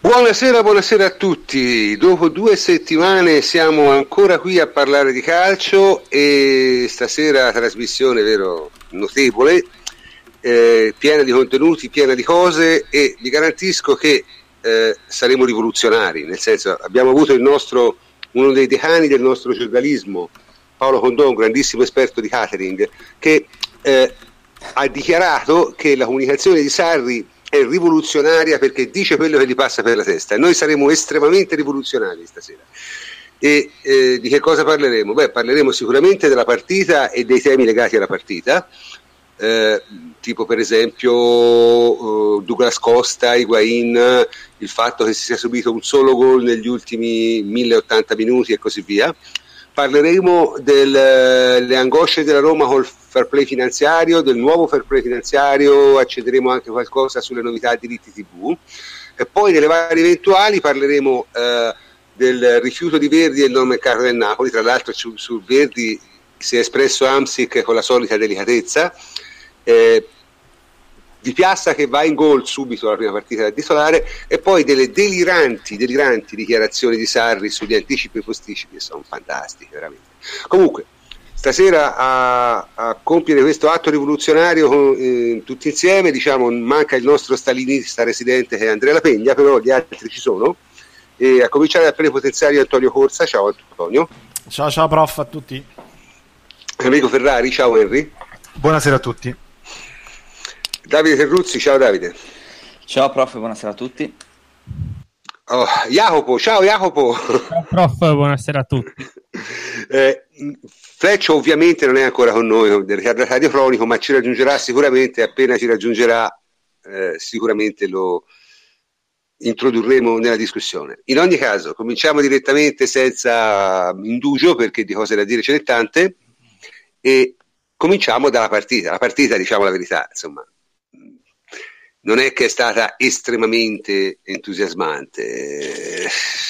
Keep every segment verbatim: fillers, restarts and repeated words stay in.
Buonasera, buonasera a tutti. Dopo due settimane siamo ancora qui a parlare di calcio e stasera trasmissione vero notevole, eh, piena di contenuti, piena di cose, e vi garantisco che eh, saremo rivoluzionari, nel senso abbiamo avuto il nostro, uno dei decani del nostro giornalismo, Paolo Condò, un grandissimo esperto di catering, che eh, ha dichiarato che la comunicazione di Sarri è rivoluzionaria perché dice quello che gli passa per la testa, e noi saremo estremamente rivoluzionari stasera. E eh, di che cosa parleremo? Beh, parleremo sicuramente della partita e dei temi legati alla partita, eh, tipo per esempio uh, Douglas Costa, Higuain, il fatto che si sia subito un solo gol negli ultimi mille ottanta minuti e così via. Parleremo delle angosce della Roma col fair play finanziario, del nuovo fair play finanziario, accederemo anche qualcosa sulle novità diritti tivù, e poi nelle varie eventuali parleremo eh, del rifiuto di Verdi e il non mercato del Napoli. Tra l'altro su, su Verdi si è espresso Hamsik con la solita delicatezza, eh, di Piazza che va in gol subito alla prima partita da titolare, e poi delle deliranti, deliranti dichiarazioni di Sarri sugli anticipi e posticipi che sono fantastiche veramente. Comunque stasera a, a compiere questo atto rivoluzionario eh, tutti insieme, diciamo, manca il nostro stalinista residente che è Andrea La Pegna, però gli altri ci sono, e a cominciare dal plenipotenziario Antonio Corsa. Ciao Antonio. Ciao ciao prof a tutti. Enrico Ferrari. Ciao Henry. Buonasera a tutti. Davide Terruzzi. Ciao Davide. Ciao prof, buonasera a tutti. Oh, Jacopo. Ciao Jacopo. Ciao prof, buonasera a tutti. eh, Fleccio ovviamente non è ancora con noi del radiofonico, ma ci raggiungerà sicuramente. Appena ci raggiungerà eh, sicuramente lo introdurremo nella discussione. In ogni caso cominciamo direttamente senza indugio, perché di cose da dire ce n'è tante, e cominciamo dalla partita. La partita, diciamo la verità, insomma, non è che è stata estremamente entusiasmante,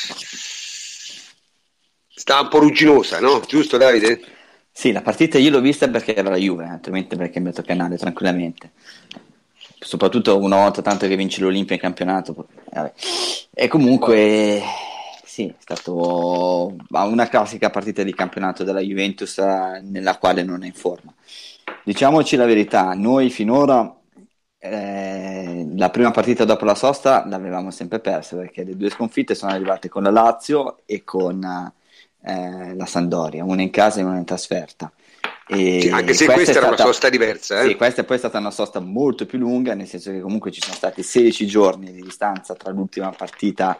sta un po' rugginosa, no? Giusto Davide? Sì, la partita io l'ho vista perché era la Juve, altrimenti avrei cambiato canale tranquillamente, soprattutto una volta tanto che vince l'Olimpia in campionato. E comunque sì, è stato una classica partita di campionato della Juventus nella quale non è in forma. Diciamoci la verità, noi finora eh, la prima partita dopo la sosta l'avevamo sempre persa, perché le due sconfitte sono arrivate con la Lazio e con eh, la Sampdoria, una in casa e una in trasferta. E sì, anche se questa, questa era stata, una sosta diversa, eh? Sì, questa è poi stata una sosta molto più lunga, nel senso che comunque ci sono stati sedici giorni di distanza tra l'ultima partita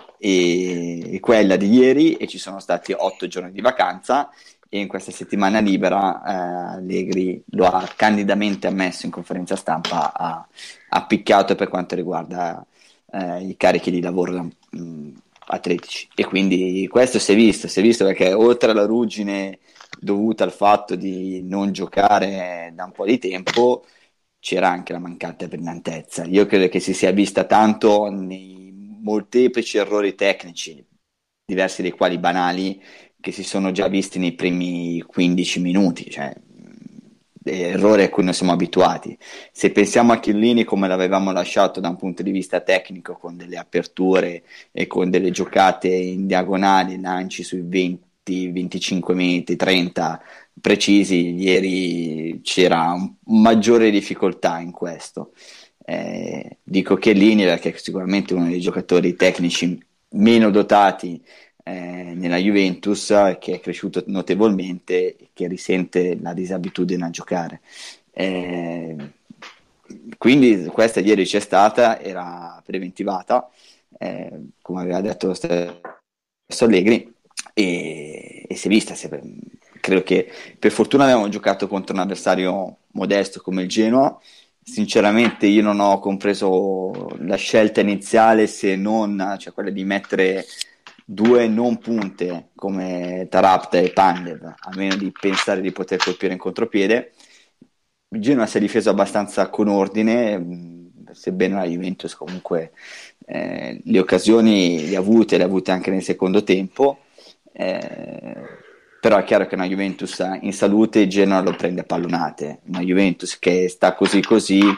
e, e quella di ieri, e ci sono stati otto giorni di vacanza, e in questa settimana libera eh, Allegri lo ha candidamente ammesso in conferenza stampa, ha, ha picchiato per quanto riguarda eh, i carichi di lavoro mh, atletici, e quindi questo si è visto, si è visto perché oltre alla ruggine dovuta al fatto di non giocare da un po' di tempo, c'era anche la mancata brillantezza. Io credo che si sia vista tanto nei molteplici errori tecnici, diversi dei quali banali, che si sono già visti nei primi quindici minuti, cioè errori a cui non siamo abituati. Se pensiamo a Chiellini come l'avevamo lasciato da un punto di vista tecnico, con delle aperture e con delle giocate in diagonali, lanci sui venti venticinque metri, trenta precisi, ieri c'era un, un maggiore difficoltà in questo. Eh, dico Chiellini perché è sicuramente uno dei giocatori tecnici meno dotati eh, nella Juventus, che è cresciuto notevolmente e che risente la disabitudine a giocare. Eh, quindi questa ieri c'è stata, era preventivata, eh, come aveva detto lo stesso Allegri, e, e si è vista. Si è, credo che per fortuna abbiamo giocato contro un avversario modesto come il Genoa. Sinceramente io non ho compreso la scelta iniziale, se non cioè quella di mettere due non punte come Tarapta e Pandev, a meno di pensare di poter colpire in contropiede. Il Genoa si è difeso abbastanza con ordine, sebbene la Juventus comunque eh, le occasioni le ha avute, le ha avute anche nel secondo tempo, eh, però è chiaro che una Juventus in salute il Genoa lo prende a pallonate, una Juventus che sta così così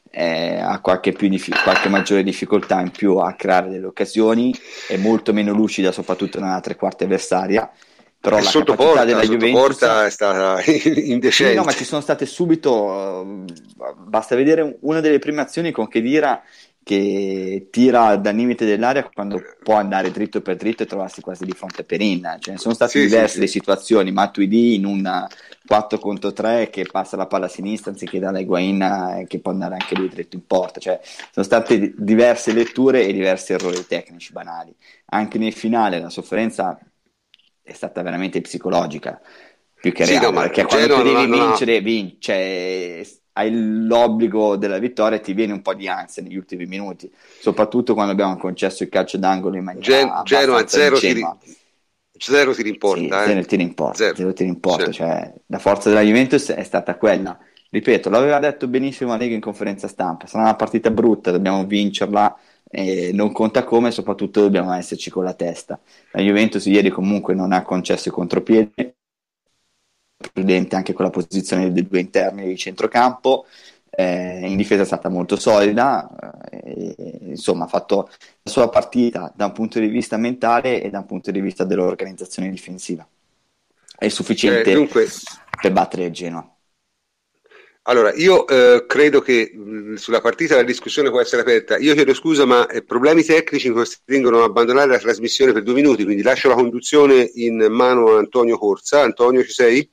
eh, ha qualche, più dif- qualche maggiore difficoltà in più a creare delle occasioni, è molto meno lucida soprattutto nella tre quarti avversaria, però e la sotto capacità porta, della sotto Juventus porta è stata indecente. sì, no, ma ci sono state subito, basta vedere una delle prime azioni con Khedira che tira dal limite dell'area quando può andare dritto per dritto e trovarsi quasi di fronte a Perin. Ce ne sono state Sì, diverse sì, le sì. situazioni, Matuidi in un quattro contro tre che passa la palla a sinistra anziché dalla Higuain che può andare anche lui dritto in porta, cioè sono state diverse letture e diversi errori tecnici banali. Anche nel finale la sofferenza è stata veramente psicologica più che Sì, no, reale, ma perché il quando tu Genoa non devi ha, non ha- vincere, vince, hai l'obbligo della vittoria e ti viene un po' di ansia negli ultimi minuti, soprattutto quando abbiamo concesso il calcio d'angolo in maniera Gen- Genoa abbastanza zero tiri, ingenua. zero tiri in Sì, porta, zero eh? tiri in porta, Zero. zero tiri in porta, Sì. cioè la forza della Juventus è stata quella. Ripeto, l'aveva detto benissimo Allegri in conferenza stampa, sarà una partita brutta, dobbiamo vincerla, e non conta come, soprattutto dobbiamo esserci con la testa. La Juventus ieri comunque non ha concesso i contropiedi, prudente anche con la posizione dei due interni di centrocampo, eh, in difesa è stata molto solida, eh, e, insomma ha fatto la sua partita da un punto di vista mentale e da un punto di vista dell'organizzazione difensiva. È sufficiente Eh, dunque, per battere il Genoa. allora, io eh, credo che mh, sulla partita la discussione può essere aperta. Io chiedo scusa, ma eh, problemi tecnici mi costringono a abbandonare la trasmissione per due minuti, quindi lascio la conduzione in mano a Antonio Corsa. Antonio, ci sei?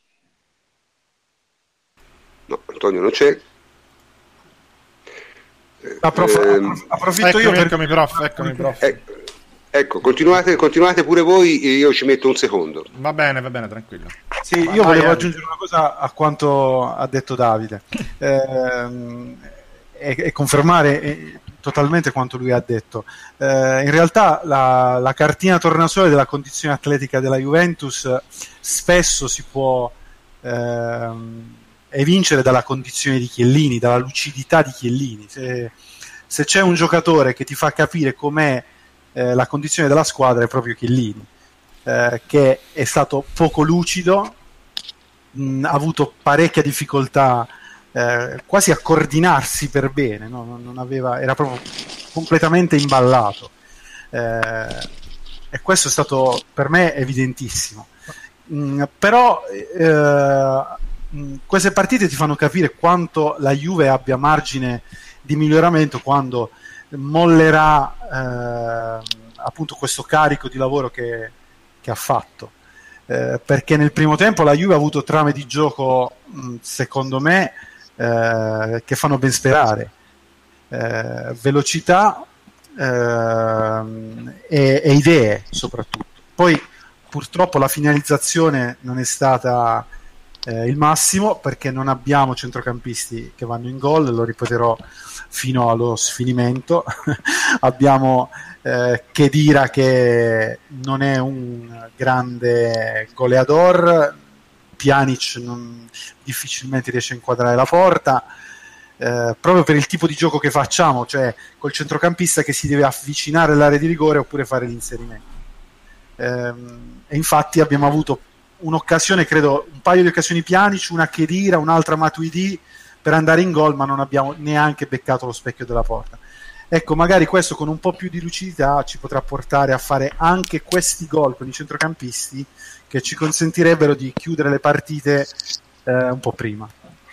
No, Antonio non c'è. Approf- Ehm, approfitto Eccomi, io per... eccomi, prof, eccomi, prof. eh, ecco, continuate, continuate pure voi, e io ci metto un secondo. Va bene, va bene, tranquillo. Sì, Ma io vai, volevo Ari. aggiungere una cosa a quanto ha detto Davide ehm, e, e confermare eh, totalmente quanto lui ha detto. Eh, in realtà la, la cartina tornasole della condizione atletica della Juventus spesso si può ehm, evincere dalla condizione di Chiellini, dalla lucidità di Chiellini. Se, se c'è un giocatore che ti fa capire com'è eh, la condizione della squadra è proprio Chiellini. Eh, che è stato poco lucido, mh, ha avuto parecchia difficoltà eh, quasi a coordinarsi per bene, no? non, non aveva, era proprio completamente imballato, eh, e questo è stato per me evidentissimo. Mh, però eh, mh, queste partite ti fanno capire quanto la Juve abbia margine di miglioramento quando mollerà eh, appunto questo carico di lavoro che che ha fatto, eh, perché nel primo tempo la Juve ha avuto trame di gioco mh, secondo me eh, che fanno ben sperare, eh, velocità eh, e, e idee soprattutto. Poi purtroppo la finalizzazione non è stata eh, il massimo, perché non abbiamo centrocampisti che vanno in gol, lo ripeterò fino allo sfinimento. Abbiamo eh, Khedira che non è un grande goleador, Pjanic non, difficilmente riesce a inquadrare la porta, eh, proprio per il tipo di gioco che facciamo, cioè col centrocampista che si deve avvicinare all'area di rigore oppure fare l'inserimento. Ehm, e infatti abbiamo avuto un'occasione, credo un paio di occasioni Pjanic, una Khedira, un'altra Matuidi per andare in gol, ma non abbiamo neanche beccato lo specchio della porta. Ecco, magari questo con un po' più di lucidità ci potrà portare a fare anche questi gol con i centrocampisti che ci consentirebbero di chiudere le partite eh, un po' prima.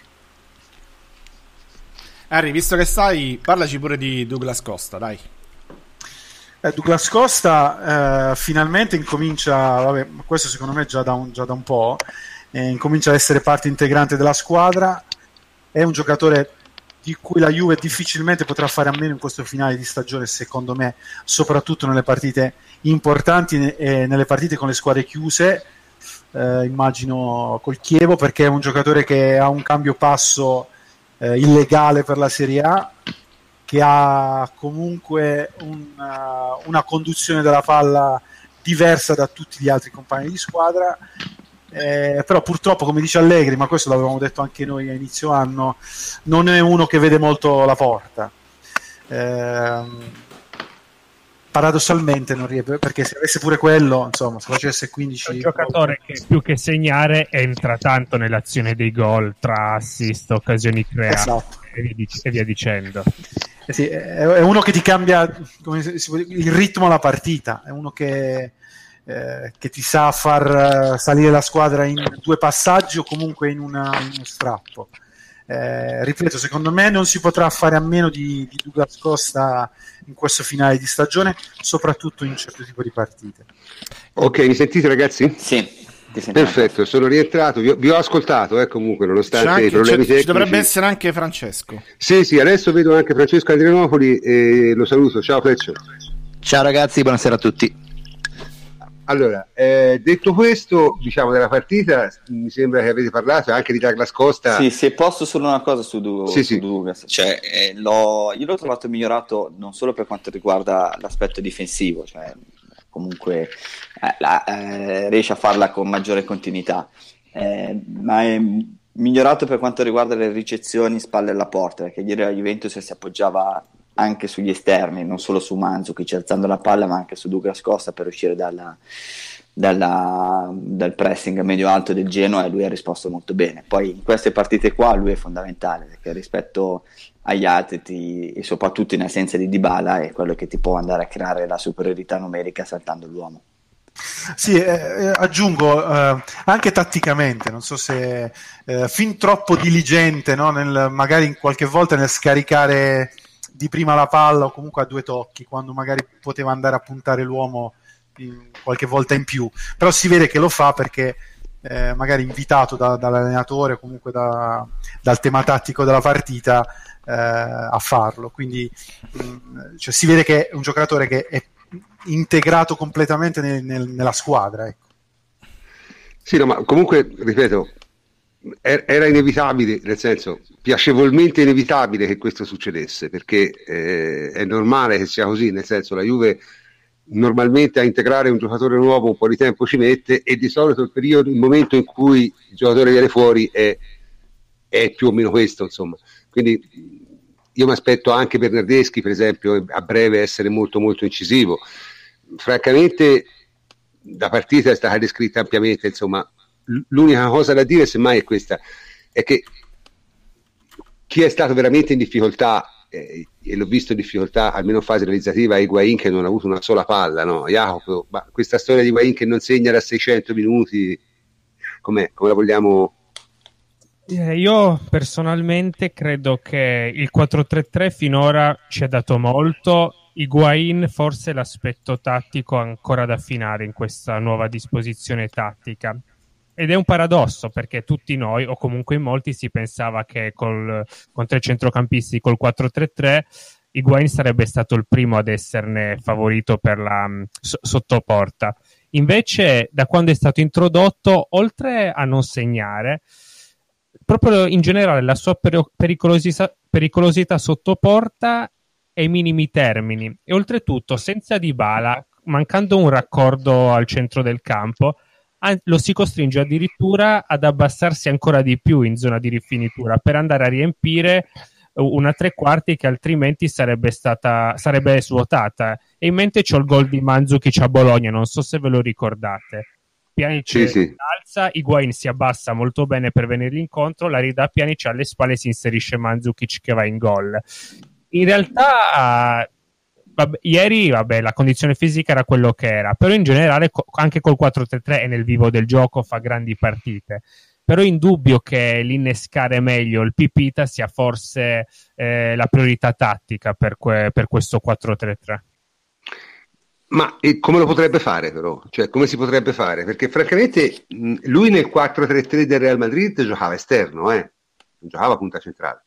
Harry, visto che sai, parlaci pure di Douglas Costa, dai. Eh, Douglas Costa eh, finalmente incomincia, vabbè, questo secondo me già da un, già da un po', eh, incomincia a essere parte integrante della squadra. È un giocatore di cui la Juve difficilmente potrà fare a meno in questo finale di stagione, secondo me, soprattutto nelle partite importanti e nelle partite con le squadre chiuse, eh, immagino col Chievo, perché è un giocatore che ha un cambio passo eh, illegale per la Serie A, che ha comunque una, una conduzione della palla diversa da tutti gli altri compagni di squadra. Eh, però purtroppo, come dice Allegri, ma questo l'avevamo detto anche noi a inizio anno, non è uno che vede molto la porta. Eh, paradossalmente non riesce, perché se avesse pure quello, insomma, se facesse quindici... È un giocatore che più che segnare entra tanto nell'azione dei gol, tra assist, occasioni create. Esatto, e via, dic- e via dicendo. Eh sì, è uno che ti cambia come si può dire, il ritmo alla partita, è uno che, eh, che ti sa far salire la squadra in due passaggi o comunque in, una, in uno strappo. Eh, ripeto, secondo me non si potrà fare a meno di, di Douglas Costa in questo finale di stagione, soprattutto in un certo tipo di partite. Ok, mi sentite ragazzi? Sì. Perfetto, sono rientrato, vi ho, vi ho ascoltato eh, comunque nonostante anche, i problemi tecnici. Ci dovrebbe essere anche Francesco. Sì, sì, adesso vedo anche Francesco Adrianopoli e lo saluto. Ciao Fleccio. Ciao ragazzi, buonasera a tutti. Allora, eh, detto questo, diciamo della partita, mi sembra che avete parlato anche di Douglas Costa. Sì, se posso solo una cosa su, du- sì, su sì. Douglas, cioè, eh, l'ho, io l'ho trovato migliorato non solo per quanto riguarda l'aspetto difensivo, cioè comunque eh, la, eh, riesce a farla con maggiore continuità, eh, ma è migliorato per quanto riguarda le ricezioni spalle alla porta, perché ieri la Juventus si appoggiava anche sugli esterni, non solo su Mandzukic alzando la palla, ma anche su Douglas Costa per uscire dalla, dalla, dal pressing medio-alto del Genoa, e lui ha risposto molto bene. Poi in queste partite qua lui è fondamentale, perché rispetto agli altri ti, e soprattutto in assenza di Dybala è quello che ti può andare a creare la superiorità numerica saltando l'uomo. Sì, eh, aggiungo eh, anche tatticamente, non so se eh, fin troppo diligente, no? Nel, magari in qualche volta nel scaricare di prima la palla o comunque a due tocchi, quando magari poteva andare a puntare l'uomo in, qualche volta in più, però si vede che lo fa perché eh, magari invitato da, dall'allenatore o comunque da, dal tema tattico della partita eh, a farlo, quindi mh, cioè, si vede che è un giocatore che è integrato completamente nel, nel, nella squadra, ecco. Sì, no, ma comunque ripeto, era inevitabile, nel senso piacevolmente inevitabile che questo succedesse, perché eh, è normale che sia così, nel senso la Juve normalmente a integrare un giocatore nuovo un po' di tempo ci mette, e di solito il periodo, il momento in cui il giocatore viene fuori è, è più o meno questo, insomma. Quindi io mi aspetto anche Bernardeschi, per esempio, a breve essere molto molto incisivo. Francamente la partita è stata descritta ampiamente, insomma. L'unica cosa da dire semmai è questa, è che chi è stato veramente in difficoltà, eh, e l'ho visto in difficoltà almeno in fase realizzativa, è Higuaín, che non ha avuto una sola palla, no? Jacopo, ma questa storia di Higuaín che non segna da seicento minuti, com'è? Come la vogliamo? Eh, io personalmente credo che il quattro tre tre finora ci ha dato molto. Higuaín forse l'aspetto tattico ancora da affinare in questa nuova disposizione tattica. Ed è un paradosso, perché tutti noi, o comunque in molti, si pensava che col, con tre centrocampisti col quattro tre tre Higuaín sarebbe stato il primo ad esserne favorito per la so, sottoporta. Invece, da quando è stato introdotto, oltre a non segnare, proprio in generale la sua per- pericolosità, pericolosità sottoporta è ai minimi termini. E oltretutto, senza Dybala, mancando un raccordo al centro del campo, lo si costringe addirittura ad abbassarsi ancora di più in zona di rifinitura per andare a riempire una tre quarti che altrimenti sarebbe stata sarebbe svuotata. E in mente c'ho il gol di Mandzukic a Bologna, non so se ve lo ricordate. Pjanic sì, sì. alza, Higuaín si abbassa molto bene per venire incontro, la ridà Pjanic, alle spalle si inserisce Mandzukic che va in gol. In realtà Vabbè, ieri vabbè, la condizione fisica era quello che era, però in generale co- anche col quattro tre tre e nel vivo del gioco fa grandi partite. Però è indubbio che l'innescare meglio il Pipita sia forse eh, la priorità tattica per, que- per questo quattro tre tre. Ma e come lo potrebbe fare però? Cioè come si potrebbe fare? Perché francamente mh, lui nel quattro tre tre del Real Madrid giocava esterno, eh? non giocava punta centrale.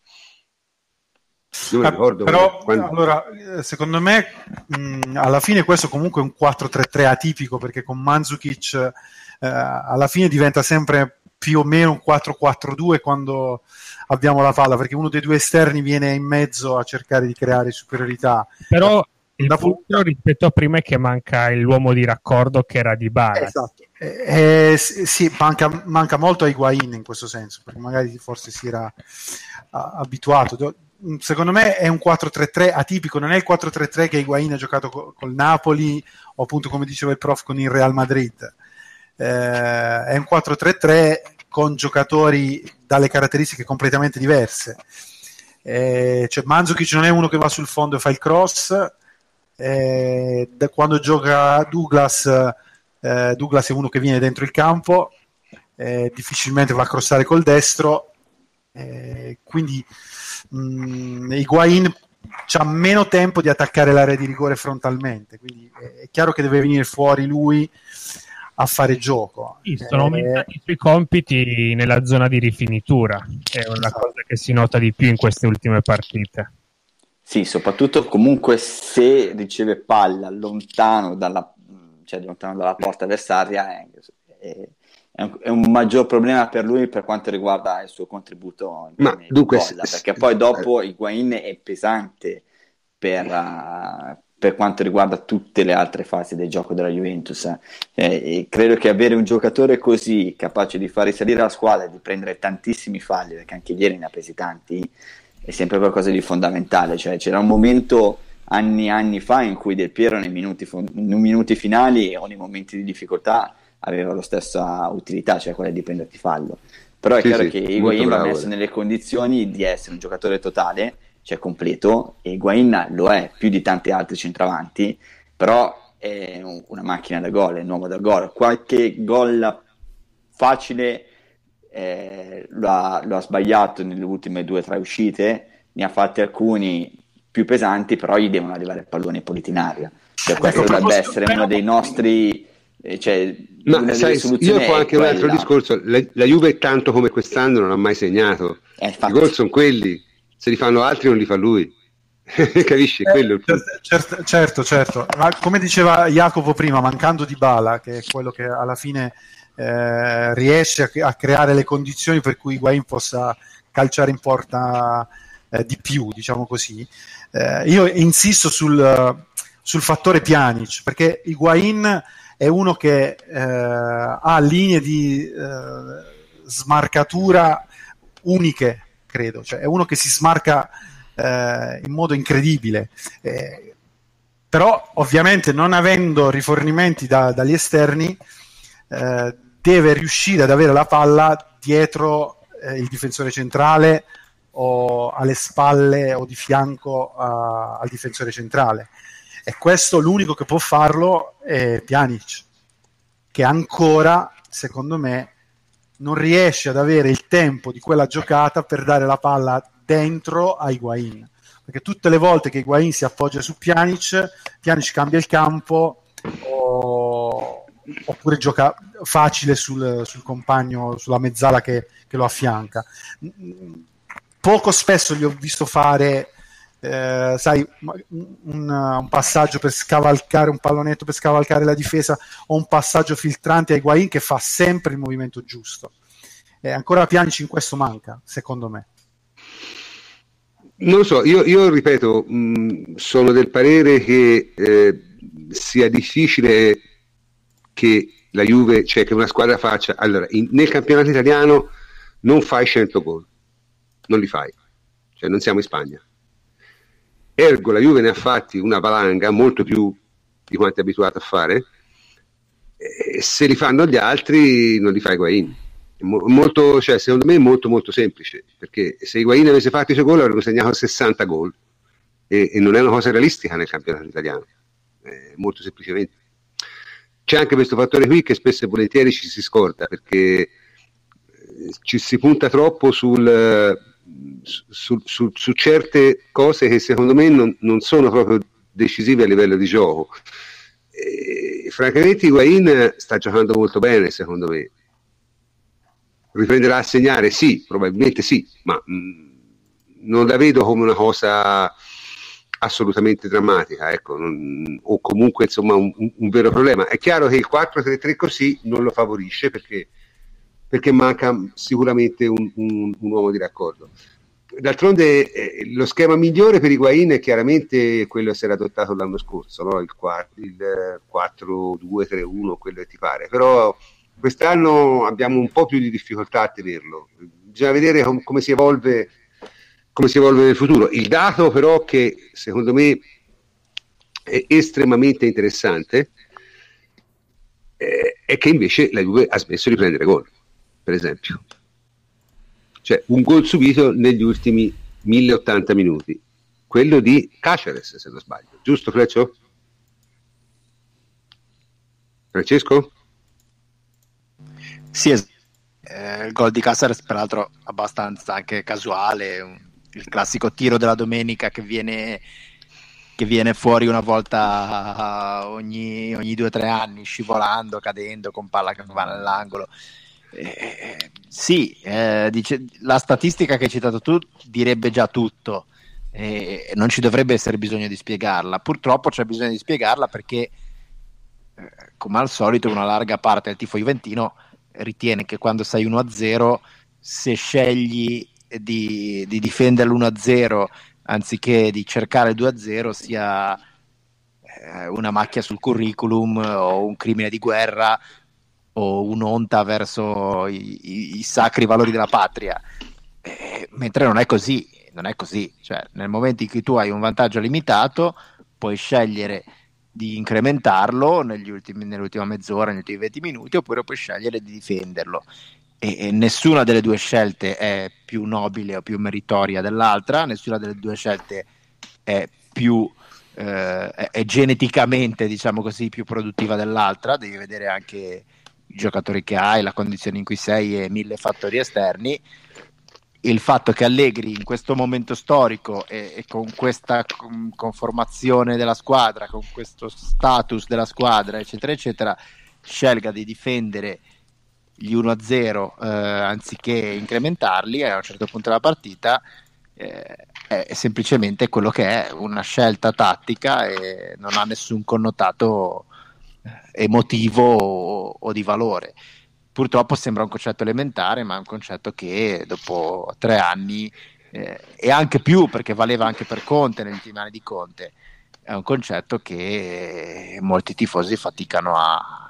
Io mi ricordo però quando... allora secondo me mh, alla fine questo comunque è un quattro tre tre atipico, perché con Mandzukic eh, alla fine diventa sempre più o meno un quattro quattro due quando abbiamo la palla, perché uno dei due esterni viene in mezzo a cercare di creare superiorità. Però il da punto rispetto a prima è che manca l'uomo di raccordo che era Dybala. Esatto. Eh, eh, sì, manca, manca molto a Higuaín in questo senso, perché magari forse si era a, abituato. Secondo me è un quattro tre tre atipico, non è il quattro tre tre che Higuaín ha giocato co- col Napoli o appunto come diceva il prof con il Real Madrid. Eh, è un quattro tre tre con giocatori dalle caratteristiche completamente diverse. Eh, cioè Mandzukic non è uno che va sul fondo e fa il cross, eh, da quando gioca Douglas, eh, Douglas è uno che viene dentro il campo, eh, difficilmente va a crossare col destro, eh, quindi mh, Higuain c'ha meno tempo di attaccare l'area di rigore frontalmente, quindi è chiaro che deve venire fuori lui a fare gioco. Sì, sono eh, aumentati i suoi compiti nella zona di rifinitura, è una esatto. cosa che si nota di più in queste ultime partite. Sì, soprattutto comunque se riceve palla lontano dalla, cioè lontano dalla porta avversaria è, è, è, un, è un maggior problema per lui per quanto riguarda il suo contributo in Ma dunque, bolla, perché poi dopo Higuain è pesante per, uh, per quanto riguarda tutte le altre fasi del gioco della Juventus, eh, e credo che avere un giocatore così capace di far risalire la squadra e di prendere tantissimi falli, perché anche ieri ne ha presi tanti, è sempre qualcosa di fondamentale. Cioè c'era un momento anni e anni fa in cui Del Piero nei minuti, nei minuti finali o nei momenti di difficoltà aveva la stessa utilità, cioè quella di prenderti fallo, però è sì, chiaro sì, che Higuain va messo nelle condizioni di essere un giocatore totale, cioè completo, e Higuain lo è più di tanti altri centravanti, però è una macchina da gol, è un uomo da gol. Qualche gol facile eh, lo, ha, lo ha sbagliato nelle ultime due o tre uscite, ne ha fatti alcuni più pesanti, però gli devono arrivare palloni puliti in aria, cioè questo ecco, dovrebbe essere uno dei nostri, eh, cioè ma sai, io ho anche un altro discorso, la, la Juve tanto come quest'anno non ha mai segnato, eh, i gol sono quelli, se li fanno altri non li fa lui. Capisci? Eh, quello il certo, certo, certo, ma come diceva Jacopo prima, mancando Dybala, che è quello che alla fine eh, riesce a, a creare le condizioni per cui Higuain possa calciare in porta eh, di più, diciamo così, eh, io insisto sul, sul fattore Pjanic, perché Higuain è uno che eh, ha linee di eh, smarcatura uniche, credo, cioè è uno che si smarca eh, in modo incredibile, eh, però ovviamente non avendo rifornimenti da, dagli esterni eh, deve riuscire ad avere la palla dietro eh, il difensore centrale o alle spalle o di fianco a, al difensore centrale, e questo l'unico che può farlo è Pjanic, che ancora secondo me non riesce ad avere il tempo di quella giocata per dare la palla dentro a Higuain, perché tutte le volte che Higuain si appoggia su Pjanic, Pjanic cambia il campo o, oppure gioca facile sul, sul compagno, sulla mezzala che, che lo affianca. Poco spesso gli ho visto fare eh, sai, un, un passaggio per scavalcare un pallonetto per scavalcare la difesa o un passaggio filtrante a Higuain che fa sempre il movimento giusto. E ancora Pjanic in questo manca, secondo me. Non lo so, io, io ripeto, mh, sono del parere che eh, sia difficile che la Juve, cioè che una squadra faccia, allora, in, nel campionato italiano non fai cento gol, non li fai, cioè non siamo in Spagna, ergo la Juve ne ha fatti una valanga molto più di quanto è abituato a fare, e se li fanno gli altri non li fa Higuain. Molto, cioè, secondo me è molto molto semplice, perché se Higuain avesse fatto i suoi gol avrebbe segnato sessanta gol e, e non è una cosa realistica nel campionato italiano, eh, molto semplicemente. C'è anche questo fattore qui che spesso e volentieri ci si scorda, perché eh, ci si punta troppo sul, su, su, su certe cose che secondo me non, non sono proprio decisive a livello di gioco. E, francamente Higuain sta giocando molto bene, secondo me. Riprenderà a segnare? Sì, probabilmente sì, ma mh, non la vedo come una cosa assolutamente drammatica, ecco, non, o comunque insomma un, un, un vero problema. È chiaro che il quattro tre tre così non lo favorisce, perché, perché manca sicuramente un, un, un uomo di raccordo. D'altronde eh, lo schema migliore per Higuain è chiaramente quello che si era adottato l'anno scorso, no? il, il quattro due tre uno, quello che ti pare, però quest'anno abbiamo un po' più di difficoltà a tenerlo, bisogna vedere com- come si evolve come si evolve nel futuro. Il dato però che secondo me è estremamente interessante eh, è che invece la Juve ha smesso di prendere gol, per esempio, cioè un gol subito negli ultimi mille ottanta minuti, quello di Caceres, se non sbaglio, giusto Freccio? Francesco? Sì, es- eh, il gol di Caceres peraltro abbastanza anche casuale, un- il classico tiro della domenica che viene, che viene fuori una volta ogni, ogni due o tre anni, scivolando, cadendo, con palla che va nell'angolo. Eh, sì, eh, dice, la statistica che hai citato tu direbbe già tutto, eh, non ci dovrebbe essere bisogno di spiegarla. Purtroppo c'è bisogno di spiegarla perché, eh, come al solito, una larga parte del tifo juventino ritiene che quando sei uno a zero, se scegli di, di difendere l'uno a zero anziché di cercare il due a zero, sia eh, una macchia sul curriculum o un crimine di guerra o un'onta verso i, i, i sacri valori della patria, eh, mentre non è così, non è così, cioè nel momento in cui tu hai un vantaggio limitato puoi scegliere di incrementarlo negli ultimi, nell'ultima mezz'ora, negli ultimi venti minuti, oppure puoi scegliere di difenderlo, e, e nessuna delle due scelte è più nobile o più meritoria dell'altra, nessuna delle due scelte è più eh, è, è geneticamente, diciamo così, più produttiva dell'altra. Devi vedere anche i giocatori che hai, la condizione in cui sei e mille fattori esterni. Il fatto che Allegri in questo momento storico e, e con questa con, conformazione della squadra, con questo status della squadra, eccetera eccetera, scelga di difendere gli uno a zero eh, anziché incrementarli a un certo punto della partita, eh, è semplicemente quello che è una scelta tattica e non ha nessun connotato emotivo o, o di valore. Purtroppo sembra un concetto elementare, ma è un concetto che dopo tre anni eh, e anche più, perché valeva anche per Conte negli ultimi anni di Conte, è un concetto che molti tifosi faticano a,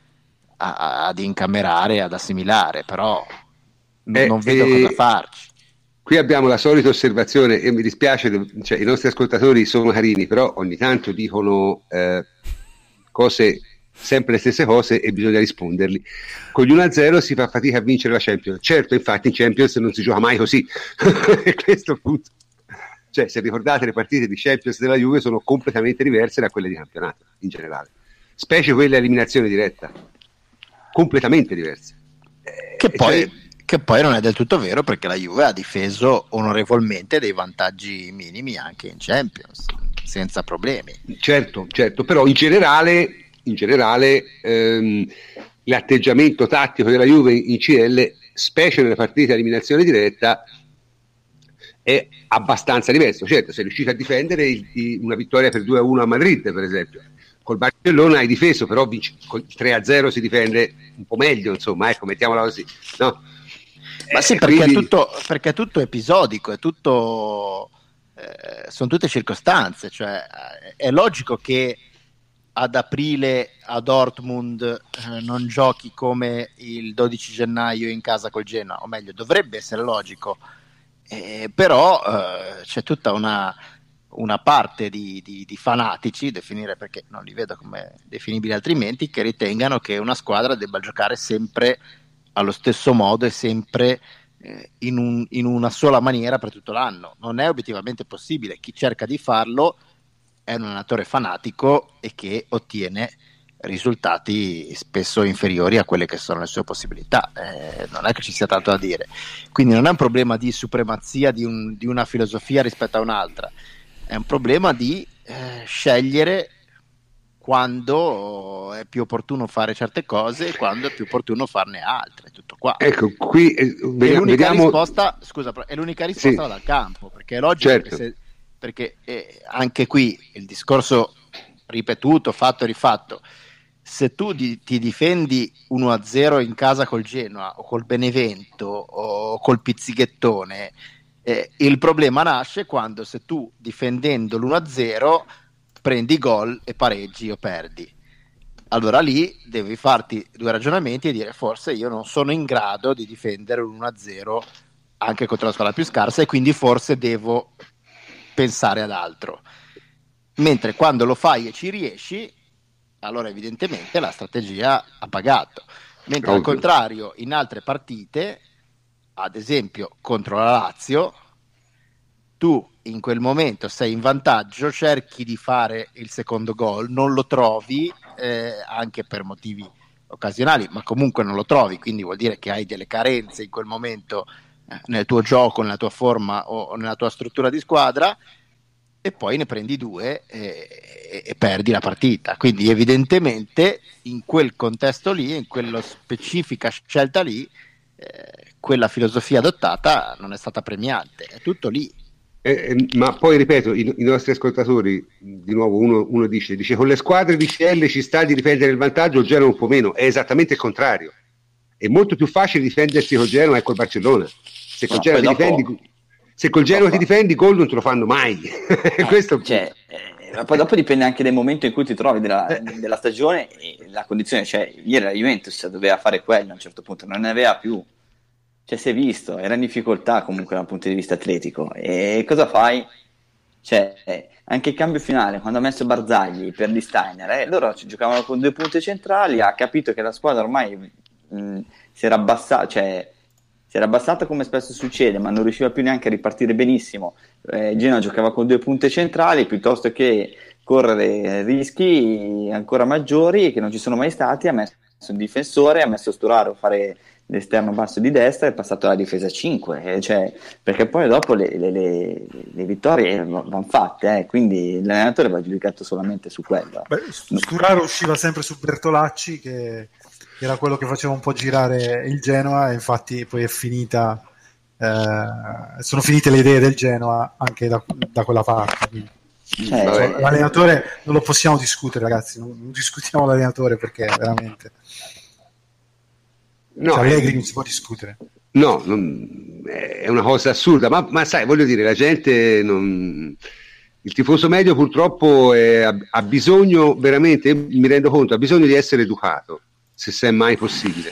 a, ad incamerare, ad assimilare, però n- Eh, non vedo eh, cosa farci. Qui abbiamo la solita osservazione, e mi dispiace, cioè, i nostri ascoltatori sono carini, però ogni tanto dicono eh, cose, sempre le stesse cose, e bisogna risponderli. Con gli uno a zero si fa fatica a vincere la Champions. Certo, infatti in Champions non si gioca mai così. E questo è il punto. Cioè, se ricordate, le partite di Champions della Juve sono completamente diverse da quelle di campionato, in generale. Specie quelle a eliminazione diretta. Completamente diverse. Eh, Che poi, cioè, che poi non è del tutto vero, perché la Juve ha difeso onorevolmente dei vantaggi minimi anche in Champions, senza problemi. certo, certo, però in generale, in generale ehm, l'atteggiamento tattico della Juve in C L, specie nelle partite a eliminazione diretta, è abbastanza diverso. Certo, sei riuscito a difendere il, il, una vittoria per due a uno a Madrid, per esempio. Col Barcellona hai difeso, però vinci, col tre a zero si difende un po' meglio, insomma, ecco, mettiamola così, no? Ma sì, Eh, perché, quindi... è tutto, perché è tutto episodico, è tutto, eh, sono tutte circostanze, cioè è logico che ad aprile a Dortmund eh, non giochi come il dodici gennaio in casa col Genoa, o meglio, dovrebbe essere logico, eh, però eh, c'è tutta una, una parte di, di, di fanatici, definire, perché non li vedo come definibili altrimenti, che ritengano che una squadra debba giocare sempre allo stesso modo e sempre eh, in, un, in una sola maniera per tutto l'anno. Non è obiettivamente possibile. Chi cerca di farlo è un allenatore fanatico e che ottiene risultati spesso inferiori a quelle che sono le sue possibilità. Eh, non è che ci sia tanto da dire. Quindi non è un problema di supremazia di, un, di una filosofia rispetto a un'altra, è un problema di eh, scegliere quando è più opportuno fare certe cose e quando è più opportuno farne altre, tutto qua. Ecco, qui eh, vediamo, e l'unica vediamo... risposta, scusa, è l'unica risposta sì. va dal campo, perché è logico, certo. che se, perché eh, anche qui il discorso ripetuto, fatto e rifatto, se tu di, ti difendi uno a zero in casa col Genoa o col Benevento o col Pizzighettone, eh, il problema nasce quando, se tu difendendo l'uno a zero prendi gol e pareggi o perdi, allora lì devi farti due ragionamenti e dire: forse io non sono in grado di difendere l'uno a zero anche contro la squadra più scarsa e quindi forse devo pensare ad altro. Mentre quando lo fai e ci riesci, allora evidentemente la strategia ha pagato. Mentre Ovvio. Al contrario, in altre partite, ad esempio contro la Lazio, tu in quel momento sei in vantaggio, cerchi di fare il secondo gol, non lo trovi, eh, anche per motivi occasionali, ma comunque non lo trovi, quindi vuol dire che hai delle carenze in quel momento eh, nel tuo gioco, nella tua forma o, o nella tua struttura di squadra, e poi ne prendi due e, e, e perdi la partita. Quindi evidentemente in quel contesto lì, in quella specifica scelta lì, eh, quella filosofia adottata non è stata premiante, è tutto lì. Eh, ma poi ripeto, i, i nostri ascoltatori, di nuovo uno, uno dice, dice con le squadre di C L ci sta di difendere il vantaggio, il Genoa un po' meno. È esattamente il contrario, è molto più facile difendersi col Genoa e col Barcellona. Se col no, Genoa ti dopo, difendi se col Genoa dopo, ti difendi, gol non te lo fanno mai. eh, Questo cioè, eh, poi dopo dipende anche dal momento in cui ti trovi della, eh. della stagione e la condizione. Cioè ieri la Juventus doveva fare quello, a un certo punto non ne aveva più. Cioè si è visto, era in difficoltà comunque dal punto di vista atletico, e cosa fai? Cioè anche il cambio finale, quando ha messo Barzagli per Di Steiner, eh, loro giocavano con due punte centrali, ha capito che la squadra ormai mh, si era abbassata, cioè si era abbassata come spesso succede, ma non riusciva più neanche a ripartire benissimo. eh, Genoa giocava con due punte centrali, piuttosto che correre rischi ancora maggiori che non ci sono mai stati, ha messo un difensore, ha messo Sturaro a fare l'esterno basso di destra, è passato alla difesa cinque, eh, cioè, perché poi dopo le, le, le, le vittorie vanno fatte, eh, quindi l'allenatore va giudicato solamente su quello. Beh, Sturaro usciva sempre su Bertolacci, che era quello che faceva un po' girare il Genoa, e infatti poi è finita eh, sono finite le idee del Genoa anche da, da quella parte, quindi. Eh, l'allenatore non lo possiamo discutere, ragazzi, non, non discutiamo l'allenatore, perché veramente no, cioè, Allegri non si può discutere. No, non, è una cosa assurda, ma, ma sai, voglio dire, la gente non, il tifoso medio purtroppo è, ha, ha bisogno veramente, mi rendo conto, ha bisogno di essere educato, se, se è mai possibile.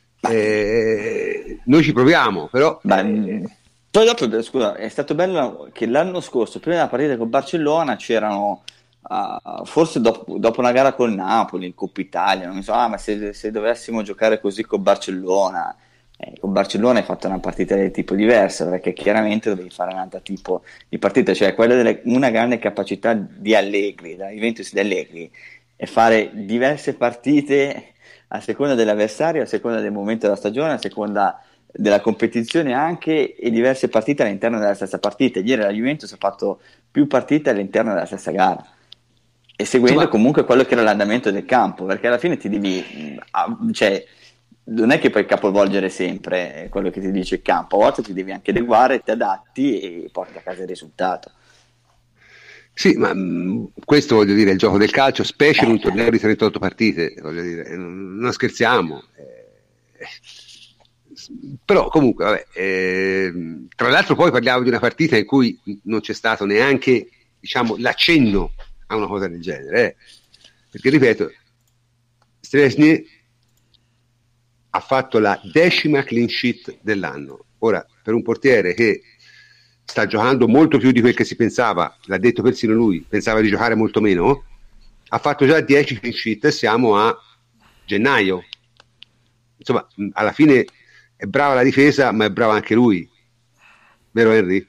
Eh, noi ci proviamo, però Beh, poi dopo, scusa, è stato bello che l'anno scorso, prima della partita con Barcellona, c'erano uh, forse dopo, dopo una gara col Napoli in Coppa Italia, non so, ah, ma se, se dovessimo giocare così con Barcellona, eh, con Barcellona hai fatto una partita di tipo diversa, perché chiaramente dovevi fare un altro tipo di partita, cioè quella delle, una grande capacità di Allegri, da Juventus di Allegri, è fare diverse partite a seconda dell'avversario, a seconda del momento della stagione, a seconda della competizione anche, e diverse partite all'interno della stessa partita. Ieri la Juventus ha fatto più partite all'interno della stessa gara, e seguendo Ma... comunque quello che era l'andamento del campo, perché alla fine ti devi, cioè non è che puoi capovolgere sempre quello che ti dice il campo, a volte ti devi anche adeguare, ti adatti e porti a casa il risultato. Sì, ma mh, questo voglio dire, è il gioco del calcio, specie in un torneo di trentotto partite, voglio dire, non, non scherziamo. Eh, però comunque, vabbè, eh, tra l'altro poi parliamo di una partita in cui non c'è stato neanche, diciamo, l'accenno a una cosa del genere, eh. Perché ripeto, Szczęsny ha fatto la decima clean sheet dell'anno. Ora, per un portiere che sta giocando molto più di quel che si pensava, l'ha detto persino lui, pensava di giocare molto meno, ha fatto già dieci clean sheet e siamo a gennaio. Insomma, alla fine è brava la difesa, ma è bravo anche lui, vero Henry?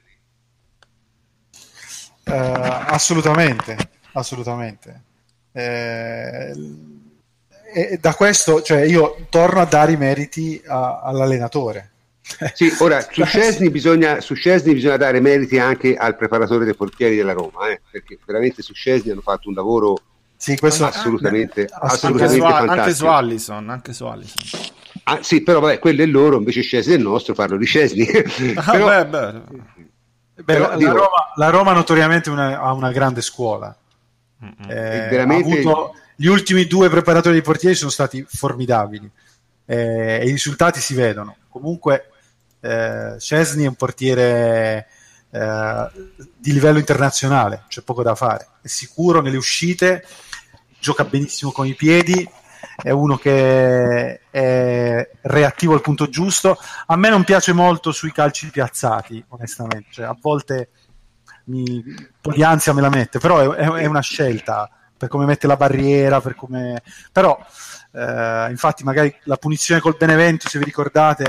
Uh, assolutamente, assolutamente. Eh, e da questo, cioè, io torno a dare i meriti a, all'allenatore. Sì, ora su Szczęsny bisogna, su Szczęsny bisogna dare meriti anche al preparatore dei portieri della Roma, eh, perché veramente su Szczęsny hanno fatto un lavoro sì, questo assolutamente, eh, assolutamente anche su, fantastico. Anche su Allison, anche su Allison. Ah, sì, però vabbè, quello è loro, invece Szczęsny è il nostro, farlo di Szczęsny. Ah, però, beh, beh. Beh, la, dico, la, Roma, la Roma notoriamente una, ha una grande scuola. Eh, veramente... ha avuto, gli ultimi due preparatori di portieri sono stati formidabili, eh, e i risultati si vedono. Comunque eh, Szczęsny è un portiere eh, di livello internazionale, c'è poco da fare, è sicuro nelle uscite, gioca benissimo con i piedi, è uno che è reattivo al punto giusto. A me non piace molto sui calci piazzati, onestamente, cioè, a volte mi, un po' di ansia me la mette, però è, è una scelta per come mette la barriera, per come... però eh, infatti magari la punizione col Benevento, se vi ricordate,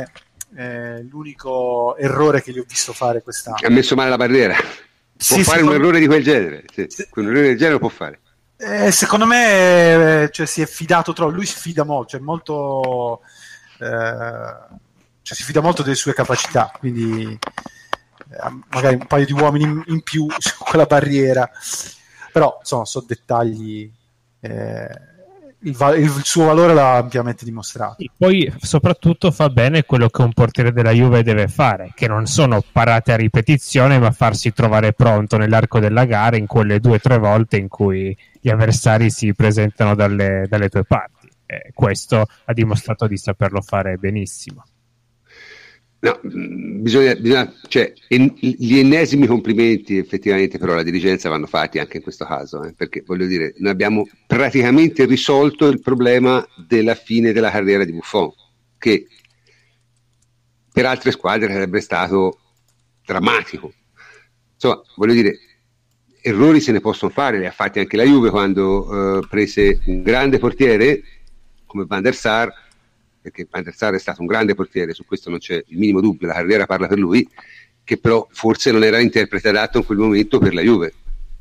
è l'unico errore che gli ho visto fare quest'anno. Ha messo male la barriera. Può Sì, fare secondo... un errore di quel genere. Sì. Sì. Un errore del genere lo può fare. Eh, secondo me eh, cioè, si è fidato troppo. Lui si fida molto, cioè molto eh, cioè, si fida molto delle sue capacità, quindi eh, magari un paio di uomini in, in più su quella barriera, però insomma sono dettagli. Eh, il, va- il suo valore l'ha ampiamente dimostrato. E poi soprattutto fa bene quello che un portiere della Juve deve fare, che non sono parate a ripetizione, ma farsi trovare pronto nell'arco della gara in quelle due o tre volte in cui gli avversari si presentano dalle, dalle tue parti. Eh, questo ha dimostrato di saperlo fare benissimo. No, bisogna, bisogna cioè, en, gli ennesimi complimenti effettivamente però alla dirigenza vanno fatti anche in questo caso, eh, perché voglio dire, noi abbiamo praticamente risolto il problema della fine della carriera di Buffon, che per altre squadre sarebbe stato drammatico. Insomma, voglio dire, errori se ne possono fare, li ha fatti anche la Juve quando eh, prese un grande portiere come Van der Sar, perché Van der Sar è stato un grande portiere, su questo non c'è il minimo dubbio, la carriera parla per lui, che però forse non era l'interprete adatto in quel momento per la Juve.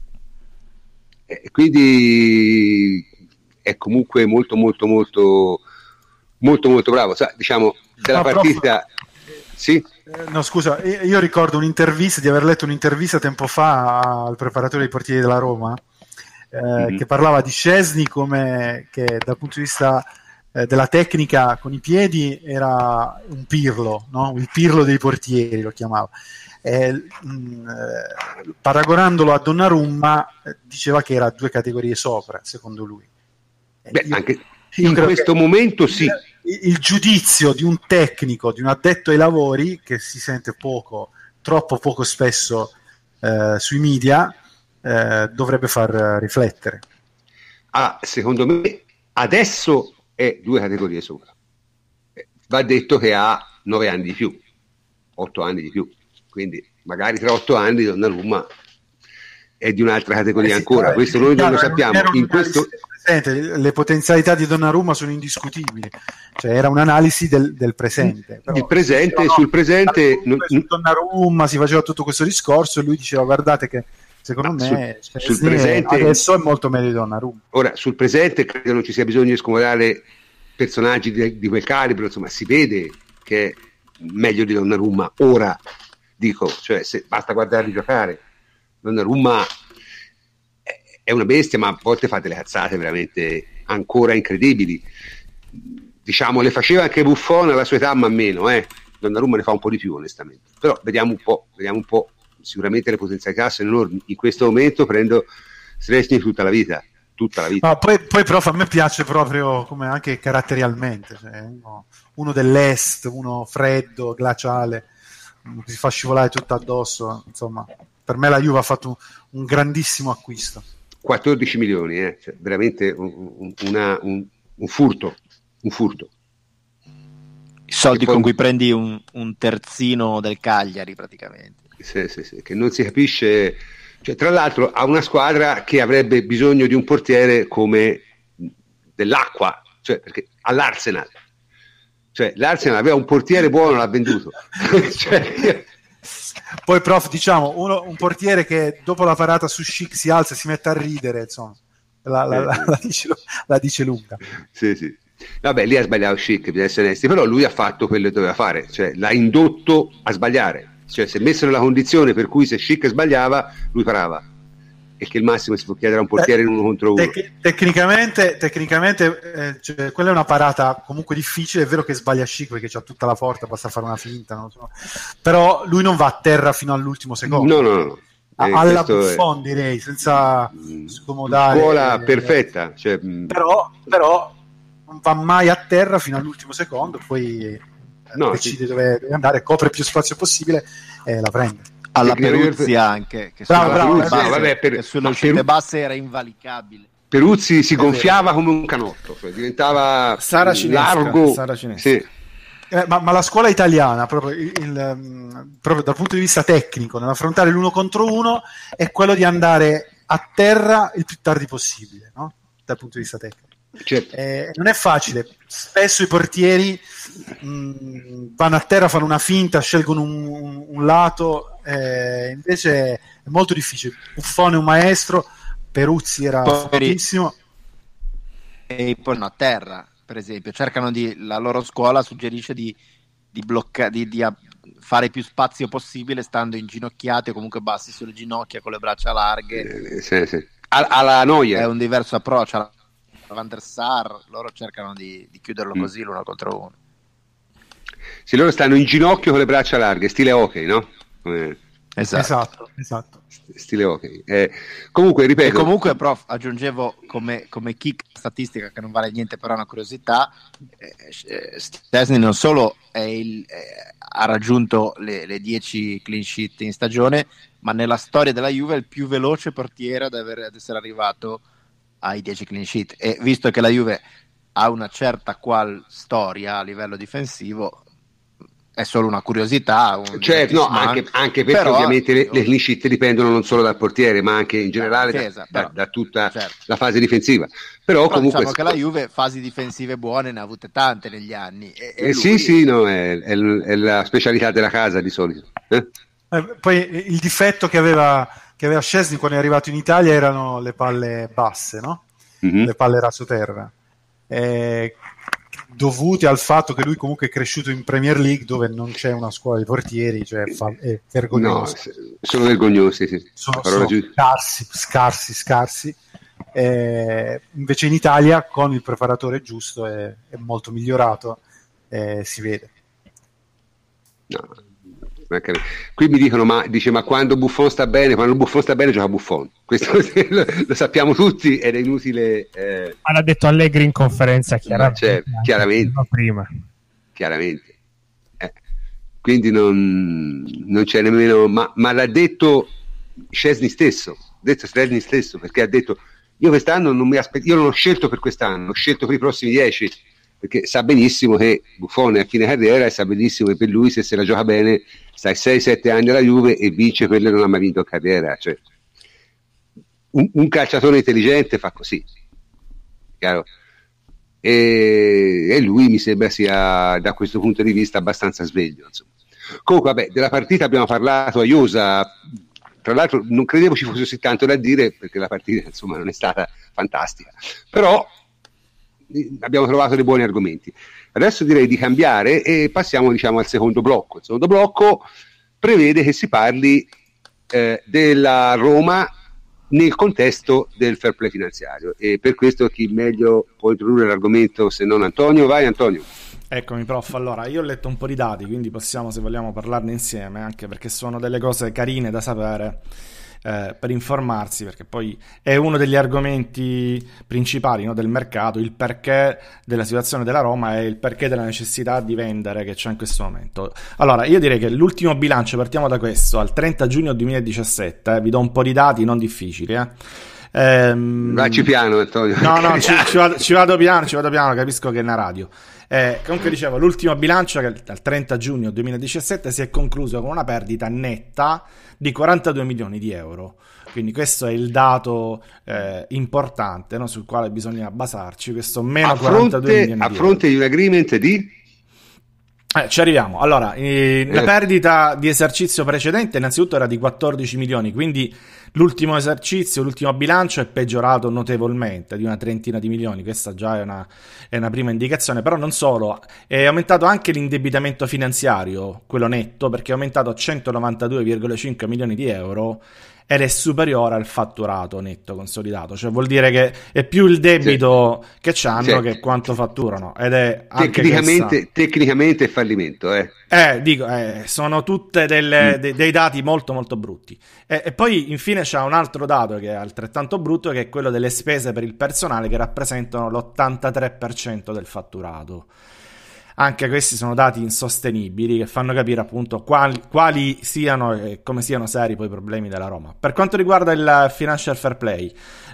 E quindi è comunque molto molto molto molto molto bravo. Sa, diciamo, della Ma partita... prof... Sì? Eh, no, scusa, io ricordo un'intervista, di aver letto un'intervista tempo fa al preparatore dei portieri della Roma, eh, mm-hmm. che parlava di Szczesny come che dal punto di vista eh, della tecnica con i piedi era un Pirlo, no? Il Pirlo dei portieri lo chiamava. Eh, mh, eh, paragonandolo a Donnarumma eh, diceva che era due categorie sopra, secondo lui. Eh, Beh, io, anche io in questo momento sì. Il, il giudizio di un tecnico, di un addetto ai lavori, che si sente poco, troppo poco spesso eh, sui media, eh, dovrebbe far riflettere. Ah, secondo me adesso è due categorie sopra. Eh, va detto che ha nove anni di più, otto anni di più, quindi magari tra otto anni Donnarumma è di un'altra categoria eh sì, ancora, vabbè, questo noi non lo sappiamo. In questo... presente, le potenzialità di Donnarumma sono indiscutibili, cioè era un'analisi del, del presente. Però, il presente, no, sul presente... Non... Su Donnarumma si faceva tutto questo discorso e lui diceva guardate che secondo ah, me sul, sul presente, adesso è molto meglio di Donnarumma. Ora, sul presente credo non ci sia bisogno di scomodare personaggi di, di quel calibro, insomma si vede che è meglio di Donnarumma ora, dico, cioè se basta guardarli giocare. Donnarumma è una bestia, ma a volte fa delle cazzate veramente ancora incredibili. Diciamo, le faceva anche Buffon alla sua età, ma meno, eh. Donnarumma ne fa un po' di più, onestamente. Però vediamo un po', vediamo un po'. Sicuramente le potenzialità sono enormi. In questo momento prendo Szczesny tutta la vita, tutta la vita. Ma poi, poi prof, a me piace proprio come anche caratterialmente, cioè uno, uno dell'est, uno freddo, glaciale, si fa scivolare tutto addosso, insomma. Per me la Juve ha fatto un, un grandissimo acquisto. quattordici milioni, eh? Cioè, veramente un, un, una, un, un furto, un furto. I soldi poi... con cui prendi un, un terzino del Cagliari praticamente. Sì, sì, sì, che non si capisce. Cioè, tra l'altro ha una squadra che avrebbe bisogno di un portiere come dell'acqua, cioè perché all'Arsenal. Cioè l'Arsenal aveva un portiere buono, l'ha venduto. Cioè, poi prof, diciamo, uno, un portiere che dopo la parata su Schick si alza e si mette a ridere, insomma, la, la, la, la, dice, la dice lunga. Sì, sì. Vabbè, lì ha sbagliato Schick, bisogna essere onesti, però lui ha fatto quello che doveva fare, cioè l'ha indotto a sbagliare, cioè si è messo nella condizione per cui se Schick sbagliava, lui parava. E che il massimo si può chiedere a un portiere in uno contro uno. Tec- tecnicamente, tecnicamente eh, cioè, quella è una parata comunque difficile, è vero che sbaglia Schick perché c'ha tutta la forza, basta fare una finta, non so. Però lui non va a terra fino all'ultimo secondo. No, no, no. Eh, alla Buffon è... direi, senza scomodare. Scuola eh, perfetta. Cioè... Però, però non va mai a terra fino all'ultimo secondo, poi no, decide sì. dove, dove andare, copre più spazio possibile e la prende. Alla Peruzzi anche, che bravo, bravo, sulle, bravo, basse, vabbè, per, che sulle uscite per... basse era invalicabile. Peruzzi si gonfiava come un canotto, cioè diventava Sara largo. Sara sì. eh, ma, ma la scuola italiana, proprio, il, il, proprio dal punto di vista tecnico, nell'affrontare l'uno contro uno, è quello di andare a terra il più tardi possibile, no? Dal punto di vista tecnico. Certo. Eh, non è facile, spesso i portieri mh, vanno a terra, fanno una finta, scelgono un, un, un lato, eh, invece è molto difficile. Buffon è un maestro, Peruzzi era fortissimo. E poi a terra, per esempio, cercano di, la loro scuola suggerisce di, di, blocca, di, di fare più spazio possibile stando inginocchiati o comunque bassi sulle ginocchia con le braccia larghe. Eh, sì, sì. Alla Neuer. È un diverso approccio. Alla Van der Sar, loro cercano di, di chiuderlo mm. così l'uno contro uno. Sì, loro stanno in ginocchio con le braccia larghe, stile hockey, no? Come... Esatto, esatto, esatto. Stile hockey. Eh, comunque, ripeto. E comunque, prof, aggiungevo come, come kick statistica che non vale niente, però è una curiosità. Eh, Szczesny non solo è il, eh, ha raggiunto le, le dieci clean sheet in stagione, ma nella storia della Juve è il più veloce portiere ad, aver, ad essere arrivato ai dieci clean sheet. E visto che la Juve ha una certa qual storia a livello difensivo, è solo una curiosità, un certo, no, anche, anche perché però, ovviamente le, le clean sheet dipendono non solo dal portiere ma anche in generale difesa, da, però, da, da tutta certo. la fase difensiva, però, però comunque diciamo che la Juve fasi difensive buone ne ha avute tante negli anni e, e eh, lui... sì sì no, è, è, è la specialità della casa di solito eh? Eh, poi il difetto che aveva che aveva Szczesny quando è arrivato in Italia erano le palle basse, no? Mm-hmm. Le palle rasoterra, eh, dovute al fatto che lui comunque è cresciuto in Premier League dove non c'è una scuola di portieri, cioè fa, è vergognoso. No, sono vergognosi, sì. Sono, sono scarsi, scarsi, scarsi. Eh, invece in Italia con il preparatore giusto è, è molto migliorato, eh, si vede. No. Qui mi dicono ma, dice, ma quando Buffon sta bene, quando Buffon sta bene gioca Buffon, questo lo, lo sappiamo tutti ed è inutile eh... ma l'ha detto Allegri in conferenza chiaramente, certo, chiaramente, prima. chiaramente. Eh. Quindi non, non c'è nemmeno ma, ma l'ha detto Szczesny stesso, detto Szczesny stesso, perché ha detto io quest'anno non mi aspetto, io non ho scelto per quest'anno, ho scelto per i prossimi dieci, perché sa benissimo che Buffon è a fine carriera e sa benissimo che per lui se se la gioca bene stai sei sette anni alla Juve e vince quello che non ha mai vinto in carriera, cioè, un, un calciatore intelligente fa così, chiaro? E, e lui mi sembra sia da questo punto di vista abbastanza sveglio, insomma. Comunque vabbè, della partita abbiamo parlato a iosa, tra l'altro non credevo ci fosse così tanto da dire perché la partita insomma non è stata fantastica, però abbiamo trovato dei buoni argomenti. Adesso direi di cambiare e passiamo diciamo al secondo blocco. Il secondo blocco prevede che si parli eh, della Roma nel contesto del fair play finanziario e per questo chi meglio può introdurre l'argomento se non Antonio. Vai Antonio. Eccomi prof, allora io ho letto un po' di dati, quindi possiamo se vogliamo parlarne insieme, anche perché sono delle cose carine da sapere eh, per informarsi, perché poi è uno degli argomenti principali, no, del mercato, il perché della situazione della Roma e il perché della necessità di vendere che c'è in questo momento. Allora io direi che l'ultimo bilancio, partiamo da questo, al trenta giugno duemiladiciassette, eh, vi do un po' di dati non difficili, eh. Ehm... Vacci piano Antonio. No no ci, ci, vado, ci vado piano ci vado piano capisco che è una radio. Eh, comunque dicevo, l'ultimo bilancio che al trenta giugno duemiladiciassette si è concluso con una perdita netta di quarantadue milioni di euro, quindi questo è il dato eh, importante, no, sul quale bisogna basarci, questo meno a quarantadue fronte, milioni a di fronte euro. di un agreement di Eh, ci arriviamo. Allora, eh, la Eh. perdita di esercizio precedente innanzitutto era di quattordici milioni, quindi l'ultimo esercizio, l'ultimo bilancio è peggiorato notevolmente di una trentina di milioni, questa già è una, è una prima indicazione, però non solo, è aumentato anche l'indebitamento finanziario, quello netto, perché è aumentato a centonovantadue virgola cinque milioni di euro ed è superiore al fatturato netto consolidato, cioè vuol dire che è più il debito sì. che c'hanno sì. che quanto fatturano, ed è anche tecnicamente, questa... tecnicamente è fallimento, eh. Eh, dico, eh, sono tutte delle, mm. de, dei dati molto molto brutti. E, e poi infine c'è un altro dato che è altrettanto brutto, che è quello delle spese per il personale, che rappresentano l'ottantatré per cento del fatturato. anche questi sono dati insostenibili che fanno capire appunto quali, quali siano e come siano seri poi i problemi della Roma. Per quanto riguarda il financial fair play,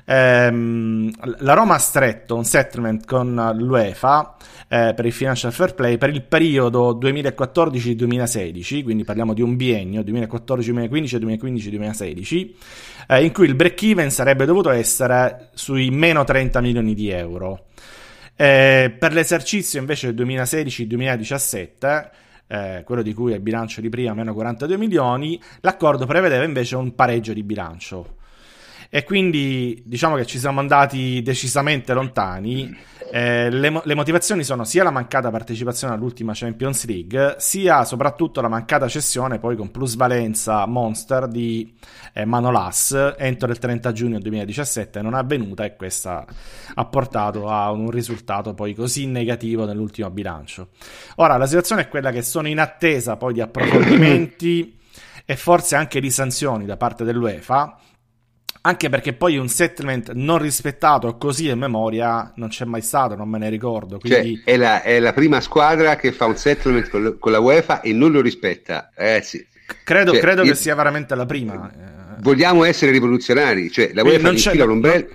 ehm, la Roma ha stretto un settlement con l'UEFA eh, per il financial fair play per il periodo duemilaquattordici duemilasedici, quindi parliamo di un biennio duemilaquattordici duemilaquindici e duemilaquindici duemilasedici, eh, in cui il break even sarebbe dovuto essere sui meno trenta milioni di euro. Eh, per l'esercizio invece duemilasedici duemiladiciassette, eh, quello di cui è il bilancio di prima, meno quarantadue milioni, l'accordo prevedeva invece un pareggio di bilancio. E quindi diciamo che ci siamo andati decisamente lontani. Eh, le, mo- le motivazioni sono sia la mancata partecipazione all'ultima Champions League, sia soprattutto la mancata cessione poi con plusvalenza monster di eh, Manolas entro il trenta giugno duemiladiciassette, non è avvenuta, e questa ha portato a un risultato poi così negativo nell'ultimo bilancio. Ora la situazione è quella che sono in attesa poi di approfondimenti e forse anche di sanzioni da parte dell'UEFA, anche perché poi un settlement non rispettato così in memoria non c'è mai stato, non me ne ricordo. Quindi... Cioè, è la, è la prima squadra che fa un settlement con, lo, con la UEFA e non lo rispetta, ragazzi. Credo, cioè, credo io... che sia veramente la prima. Vogliamo essere rivoluzionari, cioè la UEFA gli infila l'ombrello,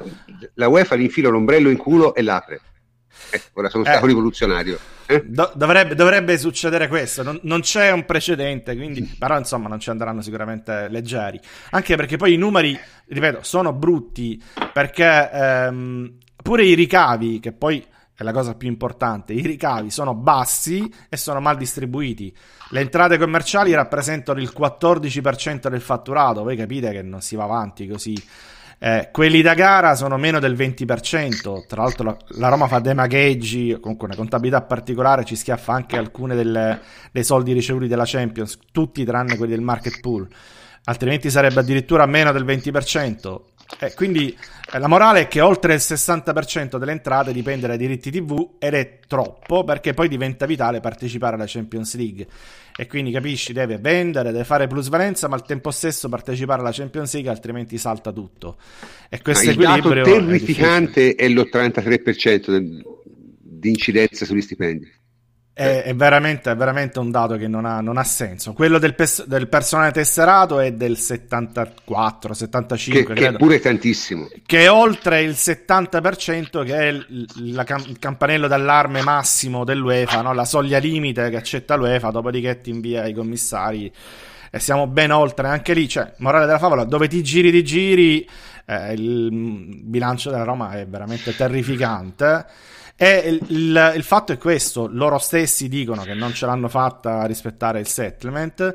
la UEFA gli infila l'ombrello in culo e l'apre. Eh, ora sono stato eh. rivoluzionario. Eh? Do- dovrebbe, dovrebbe succedere questo, non, non c'è un precedente, quindi però insomma non ci andranno sicuramente leggeri, anche perché poi i numeri, ripeto, sono brutti, perché ehm, pure i ricavi, che poi è la cosa più importante, i ricavi sono bassi e sono mal distribuiti. Le entrate commerciali rappresentano il quattordici per cento del fatturato, voi capite che non si va avanti così. Eh, quelli da gara sono meno del venti per cento, tra l'altro la, la Roma fa dei magheggi, comunque una contabilità particolare, ci schiaffa anche alcune delle, dei soldi ricevuti dalla Champions, tutti tranne quelli del market pool, altrimenti sarebbe addirittura meno del venti per cento. Eh, quindi eh, la morale è che oltre il sessanta per cento delle entrate dipende dai diritti tivù, ed è troppo, perché poi diventa vitale partecipare alla Champions League, e quindi capisci, deve vendere, deve fare plusvalenza, ma al tempo stesso partecipare alla Champions League, altrimenti salta tutto. E questo ma equilibrio il dato terrificante è, è l'ottantatré per cento del, di incidenza sugli stipendi. È, è, veramente, è veramente un dato che non ha, non ha senso. Quello del, pes- del personale tesserato è del settantaquattro settantacinque, che, credo, che è pure tantissimo, che è oltre il settanta per cento, che è il, la cam- il campanello d'allarme massimo dell'UEFA, no? La soglia limite che accetta l'UEFA, dopodiché ti invia i commissari e siamo ben oltre anche lì. Cioè, morale della favola, dove ti giri ti giri, eh, il bilancio della Roma è veramente terrificante. E il, il, il fatto è questo: loro stessi dicono che non ce l'hanno fatta a rispettare il settlement,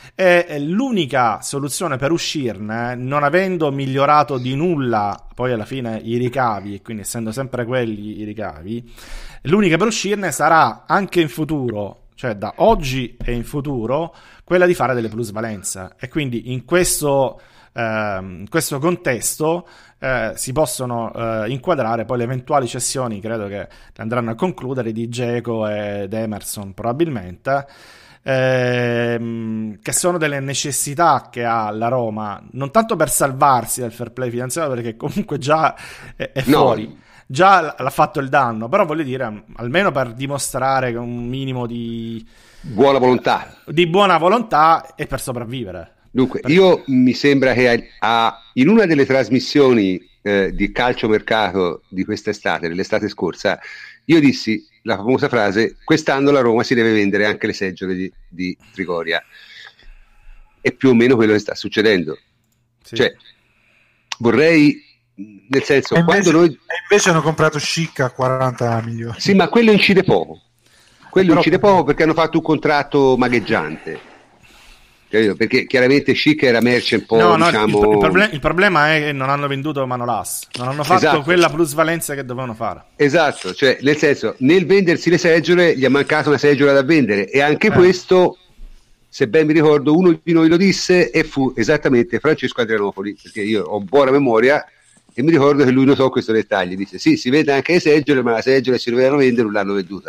e l'unica soluzione per uscirne, non avendo migliorato di nulla poi alla fine i ricavi, e quindi essendo sempre quelli i ricavi, l'unica per uscirne sarà anche in futuro, cioè da oggi e in futuro, quella di fare delle plusvalenze. E quindi in questo, eh, in questo contesto Eh, si possono eh, inquadrare poi le eventuali cessioni, credo che andranno a concludere, di Dzeko ed Emerson probabilmente, ehm, che sono delle necessità che ha la Roma, non tanto per salvarsi dal fair play finanziario, perché comunque già è, è fuori, no. Già l'ha fatto il danno, però voglio dire, almeno per dimostrare un minimo di buona volontà, di buona volontà e per sopravvivere. Dunque, io mi sembra che a, in una delle trasmissioni eh, di calciomercato di quest'estate, dell'estate scorsa, io dissi la famosa frase: quest'anno la Roma si deve vendere anche le seggiole di, di Trigoria. È più o meno quello che sta succedendo. Sì. Cioè, vorrei, nel senso, e invece, quando noi... e invece hanno comprato Schick a quaranta milioni. Sì, ma quello incide poco. Quello Però... incide poco perché hanno fatto un contratto magheggiante. Perché chiaramente Schick era merce un po', no, no, diciamo... il, il, problem- il problema è che non hanno venduto Manolas, non hanno fatto esatto. quella plusvalenza che dovevano fare. Esatto, cioè nel senso, nel vendersi le seggiole gli è mancata una seggiola da vendere, e anche eh. questo, se ben mi ricordo, uno di noi lo disse e fu esattamente Francesco Adrianopoli, perché io ho buona memoria e mi ricordo che lui notò questo dettaglio, disse sì, si vende anche le seggiole, ma la seggiola si dovevano vendere, non l'hanno venduta.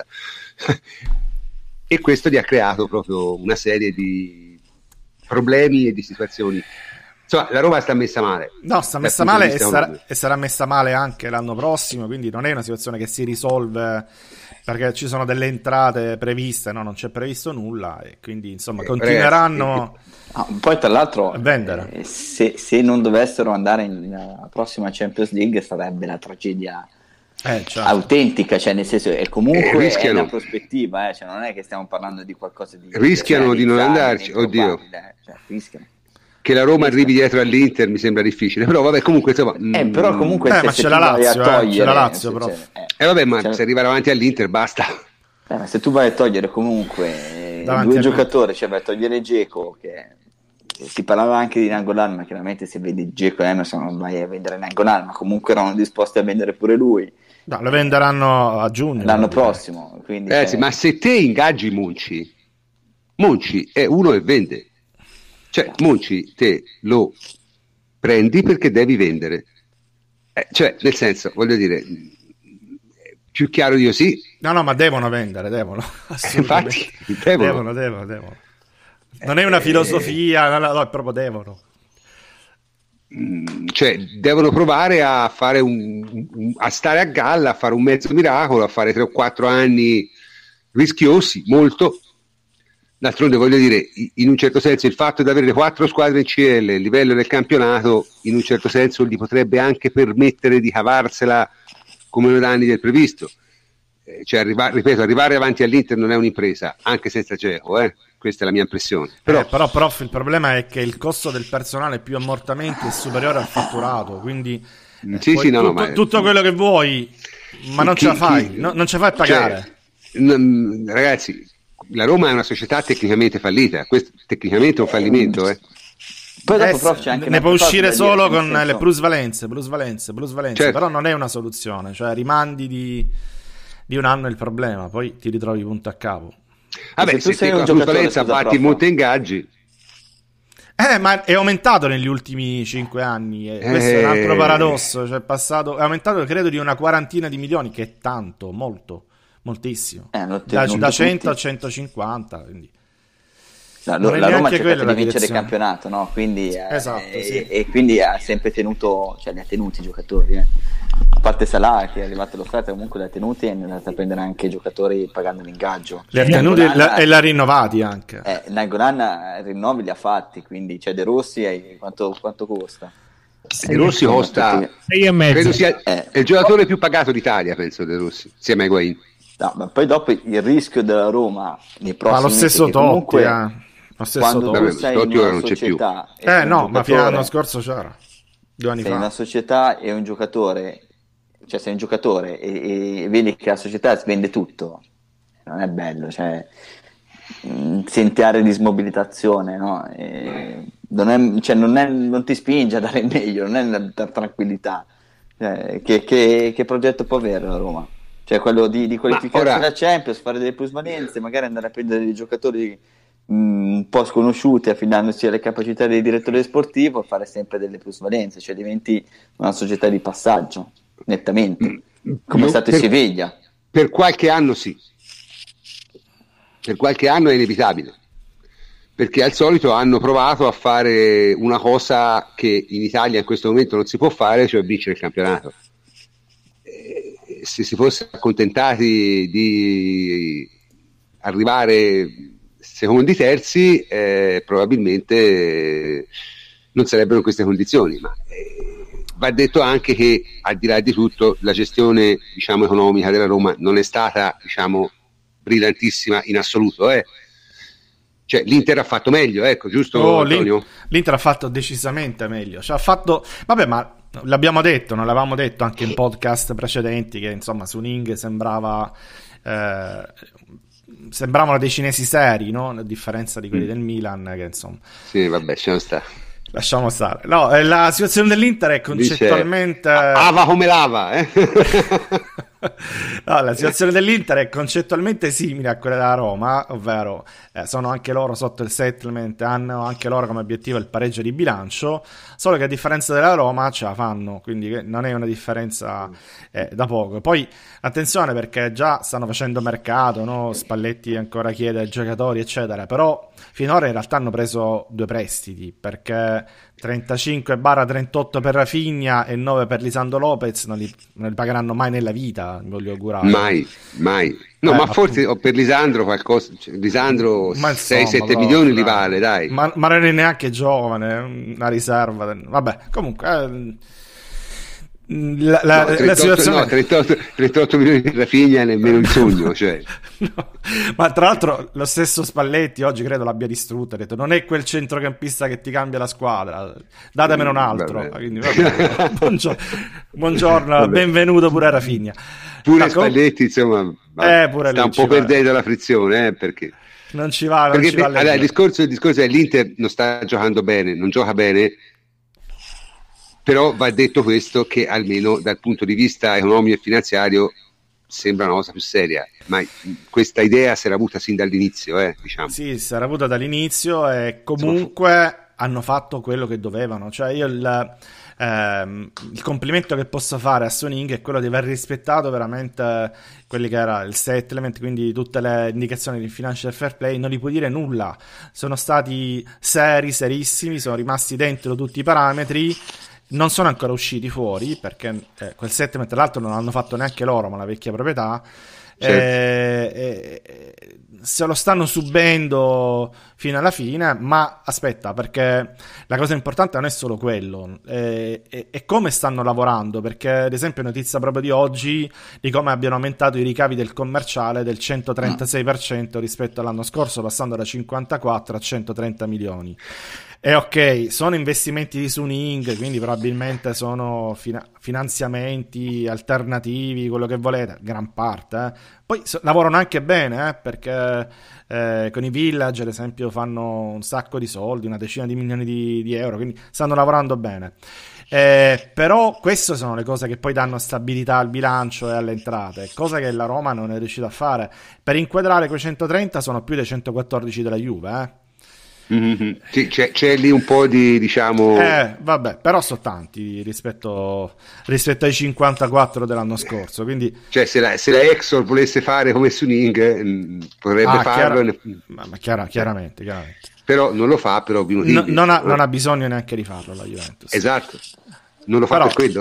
E questo gli ha creato proprio una serie di problemi e di situazioni insomma, la Roma sta messa male. No, sta messa male e sarà, e sarà messa male anche l'anno prossimo, quindi non è una situazione che si risolve perché ci sono delle entrate previste, no, non c'è previsto nulla e quindi insomma eh, continueranno ragazzi, ah, poi tra l'altro a vendere. Eh, se, se non dovessero andare nella prossima Champions League sarebbe la tragedia eh, certo. autentica, cioè nel senso è comunque eh, è una prospettiva, eh, cioè non è che stiamo parlando di qualcosa di rischiano di non andarci, oddio, cioè, rischiano. Che la Roma arrivi dietro all'Inter mi sembra difficile, però vabbè comunque insomma, eh, però comunque eh, se, ma se c'è la Lazio, togliere, eh, c'è la Lazio però. Cioè, eh, eh vabbè ma cioè, se arriva davanti all'Inter basta. Eh, ma se tu vai a togliere comunque davanti due giocatori, cioè vai a togliere Dzeko, che si parlava anche di Nainggolan, ma chiaramente se vedi Dzeko e Emerson non vai a vendere Nainggolan, ma comunque erano disposti a vendere pure lui. No, lo venderanno a giugno l'anno prossimo, quindi Ragazzi, cioè... ma se te ingaggi Monchi, Monchi è uno e vende, cioè Monchi te lo prendi perché devi vendere, eh, cioè nel senso, voglio dire, più chiaro io sì. No, no, ma devono vendere, devono. Infatti, devono. devono, devono, devono. Non è una filosofia, no, no, no, proprio devono. Cioè, devono provare a fare un, un a stare a galla, a fare un mezzo miracolo, a fare tre o quattro anni rischiosi, molto. D'altronde voglio dire, in un certo senso il fatto di avere quattro squadre in C L, il livello del campionato, in un certo senso gli potrebbe anche permettere di cavarsela come meno anni del previsto. Eh, cioè, arriva, ripeto, arrivare avanti all'Inter non è un'impresa, anche senza Dzeko, eh? Questa è la mia impressione. Però, eh, però, prof, il problema è che il costo del personale più ammortamenti è superiore al fatturato, quindi eh, sì, sì, no, tutto, no, ma... tutto quello che vuoi, ma non chi, ce la fai, chi... no, non ce la fai a pagare. Cioè, n- ragazzi, la Roma è una società tecnicamente fallita, questo tecnicamente è un fallimento, eh. Poi dopo, eh, prof, c'è anche ne può uscire solo con senso... le plusvalenze, plusvalenze, plusvalenze, certo. Però non è una soluzione, cioè rimandi di, di un anno è il problema, poi ti ritrovi punto a capo. Vabbè, se, se tu sei un giocatore, batti molti ingaggi. Eh, ma è aumentato negli ultimi cinque anni. E questo eh... è un altro paradosso. Cioè, è passato, è aumentato, credo, di una quarantina di milioni, che è tanto, molto, moltissimo. Eh, da, da cento a centocinquanta. Quindi. No, lo, la Roma ha cercato di vincere il campionato, no? Quindi, esatto, eh, sì. e, e quindi ha sempre tenuto, cioè li ha tenuti i giocatori. Eh. A parte Salah che è arrivato l'offerta, comunque li ha tenuti e ne è andato a prendere anche i giocatori pagando l'ingaggio. Li ha tenuti e l'ha rinnovati anche. Eh, Nainggolan rinnovi li ha fatti, quindi c'è De Rossi, eh, quanto, quanto costa? De Rossi costa sei e mezzo. Credo sia eh. è il giocatore più pagato d'Italia, penso, De Rossi, insieme a Higuain. No, ma poi dopo il rischio della Roma nei prossimi ma lo stesso mesi, comunque, Totti, eh. lo stesso quando Totti. tu sei in una non società c'è più. Eh no, ma fino all'anno scorso c'era. Due anni sei fa. in una società e un giocatore, cioè sei un giocatore e, e vedi che la società svende tutto, non è bello, cioè senti aree di smobilitazione, no? E non, è, cioè, non, è, non ti spinge a dare il meglio, non è la, la tranquillità. Cioè, che, che, che progetto può avere la Roma? Cioè quello di, di qualificarsi ora... la Champions, fare delle plusvalenze, magari andare a prendere dei giocatori mh, un po' sconosciuti, affidandosi alle capacità del direttore sportivo, e fare sempre delle plusvalenze, cioè diventi una società di passaggio, nettamente, come è stato per, Siviglia. Per qualche anno sì, per qualche anno è inevitabile, perché al solito hanno provato a fare una cosa che in Italia in questo momento non si può fare, cioè vincere il campionato. Se si fosse accontentati di arrivare secondi terzi, eh, probabilmente non sarebbero in queste condizioni, ma eh, va detto anche che al di là di tutto la gestione, diciamo, economica della Roma non è stata, diciamo, brillantissima in assoluto, eh. Cioè l'Inter ha fatto meglio, ecco, giusto, oh, Antonio? L'Inter ha fatto decisamente meglio, cioè ha fatto, vabbè, ma l'abbiamo detto, non l'avevamo detto anche in podcast precedenti, che insomma Suning sembrava eh, sembravano dei cinesi seri, no? A differenza di quelli mm. del Milan, che insomma sì, vabbè, lasciamo stare lasciamo stare no, la situazione dell'Inter è concettualmente dice, ava come lava, eh? No, la situazione dell'Inter è concettualmente simile a quella della Roma, ovvero eh, sono anche loro sotto il settlement, hanno anche loro come obiettivo il pareggio di bilancio, solo che a differenza della Roma ce la fanno, quindi non è una differenza eh, da poco. Poi attenzione, perché già stanno facendo mercato, no? Spalletti ancora chiede ai giocatori eccetera, però finora in realtà hanno preso due prestiti, perché trentacinque trentotto per Rafinha e nove per Lisandro Lopez non li, non li pagheranno mai nella vita, mi voglio augurare. Mai, mai. No, Eh, ma appunto. forse per Lisandro qualcosa, cioè, Lisandro Ma insomma, sei sette però, milioni li dai. vale, dai. Ma, ma non è neanche giovane, una riserva. Vabbè, comunque eh, la, la, No, la trentotto, situazione no, trentotto, trentotto milioni di Rafinha nemmeno il sogno, cioè. No. Ma tra l'altro lo stesso Spalletti oggi credo l'abbia distrutto, ha detto non è quel centrocampista che ti cambia la squadra, datemene un altro. Vabbè. Quindi, vabbè, buongiorno, buongiorno Vabbè. benvenuto pure a Rafinha. Pure Ma com- Spalletti, insomma, va- Eh, pure sta lui un po' ci va. perdendo la frizione, eh, perché... non ci va, non Perché ci va allora, il, leggero. discorso, il discorso è l'Inter non sta giocando bene, non gioca bene, però va detto questo, che almeno dal punto di vista economico e finanziario sembra una cosa più seria, ma questa idea si era avuta sin dall'inizio, eh, diciamo. Sì, si era avuta dall'inizio e comunque hanno fatto quello che dovevano. Cioè io il, ehm, il complimento che posso fare a Suning è quello di aver rispettato veramente quelli che era il settlement, quindi tutte le indicazioni di financial fair play, non gli puoi dire nulla. Sono stati seri, serissimi, sono rimasti dentro tutti i parametri. Non sono ancora usciti fuori perché eh, quel settlement tra l'altro non l'hanno fatto neanche loro, ma la vecchia proprietà. Certo. Eh, eh, eh, se lo stanno subendo fino alla fine, ma aspetta, perché la cosa importante non è solo quello, è, è, è come stanno lavorando, perché ad esempio è notizia proprio di oggi di come abbiano aumentato i ricavi del commerciale del centotrentasei per cento rispetto all'anno scorso, passando da cinquantaquattro a centotrenta milioni. E ok, sono investimenti di Suning, quindi probabilmente sono fina- finanziamenti alternativi, quello che volete, gran parte. Eh. Poi so- lavorano anche bene, eh, perché eh, con i Village, ad esempio, fanno un sacco di soldi, una decina di milioni di, di euro, quindi stanno lavorando bene. Eh, però queste sono le cose che poi danno stabilità al bilancio e alle entrate, cosa che la Roma non è riuscita a fare. Per inquadrare quei centotrenta sono più dei centoquattordici della Juve, eh. Mm-hmm. Sì, c'è, c'è lì un po' di, diciamo... Eh, vabbè, però sono tanti rispetto, rispetto ai cinquantaquattro dell'anno scorso, quindi... Cioè, se la, se la Exor volesse fare come Suning, mh, potrebbe Ah, farlo, chiara- ma, ma chiara- chiaramente, chiaramente. però non lo fa per ovvi No, motivi. non, ha, non ha bisogno neanche di farlo la Juventus. Esatto, non lo fa Però- per quello.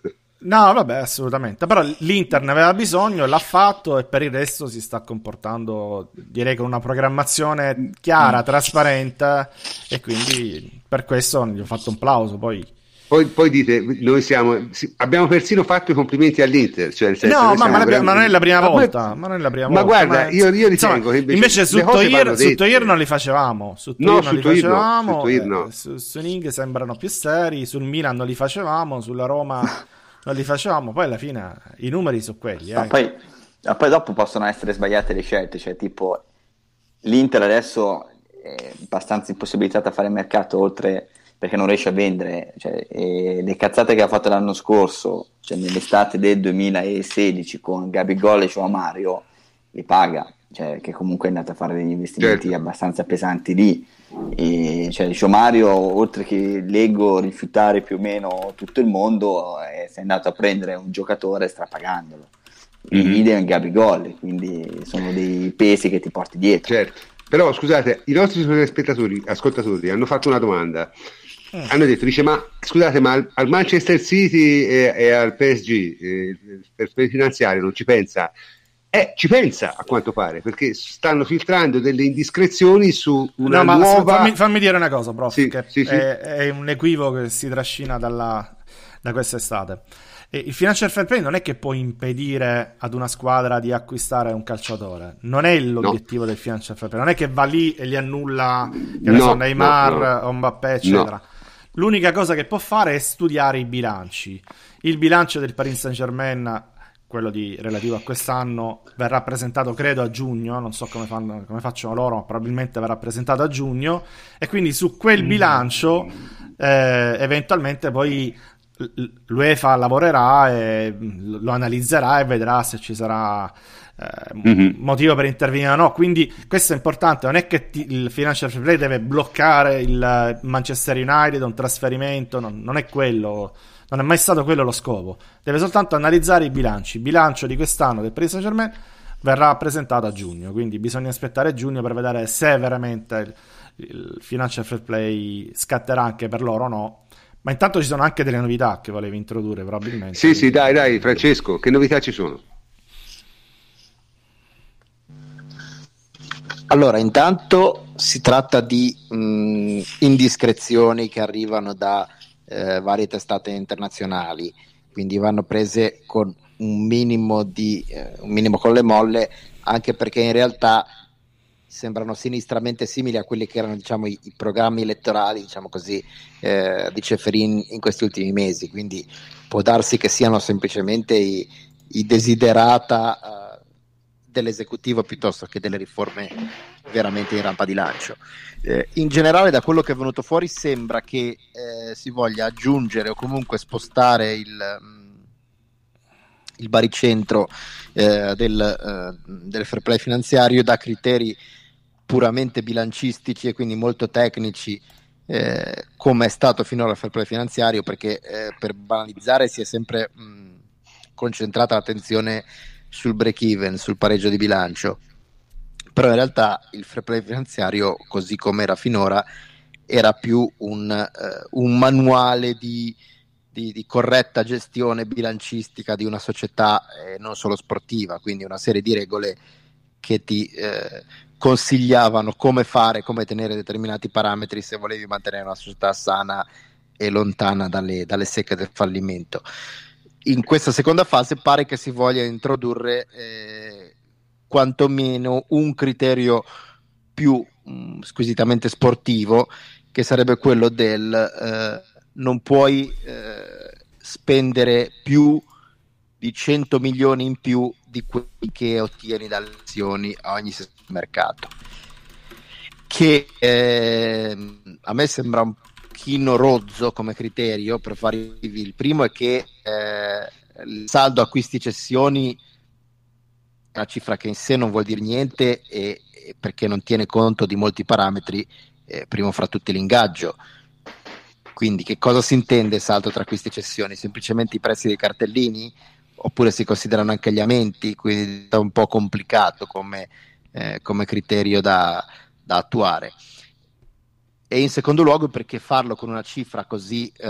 No, vabbè, assolutamente. Però l'Inter ne aveva bisogno, l'ha fatto e per il resto si sta comportando, direi, con una programmazione chiara, trasparente, e quindi per questo gli ho fatto un plauso. Poi Poi, poi dite, noi siamo, sì, abbiamo persino fatto i complimenti all'Inter, cioè nel senso, no, noi ma, ma, siamo la- ma non è la prima Ma poi- volta. Ma non è la prima ma volta. guarda, io, io ritengo insomma, che invece, invece su le cose Toir, vanno su dette. Toir non li facevamo. Su No, Toir non su li Toir no, facevamo. su Toir no. eh, su Suning sembrano più seri. Sul Milan non li facevamo. Sulla Roma non li facevamo. Poi alla fine i numeri sono quelli. Ma Eh. poi, ma poi dopo possono essere sbagliate le scelte, cioè tipo l'Inter adesso è abbastanza impossibilitata a fare mercato, oltre perché non riesce a vendere, cioè, e le cazzate che ha fatto l'anno scorso, cioè nell'estate del duemilasedici con Gabigol e Joao Mario, li paga, cioè che comunque è andato a fare degli investimenti Certo. abbastanza pesanti lì. E cioè Joao Mario, oltre che leggo rifiutare più o meno tutto il mondo, è, si è andato a prendere un giocatore strapagandolo. Mhm. Idem Gabigol, quindi sono dei pesi che ti porti dietro. Certo, però scusate, i nostri spettatori, ascoltatori hanno fatto una domanda, Mm. hanno detto, dice, ma scusate, ma al, al Manchester City e, e al P S G eh, per, per finanziario non ci pensa? Eh, ci pensa a quanto pare, perché stanno filtrando delle indiscrezioni su una No, ma nuova... fammi, fammi dire una cosa, prof, Sì, che sì, sì. È, è un equivoco che si trascina dalla, da quest'estate. E il financial fair play non è che può impedire ad una squadra di acquistare un calciatore, non è l'obiettivo del financial fair play, non è che va lì e li annulla, che ne No, so, Neymar no, no. o Mbappé, eccetera. L'unica cosa che può fare è studiare i bilanci. Il bilancio del Paris Saint-Germain, quello di, relativo a quest'anno, verrà presentato credo a giugno, non so come, fanno, come facciano loro, ma probabilmente verrà presentato a giugno, e quindi su quel bilancio eh, eventualmente poi l'UEFA lavorerà e lo analizzerà e vedrà se ci sarà eh, mm-hmm. motivo per intervenire o no. Quindi questo è importante, non è che ti, il financial fair play deve bloccare il Manchester United, un trasferimento, non, non è quello, non è mai stato quello lo scopo, deve soltanto analizzare i bilanci. Il bilancio di quest'anno del Paris Saint-Germain verrà presentato a giugno, quindi bisogna aspettare giugno per vedere se veramente il, il financial fair play scatterà anche per loro o no. Ma intanto ci sono anche delle novità che volevi introdurre probabilmente. Sì, sì, dai, dai, Francesco, che novità ci sono? Allora, intanto si tratta di mh, indiscrezioni che arrivano da eh, varie testate internazionali, quindi vanno prese con un minimo di eh, un minimo con le molle, anche perché in realtà sembrano sinistramente simili a quelli che erano, diciamo, i, i programmi elettorali, diciamo così, eh, di Ceferin in questi ultimi mesi, quindi può darsi che siano semplicemente i, i desiderata uh, dell'esecutivo piuttosto che delle riforme veramente in rampa di lancio. Eh, in generale, da quello che è venuto fuori, sembra che eh, si voglia aggiungere o comunque spostare il, il baricentro eh, del, eh, del fair play finanziario da criteri puramente bilancistici e quindi molto tecnici, eh, come è stato finora il fair play finanziario, perché eh, per banalizzare si è sempre mh, concentrata l'attenzione sul break even, sul pareggio di bilancio, però in realtà il fair play finanziario, così come era finora, era più un, uh, un manuale di, di, di corretta gestione bilancistica di una società, eh, non solo sportiva, quindi una serie di regole che ti eh, consigliavano come fare, come tenere determinati parametri se volevi mantenere una società sana e lontana dalle, dalle secche del fallimento. In questa seconda fase pare che si voglia introdurre eh, quantomeno un criterio più mh, squisitamente sportivo, che sarebbe quello del eh, non puoi eh, spendere più di cento milioni in più di quelli che ottieni dalle azioni a ogni mercato, che eh, a me sembra un pochino rozzo come criterio per farvi. Il primo è che eh, il saldo acquisti cessioni è una cifra che in sé non vuol dire niente, e, e perché non tiene conto di molti parametri, eh, primo fra tutti l'ingaggio. Quindi che cosa si intende saldo tra acquisti e cessioni? Semplicemente i prezzi dei cartellini? Oppure si considerano anche gli aumenti? Quindi è un po' complicato come, eh, come criterio da, da attuare. E in secondo luogo perché farlo con una cifra così eh,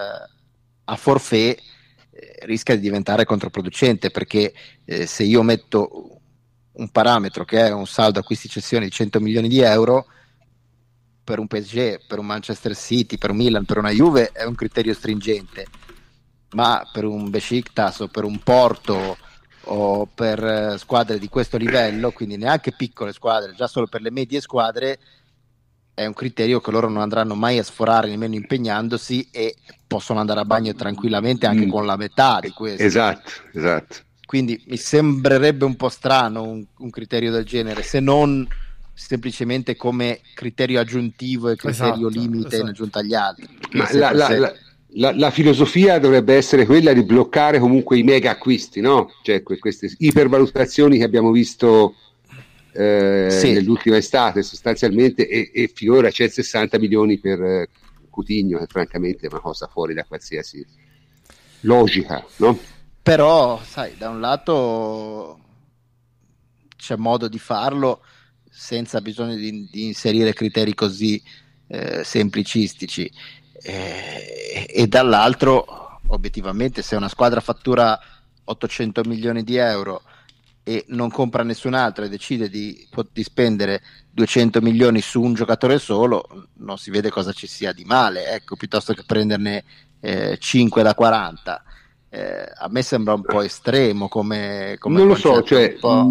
a forfait eh, rischia di diventare controproducente, perché eh, se io metto un parametro che è un saldo acquisti cessioni di cento milioni di euro, per un P S G, per un Manchester City, per un Milan, per una Juve è un criterio stringente, ma per un Besiktas o per un Porto o per eh, squadre di questo livello, quindi neanche piccole squadre, già solo per le medie squadre, è un criterio che loro non andranno mai a sforare nemmeno impegnandosi, e possono andare a bagno tranquillamente anche mm. con la metà di questo. Esatto, esatto. Quindi mi sembrerebbe un po' strano un, un criterio del genere, se non semplicemente come criterio aggiuntivo e criterio esatto, limite esatto. in aggiunta agli altri. Ma la, la, la, la, la filosofia dovrebbe essere quella di bloccare comunque i mega acquisti, no? Cioè que- queste ipervalutazioni che abbiamo visto eh, sì. nell'ultima estate sostanzialmente, e, e finora c'è sessanta milioni per eh, Coutinho, che francamente è una cosa fuori da qualsiasi logica, no? Però sai, da un lato c'è modo di farlo senza bisogno di, di inserire criteri così eh, semplicistici, eh, e dall'altro obiettivamente se una squadra fattura ottocento milioni di euro e non compra nessun altro e decide di, di spendere duecento milioni su un giocatore solo, non si vede cosa ci sia di male, ecco, piuttosto che prenderne eh, cinque da quaranta. Eh, a me sembra un po' estremo come, come non lo so, cioè,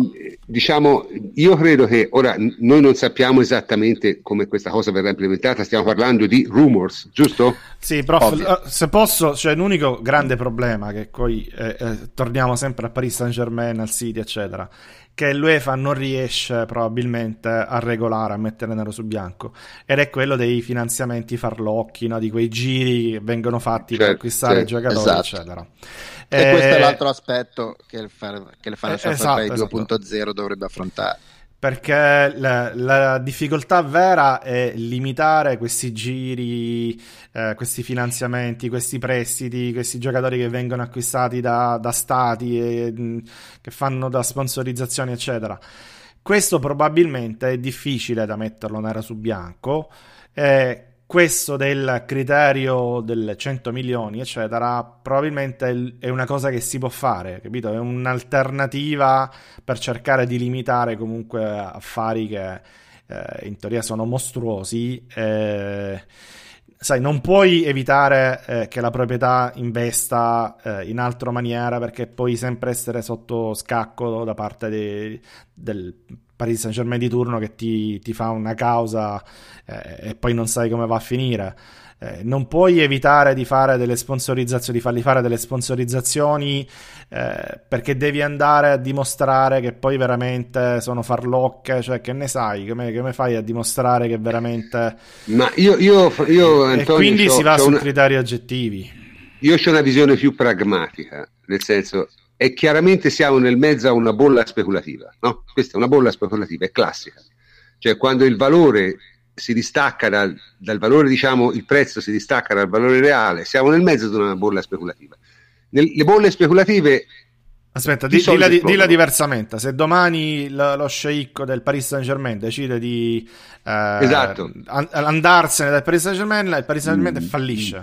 diciamo, io credo che ora noi non sappiamo esattamente come questa cosa verrà implementata, stiamo parlando di rumors, giusto? Sì, prof, se posso, cioè l'unico grande problema che poi eh, eh, torniamo sempre a Paris Saint-Germain, al City, eccetera, che l'UEFA non riesce probabilmente a regolare, a mettere nero su bianco, ed è quello dei finanziamenti farlocchi, no? Di quei giri che vengono fatti certo, per acquistare certo, giocatori, esatto. eccetera. E eh, questo è l'altro aspetto che il, che il Financial Fair Play due punto zero dovrebbe affrontare. Perché la, la difficoltà vera è limitare questi giri, eh, questi finanziamenti, questi prestiti, questi giocatori che vengono acquistati da, da stati e mh, che fanno da sponsorizzazioni, eccetera. Questo probabilmente è difficile da metterlo nero su bianco. Eh, questo del criterio del cento milioni, eccetera, probabilmente è una cosa che si può fare, capito? È un'alternativa per cercare di limitare comunque affari che eh, in teoria sono mostruosi. Eh, sai, non puoi evitare eh, che la proprietà investa eh, in altra maniera, perché puoi sempre essere sotto scacco da parte de, del Paris Saint-Germain di turno che ti, ti fa una causa eh, e poi non sai come va a finire. Eh, non puoi evitare di fare delle sponsorizzazioni, di fargli fare delle sponsorizzazioni eh, perché devi andare a dimostrare che poi veramente sono farlocche, cioè che ne sai, come, come fai a dimostrare che veramente... Ma io, io, io Antonio, e quindi c'ho, si va su una... criteri oggettivi. Io ho una visione più pragmatica, nel senso... E chiaramente siamo nel mezzo a una bolla speculativa, no? Questa è una bolla speculativa, è classica. Cioè quando il valore si distacca dal, dal valore, diciamo, il prezzo si distacca dal valore reale, siamo nel mezzo di una bolla speculativa. Nel, le bolle speculative... Aspetta, di, dilla, di, dilla diversamente. Se domani lo, lo sceicco del Paris Saint-Germain decide di eh, esatto. an- andarsene dal Paris Saint-Germain, il Paris Saint-Germain mm. fallisce.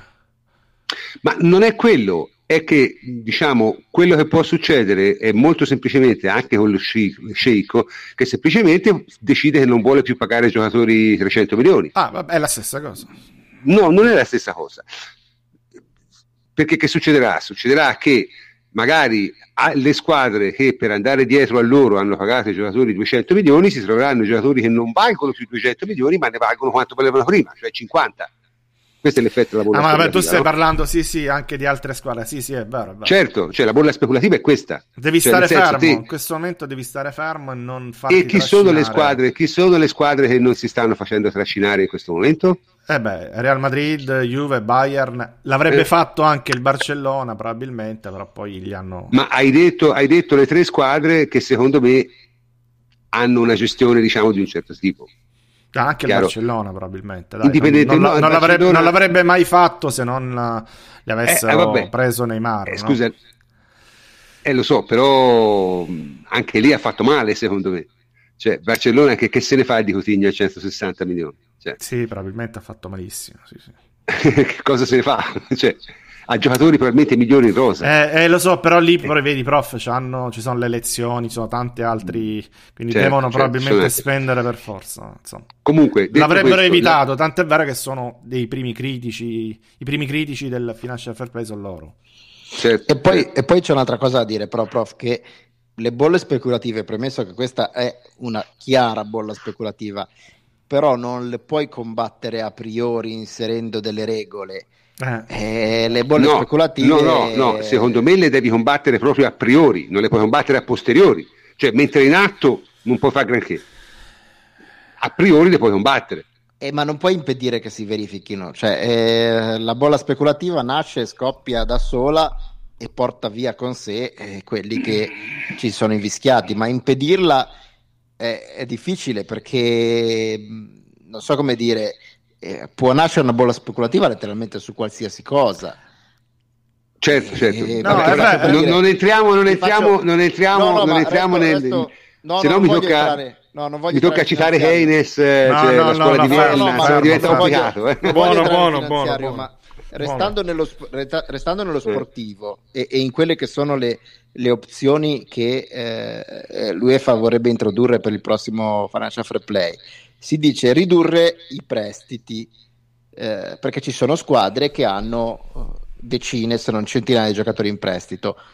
Ma non è quello... è che, diciamo, quello che può succedere è molto semplicemente, anche con lo sceicco, che semplicemente decide che non vuole più pagare ai giocatori trecento milioni. Ah, vabbè, è la stessa cosa. No, non è la stessa cosa. Perché che succederà? Succederà che magari le squadre che per andare dietro a loro hanno pagato ai giocatori duecento milioni si troveranno giocatori che non valgono più duecento milioni, ma ne valgono quanto valevano prima, cioè cinquanta. Questo è l'effetto della bolla ah, speculativa. Ma tu stai no? parlando, sì, sì, anche di altre squadre. Sì, sì, è vero, è vero. Certo, cioè la bolla speculativa è questa. Devi cioè, stare fermo, te... in questo momento devi stare fermo e non farti E chi trascinare. sono le squadre? Chi sono le squadre che non si stanno facendo trascinare in questo momento? Eh beh, Real Madrid, Juve, Bayern. L'avrebbe eh. fatto anche il Barcellona, probabilmente, però poi gli hanno... Ma hai detto, hai detto le tre squadre che secondo me hanno una gestione, diciamo, di un certo tipo. Anche Chiaro. il Barcellona probabilmente, dai. Indipendente, non, non, no, non, Barcellona... l'avrebbe, non l'avrebbe mai fatto se non gli avessero eh, eh, preso Neymar, eh, no? scusa, eh, lo so, però anche lì ha fatto male secondo me, cioè Barcellona che, che se ne fa di Coutinho a centosessanta milioni, cioè. Sì, probabilmente ha fatto malissimo, sì, sì. Che cosa se ne fa? Cioè, ha giocatori probabilmente migliori in rosa. Eh, eh, lo so, però lì poi vedi, prof, c'hanno, ci sono le elezioni, ci sono tanti altri, quindi certo, devono certo, probabilmente certo. spendere per forza. Insomma. Comunque, l'avrebbero questo, evitato, la... tant'è vero che sono dei primi critici, i primi critici del Financial Fair Play sono loro. Certo, e, poi, certo. e poi c'è un'altra cosa da dire, però, prof, che le bolle speculative, premesso che questa è una chiara bolla speculativa, però non le puoi combattere a priori inserendo delle regole. Eh. Eh, le bolle no, speculative no, no, no, secondo me le devi combattere proprio a priori, non le puoi combattere a posteriori, cioè mentre in atto non puoi fare granché, a priori le puoi combattere. Eh, ma non puoi impedire che si verifichino, cioè eh, la bolla speculativa nasce e scoppia da sola e porta via con sé eh, quelli che ci sono invischiati, ma impedirla è, è difficile perché non so come dire. Eh, può nascere una bolla speculativa letteralmente su qualsiasi cosa. Certo, certo. Eh, no, vabbè, eh, beh, non, dire, non entriamo, non entriamo, faccio... non entriamo, no, no, non entriamo nel. Resto... No, se no, no mi tocca, entrare... no, non mi tocca citare Keynes, eh, no, cioè, no, la scuola no, di no, Vienna, no, no, se no, diventa no, complicato. Eh. Buono, buono, buono, buono. Ma restando nello, restando nello sportivo mm. e, e in quelle che sono le, le opzioni che eh, l'UEFA vorrebbe introdurre per il prossimo Financial Fair Play, si dice ridurre i prestiti eh, perché ci sono squadre che hanno decine se non centinaia di giocatori in prestito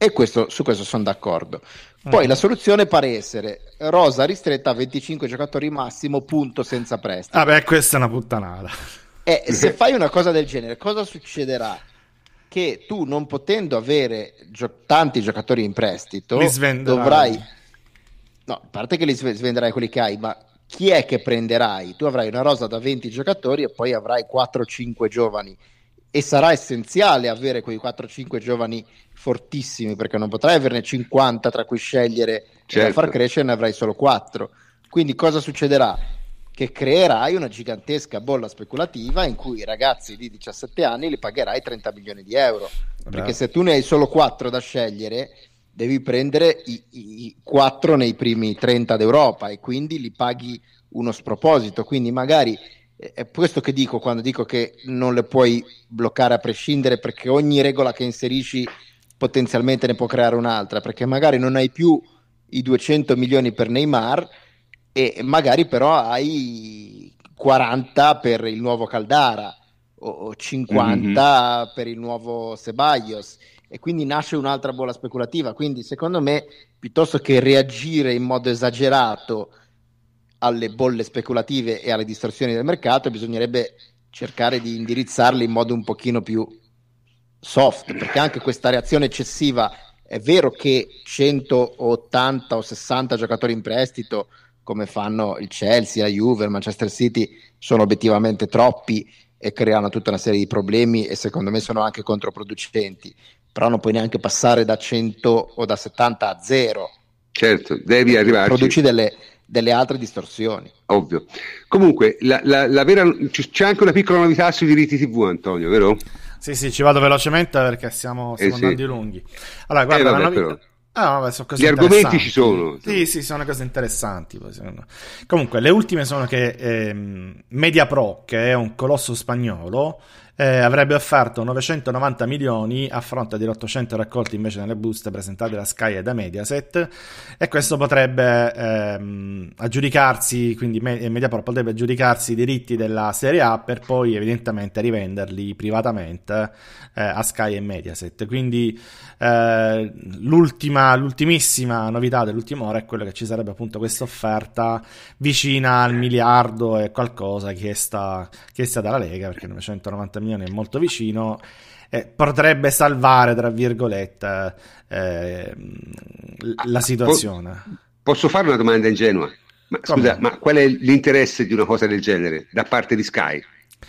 E questo, su questo sono d'accordo. Poi uh-huh. la soluzione pare essere rosa ristretta a venticinque giocatori massimo, punto, senza prestiti. Ah beh, questa è una puttanata. E se fai una cosa del genere, cosa succederà? Che tu, non potendo avere gio- tanti giocatori in prestito, dovrai... No, a parte che li svenderai quelli che hai, ma chi è che prenderai? Tu avrai una rosa da venti giocatori e poi avrai quattro cinque giovani. E sarà essenziale avere quei quattro cinque giovani fortissimi, perché non potrai averne cinquanta tra cui scegliere, certo, e da far crescere ne avrai solo quattro. Quindi cosa succederà? Che creerai una gigantesca bolla speculativa in cui i ragazzi di diciassette anni li pagherai trenta milioni di euro. Vabbè. Perché se tu ne hai solo quattro da scegliere, devi prendere i, i quattro nei primi trenta d'Europa e quindi li paghi uno sproposito. Quindi magari è questo che dico quando dico che non le puoi bloccare a prescindere, perché ogni regola che inserisci potenzialmente ne può creare un'altra, perché magari non hai più i duecento milioni per Neymar e magari però hai quaranta per il nuovo Caldara o cinquanta mm-hmm. per il nuovo Ceballos, e quindi nasce un'altra bolla speculativa. Quindi secondo me, piuttosto che reagire in modo esagerato alle bolle speculative e alle distorsioni del mercato, bisognerebbe cercare di indirizzarle in modo un pochino più soft, perché anche questa reazione eccessiva, è vero che centottanta o sessanta giocatori in prestito, come fanno il Chelsea, la Juve, il Manchester City, sono obiettivamente troppi e creano tutta una serie di problemi e secondo me sono anche controproducenti, però non puoi neanche passare da cento o da settanta a zero. Certo, devi arrivarci. Produci delle delle altre distorsioni. Ovvio. Comunque, la, la, la vera, c'è anche una piccola novità sui diritti tivù, Antonio, vero? Sì, sì, ci vado velocemente perché stiamo, stiamo eh andando sì. lunghi. Allora, guarda, eh, vabbè, la novità... però. Ah, vabbè, sono cose gli argomenti ci sono. Sì, sì, sono cose interessanti. Poi, comunque, le ultime sono che ehm, MediaPro, che è un colosso spagnolo, eh, avrebbe offerto novecentonovanta milioni a fronte degli ottocento raccolti invece nelle buste presentate da Sky e da Mediaset, e questo potrebbe ehm, aggiudicarsi, quindi MediaPro potrebbe aggiudicarsi i diritti della Serie A per poi evidentemente rivenderli privatamente eh, a Sky e Mediaset. Quindi eh, l'ultima, l'ultimissima novità dell'ultima ora è quella che ci sarebbe appunto questa offerta vicina al miliardo e qualcosa chiesta, chiesta dalla Lega, perché novecentonovanta milioni è molto vicino, eh, potrebbe salvare tra virgolette eh, la situazione. Posso fare una domanda ingenua? Ma scusa, ma qual è l'interesse di una cosa del genere da parte di Sky?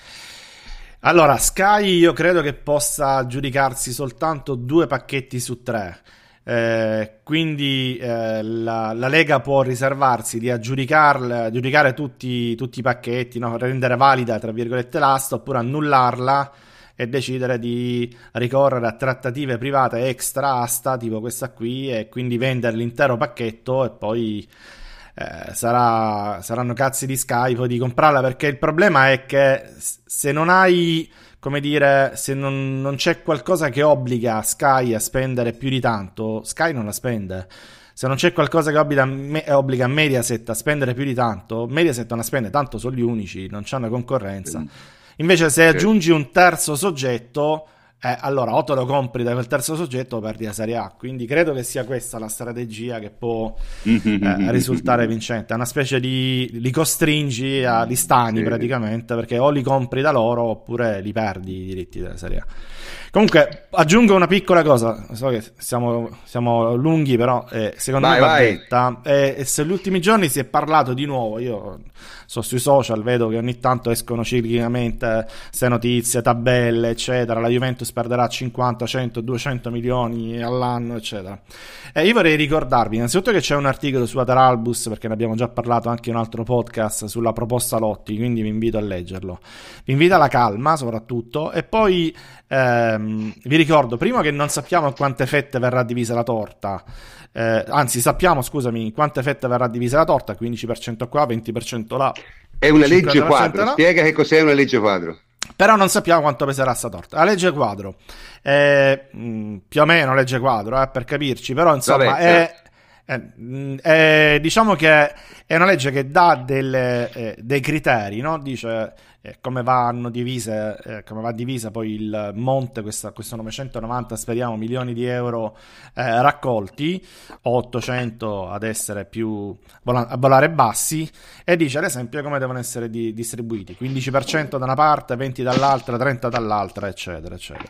Allora, Sky io credo che possa giudicarsi soltanto due pacchetti su tre. Eh, quindi eh, la, la Lega può riservarsi di aggiudicarle, giudicare tutti, tutti i pacchetti, no? Rendere valida tra virgolette l'asta, oppure annullarla e decidere di ricorrere a trattative private extra asta tipo questa qui, e quindi vendere l'intero pacchetto e poi eh, sarà, saranno cazzi di Sky poi di comprarla, perché il problema è che se non hai, come dire, se non, non c'è qualcosa che obbliga Sky a spendere più di tanto, Sky non la spende. Se non c'è qualcosa che obbliga, me, obbliga Mediaset a spendere più di tanto, Mediaset non la spende, tanto sono gli unici, non c'hanno concorrenza. Invece se aggiungi un terzo soggetto, eh, allora o te lo compri da quel terzo soggetto o perdi la Serie A. Quindi credo che sia questa la strategia che può eh, risultare vincente. È una specie di li costringi a li stani, sì, praticamente, perché o li compri da loro oppure li perdi i diritti della Serie A. Comunque aggiungo una piccola cosa, so che siamo, siamo lunghi, però eh, secondo vai, me va detta, eh, se negli ultimi giorni si è parlato di nuovo, io so sui social, vedo che ogni tanto escono ciclicamente queste notizie, tabelle eccetera, la Juventus perderà cinquanta, cento, duecento milioni all'anno eccetera, e io vorrei ricordarvi innanzitutto che c'è un articolo su Ateralbus, perché ne abbiamo già parlato anche in un altro podcast, sulla proposta Lotti, quindi vi invito a leggerlo, vi invito alla calma soprattutto, e poi ehm, vi ricordo prima che non sappiamo a quante fette verrà divisa la torta, eh, anzi sappiamo, scusami, quante fette verrà divisa la torta, quindici per cento qua, venti per cento là. È una legge quadro, là. Spiega che cos'è una legge quadro. Però non sappiamo quanto peserà sta torta. La legge quadro è mh, più o meno legge quadro, eh, per capirci, però insomma Vabbè, è, Eh, eh, diciamo che è una legge che dà delle, eh, dei criteri, no? Dice eh, come vanno divise, eh, come va divisa poi il monte, questa, questo novecentonovanta speriamo milioni di euro eh, raccolti, o ottocento ad essere più vola- a volare bassi, e dice ad esempio come devono essere di- distribuiti: quindici per cento da una parte, venti dall'altra, trenta dall'altra, eccetera eccetera.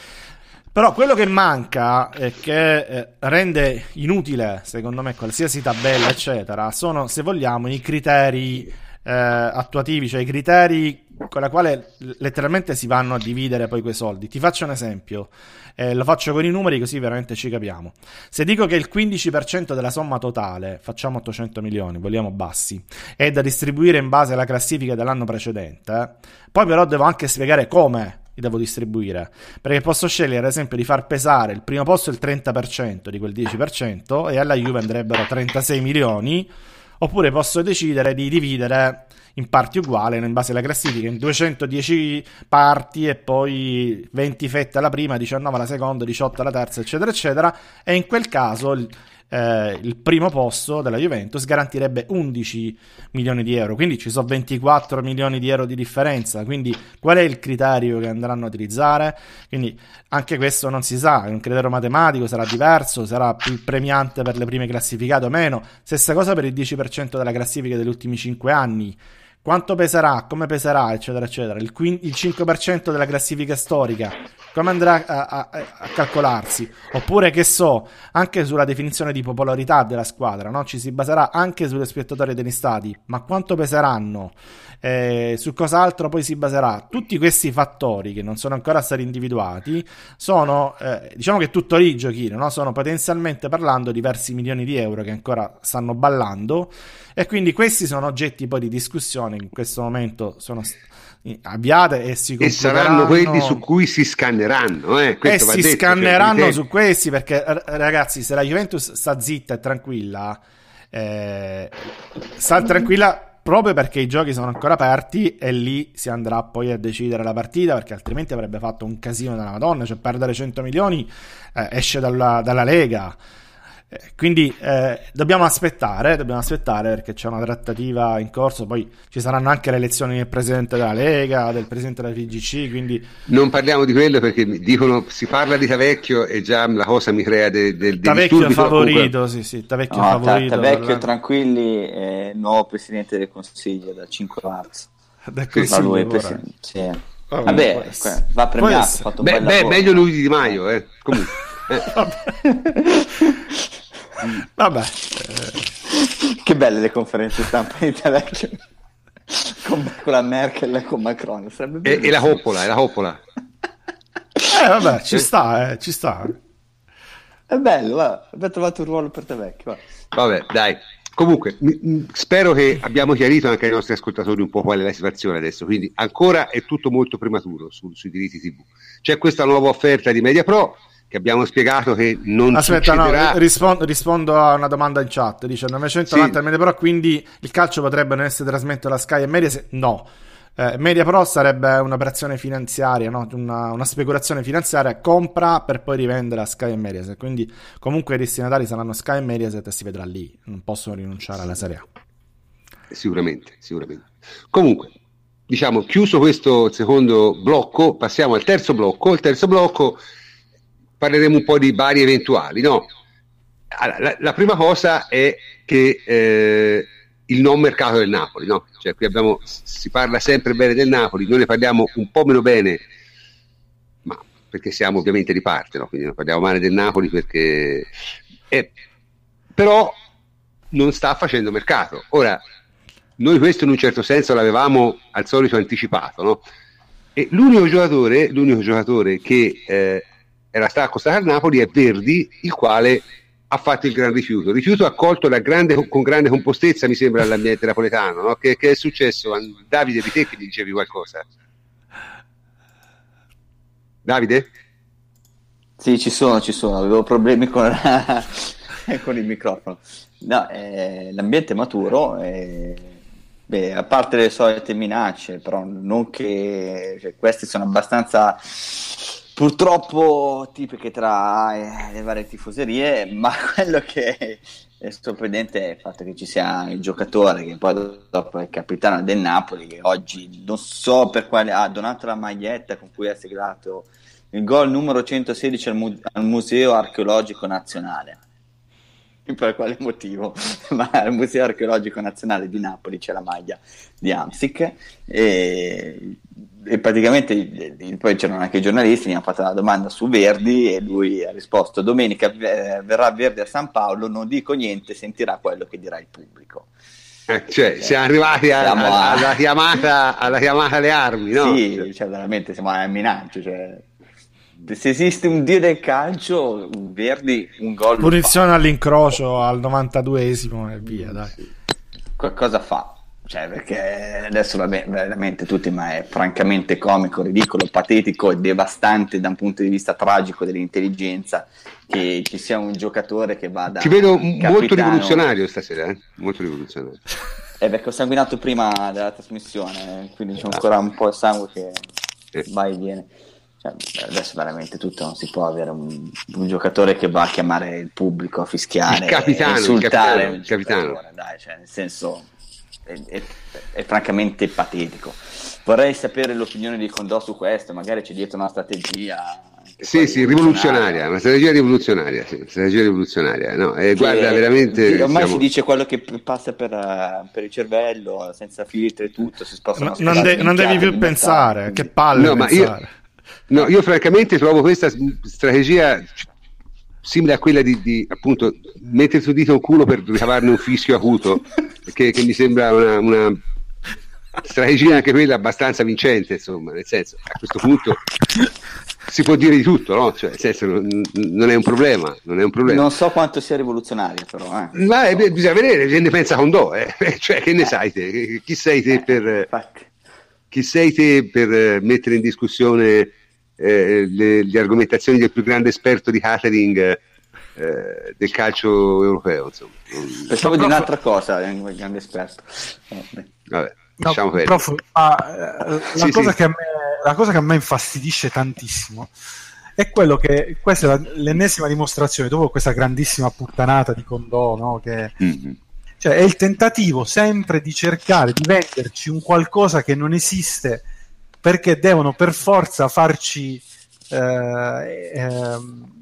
Però quello che manca e che eh, rende inutile, secondo me, qualsiasi tabella, eccetera, sono, se vogliamo, i criteri eh, attuativi, cioè i criteri con la quale letteralmente si vanno a dividere poi quei soldi. Ti faccio un esempio, eh, lo faccio con i numeri così veramente ci capiamo. Se dico che il quindici per cento della somma totale, facciamo ottocento milioni, vogliamo bassi, è da distribuire in base alla classifica dell'anno precedente, eh, poi però devo anche spiegare come li devo distribuire, perché posso scegliere ad esempio di far pesare il primo posto il trenta per cento di quel dieci per cento e alla Juve andrebbero trentasei milioni, oppure posso decidere di dividere in parti uguali in base alla classifica in duecentodieci parti e poi venti fette alla prima, diciannove alla seconda, diciotto alla terza, eccetera eccetera, e in quel caso il, eh, il primo posto della Juventus garantirebbe undici milioni di euro, quindi ci sono ventiquattro milioni di euro di differenza. Quindi qual è il criterio che andranno a utilizzare? Quindi anche questo non si sa, è un criterio matematico, sarà diverso, sarà più premiante per le prime classificate o meno. Stessa cosa per il dieci per cento della classifica degli ultimi cinque anni. Quanto peserà, come peserà, eccetera eccetera. Il, quin- il cinque per cento della classifica storica, come andrà a, a, a calcolarsi? Oppure, che so, anche sulla definizione di popolarità della squadra, no? Ci si baserà anche sugli spettatori degli stadi, ma quanto peseranno? Eh, su cos'altro poi si baserà? Tutti questi fattori che non sono ancora stati individuati sono, eh, diciamo che tutto lì il giochino, no? Sono potenzialmente parlando diversi milioni di euro che ancora stanno ballando, e quindi questi sono oggetti poi di discussione che in questo momento sono avviate e si e saranno quelli su cui si scanneranno, eh? e si detto, scanneranno cioè, su questi, perché ragazzi, se la Juventus sta zitta e tranquilla, eh, sta tranquilla proprio perché i giochi sono ancora aperti, e lì si andrà poi a decidere la partita, perché altrimenti avrebbe fatto un casino della Madonna, cioè perdere cento milioni, eh, esce dalla, dalla Lega. Quindi eh, dobbiamo aspettare, dobbiamo aspettare perché c'è una trattativa in corso, poi ci saranno anche le elezioni del presidente della Lega, del presidente della F I G C, quindi non parliamo di quello perché dicono, si parla di Tavecchio e già la cosa mi crea dei de, de Tavecchio favorito, comunque... sì sì, Tavecchio no, favorito. Tavecchio per... tranquilli, è nuovo presidente del Consiglio dal cinque marzo. Del Consiglio, lui presi... sì. oh, Vabbè, va premiato, fatto un beh, bel beh, meglio lui di Di Maio, eh. Comunque. Vabbè, eh. Che belle le conferenze stampa di Tavecchio con, con la Merkel e con Macron, e, e la coppola, e la coppola. Eh vabbè, ci sta, eh, ci sta. È bello, va. Abbiamo trovato un ruolo per Tavecchio. Va. Vabbè, dai. Comunque, m- spero che abbiamo chiarito anche ai nostri ascoltatori un po' qual è la situazione adesso, quindi ancora è tutto molto prematuro su, sui diritti tivù. C'è questa nuova offerta di MediaPro che abbiamo spiegato che non Aspetta, succederà. no, rispondo, rispondo a una domanda in chat. Dice novecentonovanta sì. MediaPro, quindi il calcio potrebbe non essere trasmesso da Sky e Mediaset? No. Eh, MediaPro sarebbe un'operazione finanziaria, no? una, una speculazione finanziaria, compra per poi rivendere a Sky e Mediaset, quindi comunque i destinatari saranno Sky e Mediaset e si vedrà lì, non possono rinunciare alla Serie A. Sicuramente, sicuramente. Comunque, diciamo, chiuso questo secondo blocco, passiamo al terzo blocco. Il terzo blocco parleremo un po' di vari eventuali, no? Allora, la, la prima cosa è che eh, il non mercato del Napoli, no? Cioè qui abbiamo, si parla sempre bene del Napoli, noi ne parliamo un po' meno bene, ma perché siamo ovviamente di parte, no? Quindi non parliamo male del Napoli perché eh, però non sta facendo mercato. Ora, noi questo in un certo senso l'avevamo al solito anticipato, no? E l'unico giocatore, l'unico giocatore che eh, era stato accostato al Napoli è Verdi, il quale ha fatto il gran rifiuto. Il rifiuto accolto da grande, con grande compostezza, mi sembra, all'ambiente napoletano, no? Che, che è successo? Davide, di te che gli dicevi qualcosa? Davide? Sì, ci sono, ci sono. Avevo problemi con, la... con il microfono. No, eh, l'ambiente è maturo, eh, beh, a parte le solite minacce, però non che cioè, queste sono abbastanza purtroppo tipiche tra le varie tifoserie, ma quello che è sorprendente è il fatto che ci sia il giocatore che poi dopo è il capitano del Napoli, che oggi non so per quale ha donato la maglietta con cui ha siglato il gol numero centosedici al, mu- al Museo Archeologico Nazionale. Per quale motivo? Ma al Museo Archeologico Nazionale di Napoli c'è la maglia di Amsic e, e praticamente poi c'erano anche i giornalisti, gli hanno fatto una domanda su Verdi e lui ha risposto: domenica eh, verrà Verdi a San Paolo, non dico niente, sentirà quello che dirà il pubblico. Eh, cioè, siamo arrivati a, siamo a, alla, chiamata, alla chiamata alle armi, no? Sì, cioè veramente siamo a minaccia, cioè se esiste un dio del calcio, Verdi un gol punizione all'incrocio al novantaduesimo e via, dai. Cosa fa? Cioè, perché adesso vabbè, veramente tutti, ma è francamente comico, ridicolo, patetico e devastante da un punto di vista tragico dell'intelligenza che ci sia un giocatore che vada. Ti vedo capitano... molto rivoluzionario stasera, eh? Molto rivoluzionario. Eh, perché ho sanguinato prima della trasmissione, quindi c'è ancora un po' di sangue che eh. va e viene. Cioè, adesso veramente tutto, non si può avere un, un giocatore che va a chiamare il pubblico a fischiare, il capitano, insultare il capitano, il capitano. Dai, cioè, nel senso è, è, è francamente patetico. Vorrei sapere l'opinione di Condò su questo, magari c'è dietro una strategia sì sì rivoluzionaria, una strategia rivoluzionaria, sì, strategia rivoluzionaria, no? E guarda, veramente ormai siamo... si dice quello che passa per, per il cervello, senza filtri e tutto, si spostano. No, non, de- non devi più pensare, che palle no, pensare. Ma io... No, io francamente trovo questa strategia simile a quella di, di appunto mettere sul dito un culo per ricavarne un fischio acuto, che, che mi sembra una, una strategia anche quella abbastanza vincente, insomma, nel senso, a questo punto si può dire di tutto, no? Cioè, nel senso, non, non è un problema, non è un problema. Non so quanto sia rivoluzionario, però. Eh. Ma eh, bisogna vedere, che ne pensa Condò, eh? Cioè, che ne eh. sai te? Chi sei te per... Eh, chi sei te per mettere in discussione Eh, le, le argomentazioni del più grande esperto di catering eh, del calcio europeo, insomma. Pensavo di un'altra cosa, il grande esperto. Eh, Vabbè, no, prof, ah, la, sì, cosa sì. Che a me, la cosa che a me infastidisce tantissimo è quello che questa è la, l'ennesima dimostrazione dopo questa grandissima puttanata di Condò, no? Che mm-hmm. cioè, è il tentativo sempre di cercare di venderci un qualcosa che non esiste, perché devono per forza farci eh, eh,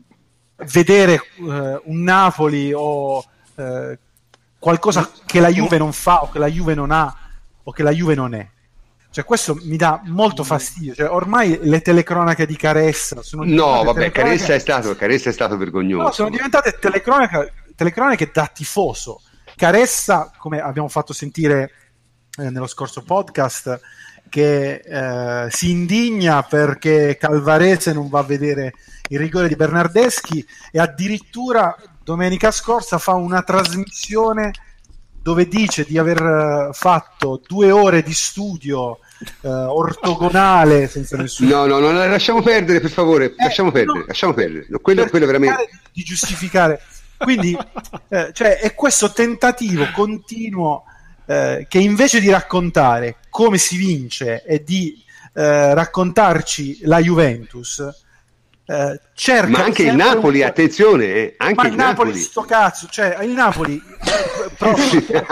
vedere eh, un Napoli o eh, qualcosa che la Juve non fa o che la Juve non ha o che la Juve non è. Cioè, questo mi dà molto fastidio. Cioè, ormai le telecronache di Caressa sono no vabbè Caressa è stato Caressa è stato vergognoso. No, sono diventate telecronache, telecronache da tifoso. Caressa, come abbiamo fatto sentire eh, nello scorso podcast, che eh, si indigna perché Calvarese non va a vedere il rigore di Bernardeschi e addirittura domenica scorsa fa una trasmissione dove dice di aver fatto due ore di studio eh, ortogonale senza nessun... No, no, no, lasciamo perdere per favore, eh, lasciamo perdere, no, lasciamo perdere. No, quello, quello veramente... di giustificare. Quindi eh, cioè, è questo tentativo continuo Eh, che invece di raccontare come si vince e di eh, raccontarci la Juventus eh, cerca ma anche il Napoli, attenzione eh, anche ma il il Napoli, Napoli sto cazzo, cioè il Napoli eh, prof,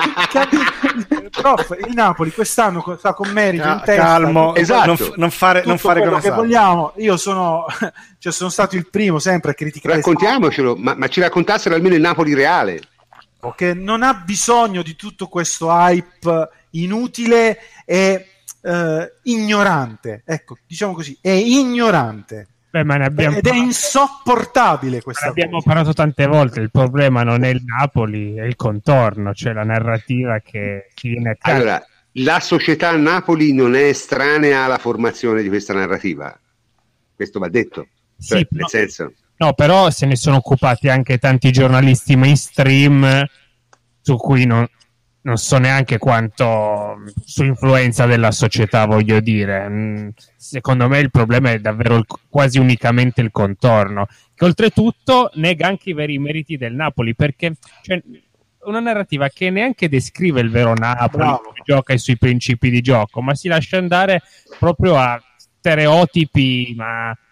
prof, il Napoli quest'anno sta con merito Ca- in testa, calmo, esatto. non, non fare, non fare come che vogliamo. Io sono cioè sono stato il primo sempre a criticare, raccontiamocelo, ma, ma ci raccontassero almeno il Napoli reale, che non ha bisogno di tutto questo hype inutile e eh, ignorante, ecco, diciamo così, è ignorante. Beh, ma ne abbiamo ed è insopportabile questa ne abbiamo cosa. parlato tante volte, il problema non è il Napoli, è il contorno, cioè la narrativa che si viene a casa. Allora, la società Napoli non è estranea alla formazione di questa narrativa, questo va detto, cioè, sì, nel no. senso No, però se ne sono occupati anche tanti giornalisti mainstream su cui non, non so neanche quanto su influenza della società, voglio dire. Secondo me il problema è davvero il, quasi unicamente il contorno, che oltretutto nega anche i veri meriti del Napoli, perché cioè, una narrativa che neanche descrive il vero Napoli, che gioca sui principi di gioco, ma si lascia andare proprio a stereotipi, ma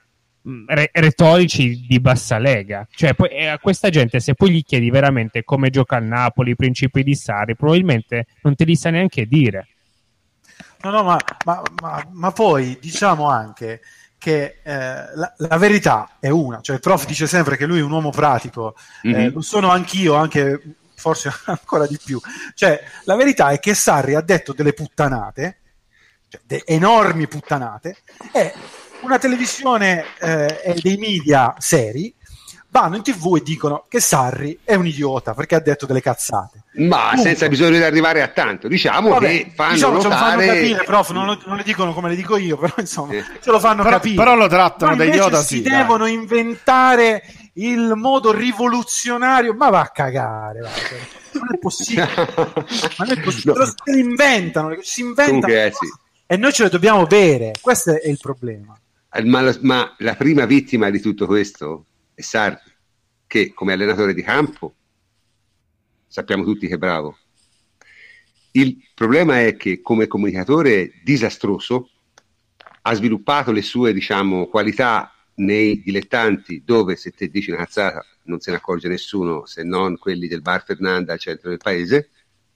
re- retorici di bassa lega. Cioè, poi, a questa gente, se poi gli chiedi veramente come gioca il Napoli, i principi di Sarri, probabilmente non te li sa neanche dire. No, no, ma, ma, ma, ma poi diciamo anche che eh, la, la verità è una, cioè il prof dice sempre che lui è un uomo pratico, mm-hmm. eh, lo sono anch'io, anche forse ancora di più. Cioè, la verità è che Sarri ha detto delle puttanate, cioè, de- enormi puttanate, e una televisione eh, e dei media seri vanno in tv e dicono che Sarri è un idiota perché ha detto delle cazzate. Ma Punto. Senza bisogno di arrivare a tanto, diciamo. Vabbè, che fanno diciamo, notare... ce lo fanno capire, prof, non, lo, non le dicono come le dico io, però insomma eh. ce lo fanno però, capire. Però lo trattano da idiota, si sì, devono dai. inventare il modo rivoluzionario, ma va a cagare, va. Non è possibile, ma non è possibile. No. Se li inventano, si inventano Comunque, eh, sì. E noi ce le dobbiamo bere, questo è il problema. Ma la, ma la prima vittima di tutto questo è Sarri, che come allenatore di campo sappiamo tutti che è bravo. Il problema è che come comunicatore disastroso ha sviluppato le sue, diciamo, qualità nei dilettanti, dove se te dici una cazzata non se ne accorge nessuno se non quelli del bar Fernanda al centro del paese.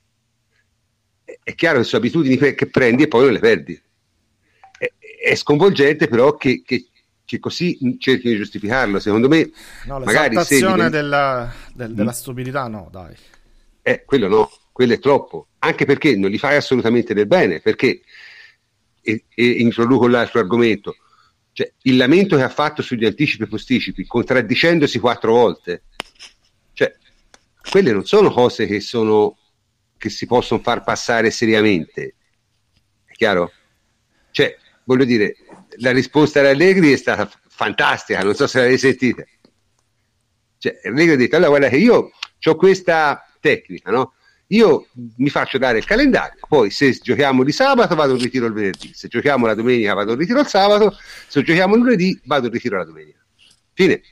È chiaro che sono abitudini che prendi e poi non le perdi. È, è sconvolgente però che, che, che così cerchi di giustificarlo. Secondo me no, magari l'esaltazione se della, del, della stupidità no, dai. Eh, quello no, quello è troppo, anche perché non gli fai assolutamente del bene, perché e, e introduco l'altro argomento, cioè il lamento che ha fatto sugli anticipi e posticipi contraddicendosi quattro volte, cioè quelle non sono cose che sono che si possono far passare seriamente, è chiaro? Cioè, voglio dire, la risposta di Allegri è stata fantastica, non so se l'avete sentita. Cioè, Allegri ha detto, allora guarda che io ho questa tecnica, no? Io mi faccio dare il calendario, poi se giochiamo di sabato vado in ritiro il venerdì, se giochiamo la domenica vado in ritiro il sabato, se giochiamo il lunedì vado in ritiro la domenica. Fine.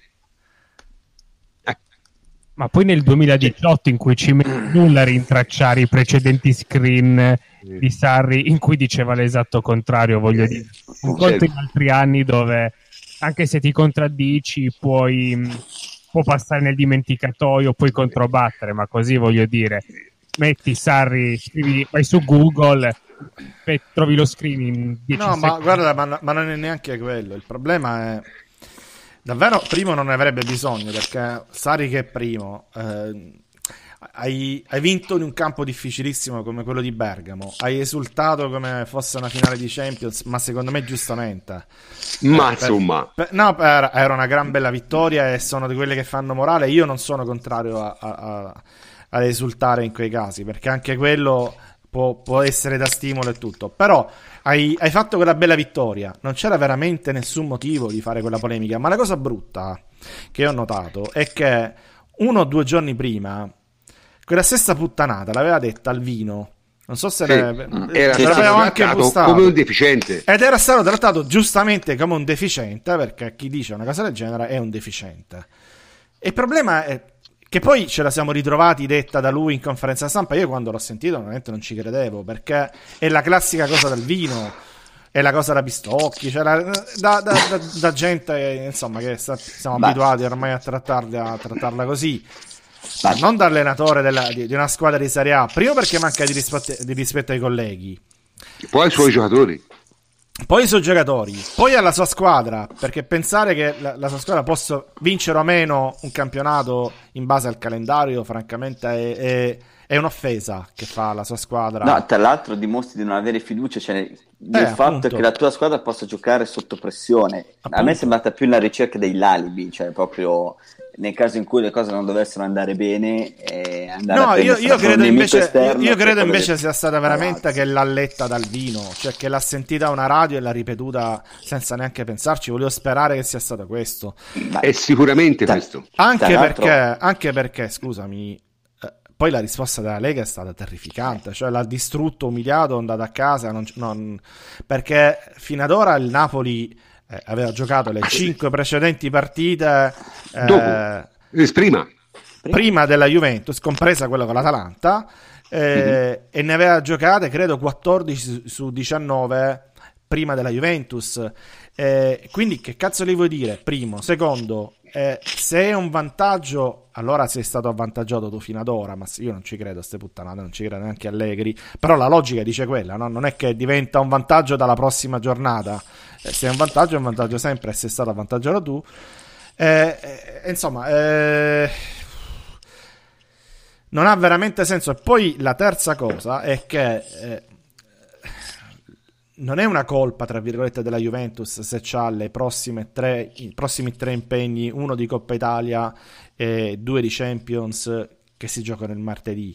Ma poi nel duemiladiciotto, in cui ci mette nulla a rintracciare i precedenti screen di Sarri in cui diceva l'esatto contrario, voglio dire, un conto in altri anni dove anche se ti contraddici puoi può passare nel dimenticatoio, puoi controbattere, ma così voglio dire, metti Sarri, scrivi, vai su Google e trovi lo screen in dieci no, secondi. ma guarda, ma, ma non è neanche quello, il problema è davvero, primo non ne avrebbe bisogno, perché Sarri che è primo, eh, hai, hai vinto in un campo difficilissimo come quello di Bergamo, hai esultato come fosse una finale di Champions, ma secondo me giustamente. Ma eh, insomma... Per, per, no, per, era una gran bella vittoria e sono di quelle che fanno morale. Io non sono contrario a, a, a, a esultare in quei casi, perché anche quello può, può essere da stimolo e tutto, però... Hai, hai fatto quella bella vittoria, non c'era veramente nessun motivo di fare quella polemica, ma la cosa brutta che ho notato è che uno o due giorni prima quella stessa puttanata l'aveva detta Alvino, non so se sì, le, era ce l'avevo anche bustato, come un deficiente, ed era stato trattato giustamente come un deficiente, perché chi dice una cosa del genere è un deficiente. E il problema è che poi ce la siamo ritrovati detta da lui in conferenza stampa. Io quando l'ho sentito veramente non ci credevo, perché è la classica cosa del vino, è la cosa da Pistocchi, cioè la, da, da, da, da gente insomma che sta, siamo Beh. abituati ormai a trattarla, a trattarla così. Beh. Non da allenatore della, di, di una squadra di Serie A, primo perché manca di rispetto, di rispetto ai colleghi, poi ai suoi giocatori, poi i suoi giocatori, poi alla sua squadra, perché pensare che la, la sua squadra possa vincere o meno un campionato in base al calendario francamente è, è, è un'offesa che fa la sua squadra. No, tra l'altro dimostri di non avere fiducia, cioè, nel eh, fatto appunto. che la tua squadra possa giocare sotto pressione. Appunto. A me è sembrata più la ricerca dei alibi, cioè proprio nel caso in cui le cose non dovessero andare bene, eh, andare no, a io, io credo invece, esterno, io, io credo invece le... sia stata veramente che l'ha letta dal vino, cioè che l'ha sentita a una radio e l'ha ripetuta senza neanche pensarci. Volevo sperare che sia stato questo. Ma è sicuramente ta- questo. Anche perché, anche perché, scusami, eh, poi la risposta della Lega è stata terrificante, cioè l'ha distrutto, umiliato, è andato a casa, non, non, perché fino ad ora il Napoli eh, aveva giocato le cinque precedenti partite eh, dopo, prima. prima della Juventus, compresa quella con l'Atalanta, eh, mm-hmm. e ne aveva giocate credo quattordici su, su diciannove prima della Juventus. Eh, quindi che cazzo li vuoi dire? Primo, secondo, eh, se è un vantaggio, allora sei stato avvantaggiato tu fino ad ora, ma io non ci credo a ste puttanate, non ci credo neanche Allegri, però la logica dice quella, no? Non è che diventa un vantaggio dalla prossima giornata, eh, se è un vantaggio è un vantaggio sempre, e sei stato avvantaggiato tu. Eh, eh, insomma, eh, non ha veramente senso. E poi la terza cosa è che eh, non è una colpa, tra virgolette, della Juventus se c'ha le prossime tre, i prossimi tre impegni, uno di Coppa Italia e due di Champions, che si giocano il martedì.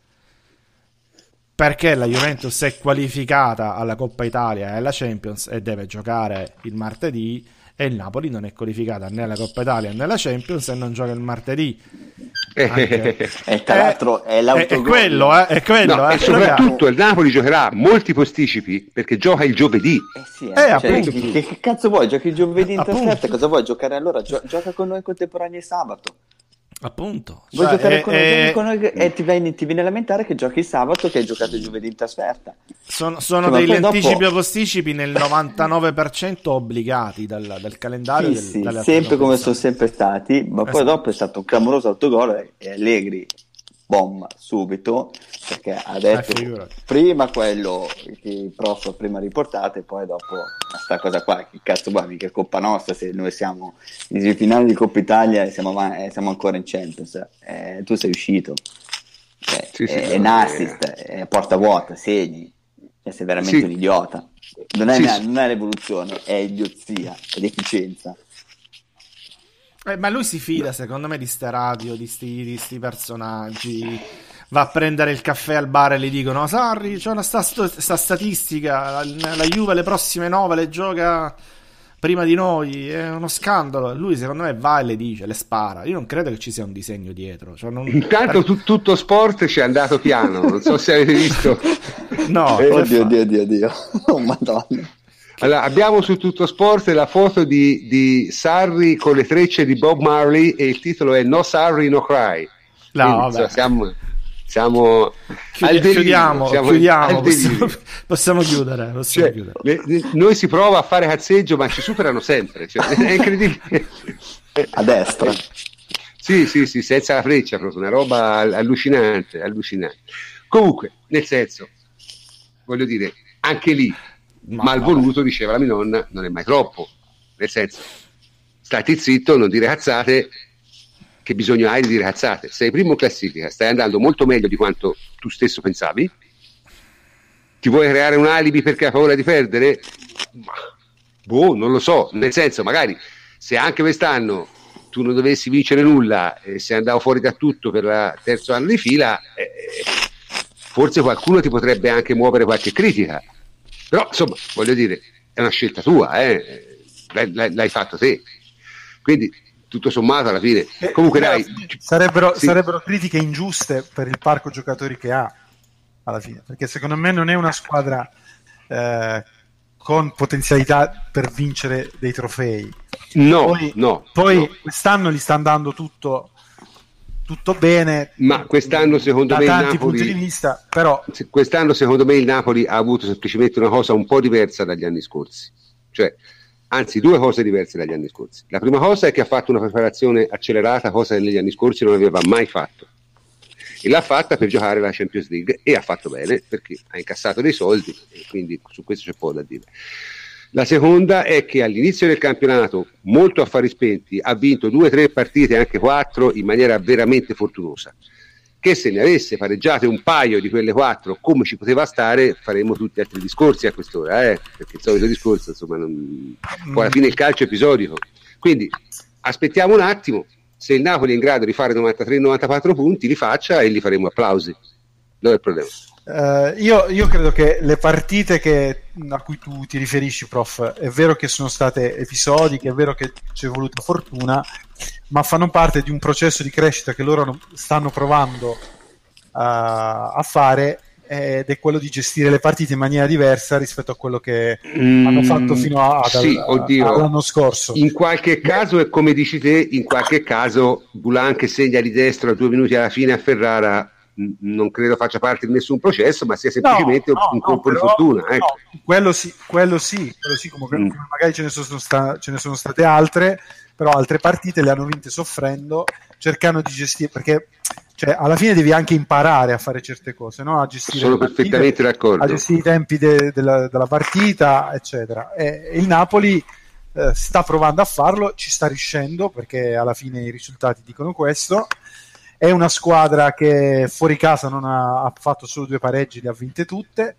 Perché la Juventus è qualificata alla Coppa Italia e alla Champions e deve giocare il martedì, e il Napoli non è qualificata né alla Coppa Italia né alla Champions e non gioca il martedì. Anche... e tra l'altro è l'autogol. È quello, eh, è quello. No, eh, e soprattutto il Napoli giocherà molti posticipi perché gioca il giovedì. Eh sì, eh. Eh, Cioè, appunto. che, che cazzo vuoi? Giochi il giovedì in Appunto. trasferta? Cosa vuoi giocare allora? Gio- gioca con noi contemporanei sabato. Appunto. Vuoi Cioè, giocare è- con, noi, è- giochi con noi e ti vieni, ti viene a lamentare che giochi il sabato che hai giocato il giovedì in trasferta. Sono, sono Cioè, ma degli poi dopo- anticipi o posticipi nel novantanove per cento obbligati dal, dal calendario. Sì, del, sì, dalle altre sempre come competizioni. sono sempre stati, ma poi Esatto. dopo è stato un clamoroso autogol e Allegri bomba subito, perché ha detto Eh, figurati. prima quello che il prof prima riportate e poi dopo sta cosa qua, che cazzo va, mica è colpa nostra se noi siamo in semifinale di Coppa Italia e siamo, av- e siamo ancora in Champions. Eh, tu sei uscito, cioè, Sì, sì, è, no, è un eh. assist, è porta vuota, segni, cioè, sei veramente Sì. un idiota. Non è, Sì, nea- sì. non è rivoluzione, è idiozia, è deficienza. Eh, ma lui si fida, secondo me, di ste radio, di sti, di sti personaggi. Va a prendere il caffè al bar e gli dicono: Sarri, c'è una sta, sta statistica, la, la Juve le prossime nove le gioca prima di noi, è uno scandalo. Lui, secondo me, va e le dice, le spara. Io non credo che ci sia un disegno dietro. Cioè, non... Intanto tu- tutto sport ci è andato piano, non so se avete visto. No, Eh, che Oddio, fa? oddio, oddio, oddio. Oh, madonna. Allora, abbiamo su Tutto Sport la foto di, di Sarri con le trecce di Bob Marley e il titolo è No Sarri, No Cry. No, Quindi, vabbè. insomma, siamo, siamo Chiudi- al delirio, chiudiamo, siamo chiudiamo, al delirio. possiamo, possiamo chiudere. Possiamo Cioè, chiudere. le- le- noi si prova a fare cazzeggio ma ci superano sempre, cioè, è incredibile. A destra. Sì, sì, sì, senza la freccia, proprio una roba all- allucinante, allucinante. Comunque, nel senso, voglio dire, anche lì, Ma mal vabbè. voluto, diceva la mia nonna, non è mai troppo. Nel senso, stati zitto, non dire cazzate, che bisogno hai di dire cazzate? Sei primo in classifica, stai andando molto meglio di quanto tu stesso pensavi. Ti vuoi creare un alibi perché hai paura di perdere? Ma, boh, non lo so, nel senso, magari se anche quest'anno tu non dovessi vincere nulla e sei andato fuori da tutto per il terzo anno di fila, eh, forse qualcuno ti potrebbe anche muovere qualche critica. Però, insomma, voglio dire, è una scelta tua, eh? l'hai, l'hai, l'hai fatto te. Quindi, tutto sommato, alla fine... Comunque, dai... Sarebbero, sì. sarebbero critiche ingiuste per il parco giocatori che ha alla fine, perché secondo me non è una squadra eh, con potenzialità per vincere dei trofei. No, Poi, no. poi no. quest'anno gli sta andando tutto, tutto bene, Ma quest'anno, secondo da me, il tanti Napoli... punti di vista, però Se- Quest'anno secondo me il Napoli ha avuto semplicemente una cosa un po' diversa dagli anni scorsi, cioè anzi due cose diverse dagli anni scorsi. La prima cosa è che ha fatto una preparazione accelerata, cosa che negli anni scorsi non aveva mai fatto, e l'ha fatta per giocare la Champions League e ha fatto bene perché ha incassato dei soldi e quindi su questo c'è poco da dire. La seconda è che all'inizio del campionato, molto a fari spenti, ha vinto due, tre partite, anche quattro, in maniera veramente fortunosa. Che se ne avesse pareggiate un paio di quelle quattro, come ci poteva stare, faremmo tutti altri discorsi a quest'ora, eh? Perché il solito discorso, insomma, non... poi alla fine il calcio è episodico. Quindi aspettiamo un attimo, se il Napoli è in grado di fare novantatré novantaquattro punti, li faccia e gli faremo applausi. Non è il problema. Eh, io, io credo che le partite che, a cui tu ti riferisci, prof, è vero che sono state episodiche, è vero che c'è voluta fortuna, ma fanno parte di un processo di crescita che loro non- stanno provando a, a fare, ed è quello di gestire le partite in maniera diversa rispetto a quello che hanno fatto fino a, ad- sì, a- oddio. all'anno scorso. In qualche caso è come dici te, in qualche caso Boulan che segna di destro a due minuti alla fine a Ferrara n- non credo faccia parte di nessun processo, ma sia semplicemente no, no, un colpo no, di però, fortuna. Ecco. No, quello sì, quello sì, quello sì come, Mm. come magari ce ne, sono sta- ce ne sono state altre, però altre partite le hanno vinte soffrendo, cercando di gestire, perché cioè, alla fine devi anche imparare a fare certe cose, no? A gestire Sono le partite, perfettamente d'accordo. a gestire i tempi de- della, della partita, eccetera. E il Napoli eh, sta provando a farlo, ci sta riuscendo, perché alla fine i risultati dicono questo. È una squadra che fuori casa non ha, ha fatto solo due pareggi, le ha vinte tutte,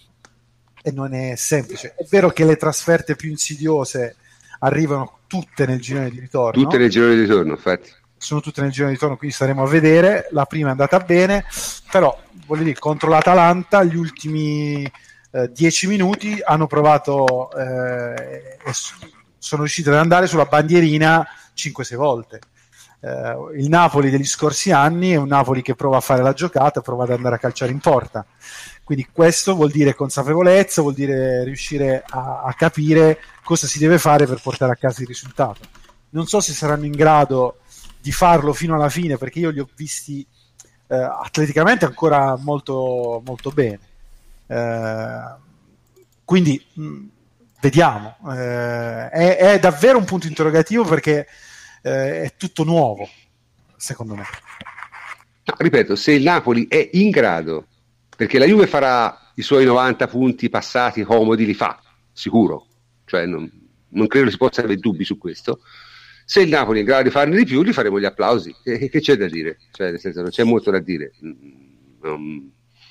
e non è semplice. È vero che le trasferte più insidiose arrivano tutte nel girone di ritorno, Tutte nel girone di ritorno, infatti. sono tutte nel girone di ritorno, quindi staremo a vedere. La prima è andata bene, però voglio dire, contro l'Atalanta gli ultimi eh, dieci minuti hanno provato eh, e s- sono riusciti ad andare sulla bandierina cinque sei volte. Eh, il Napoli degli scorsi anni è un Napoli che prova a fare la giocata, prova ad andare a calciare in porta, quindi questo vuol dire consapevolezza, vuol dire riuscire a, a capire cosa si deve fare per portare a casa il risultato. Non so se saranno in grado di farlo fino alla fine, perché io li ho visti eh, atleticamente ancora molto, molto bene. Eh, quindi mh, vediamo. Eh, è, è davvero un punto interrogativo, perché eh, è tutto nuovo, secondo me. No, ripeto, se il Napoli è in grado, perché la Juve farà i suoi novanta punti passati comodi, li fa, sicuro, cioè non, non credo si possa avere dubbi su questo. Se il Napoli è in grado di farne di più, gli faremo gli applausi. E che c'è da dire? Cioè, nel senso, non c'è molto da dire. Um,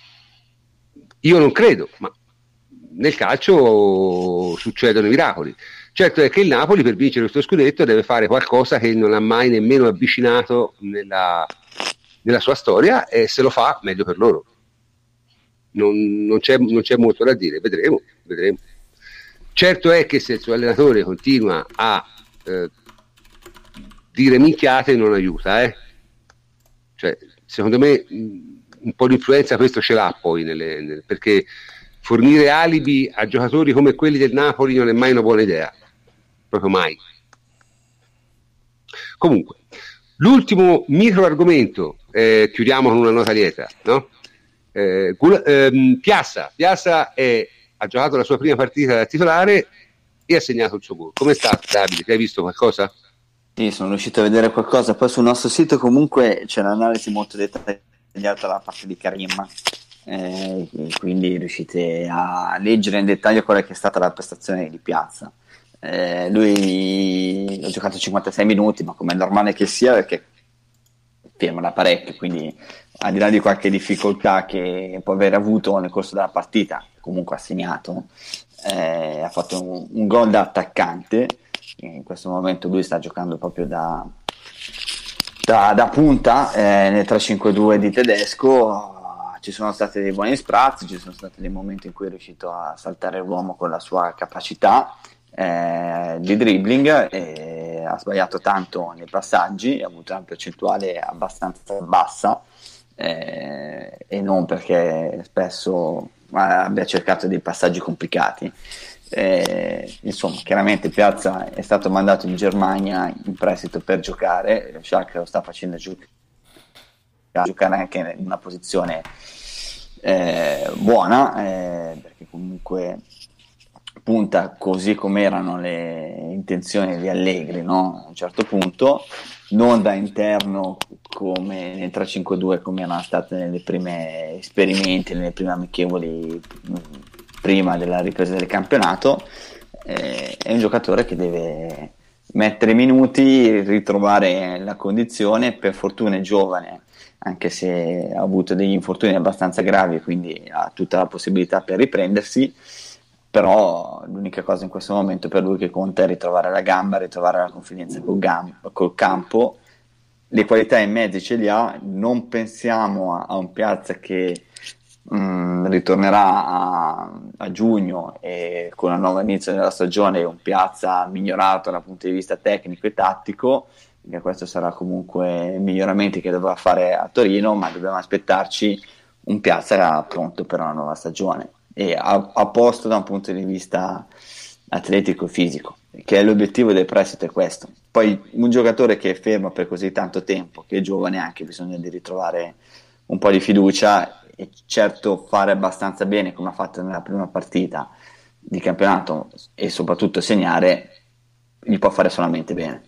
io non credo, ma nel calcio succedono i miracoli. Certo è che il Napoli, per vincere questo scudetto, deve fare qualcosa che non ha mai nemmeno avvicinato nella, nella sua storia, e se lo fa, meglio per loro. Non, non, c'è, non c'è molto da dire, vedremo, vedremo. Certo è che se il suo allenatore continua a eh, dire minchiate, non aiuta, eh? Cioè, secondo me mh, un po' di influenza questo ce l'ha poi, nelle, nelle, perché fornire alibi a giocatori come quelli del Napoli non è mai una buona idea, proprio mai. Comunque, l'ultimo micro argomento, eh, chiudiamo con una nota lieta, no? Eh, ehm, Piazza, Piazza è, ha giocato la sua prima partita da titolare e ha segnato il suo gol. Come sta, Davide? Hai visto qualcosa? Sì, sono riuscito a vedere qualcosa. Poi sul nostro sito comunque c'è un'analisi molto dettagliata da parte di Karim, eh, quindi riuscite a leggere in dettaglio quella che è stata la prestazione di Piazza. Eh, lui ha giocato cinquantasei minuti, ma come è normale che sia, perché ferma da parecchio, quindi al di là di qualche difficoltà che può aver avuto nel corso della partita, comunque ha segnato, eh, ha fatto un, un gol da attaccante. In questo momento lui sta giocando proprio da, da, da punta eh, nel tre cinque due di Tedesco. Ci sono stati dei buoni sprazzi, ci sono stati dei momenti in cui è riuscito a saltare l'uomo con la sua capacità eh, di dribbling, e ha sbagliato tanto nei passaggi, ha avuto una percentuale abbastanza bassa, eh, e non perché spesso abbia cercato dei passaggi complicati. Eh, insomma, chiaramente Piazza è stato mandato in Germania in prestito per giocare, lo Schalke lo sta facendo giocare, giocare anche in una posizione eh, buona, eh, perché comunque punta, così come erano le intenzioni di Allegri, no? A un certo punto, non da interno come nel tre cinque due, come erano state nelle prime esperimenti, nelle prime amichevoli prima della ripresa del campionato. Eh, è un giocatore che deve mettere minuti, ritrovare la condizione. Per fortuna è giovane, anche se ha avuto degli infortuni abbastanza gravi, quindi ha tutta la possibilità per riprendersi, però l'unica cosa in questo momento per lui che conta è ritrovare la gamba, ritrovare la confidenza col, gam- col campo. Le qualità in mezzo ce li ha, non pensiamo a, a un Piazza che Mm, ritornerà a, a giugno e con il nuovo inizio della stagione un Piazza migliorato dal punto di vista tecnico e tattico, perché questo sarà comunque il miglioramento che dovrà fare a Torino, ma dobbiamo aspettarci un Piazza pronto per una nuova stagione e a, a posto da un punto di vista atletico e fisico, che è l'obiettivo del prestito, è questo. Poi un giocatore che è fermo per così tanto tempo, che è giovane, anche bisogna di ritrovare un po' di fiducia, e certo fare abbastanza bene come ha fatto nella prima partita di campionato e soprattutto segnare gli può fare solamente bene.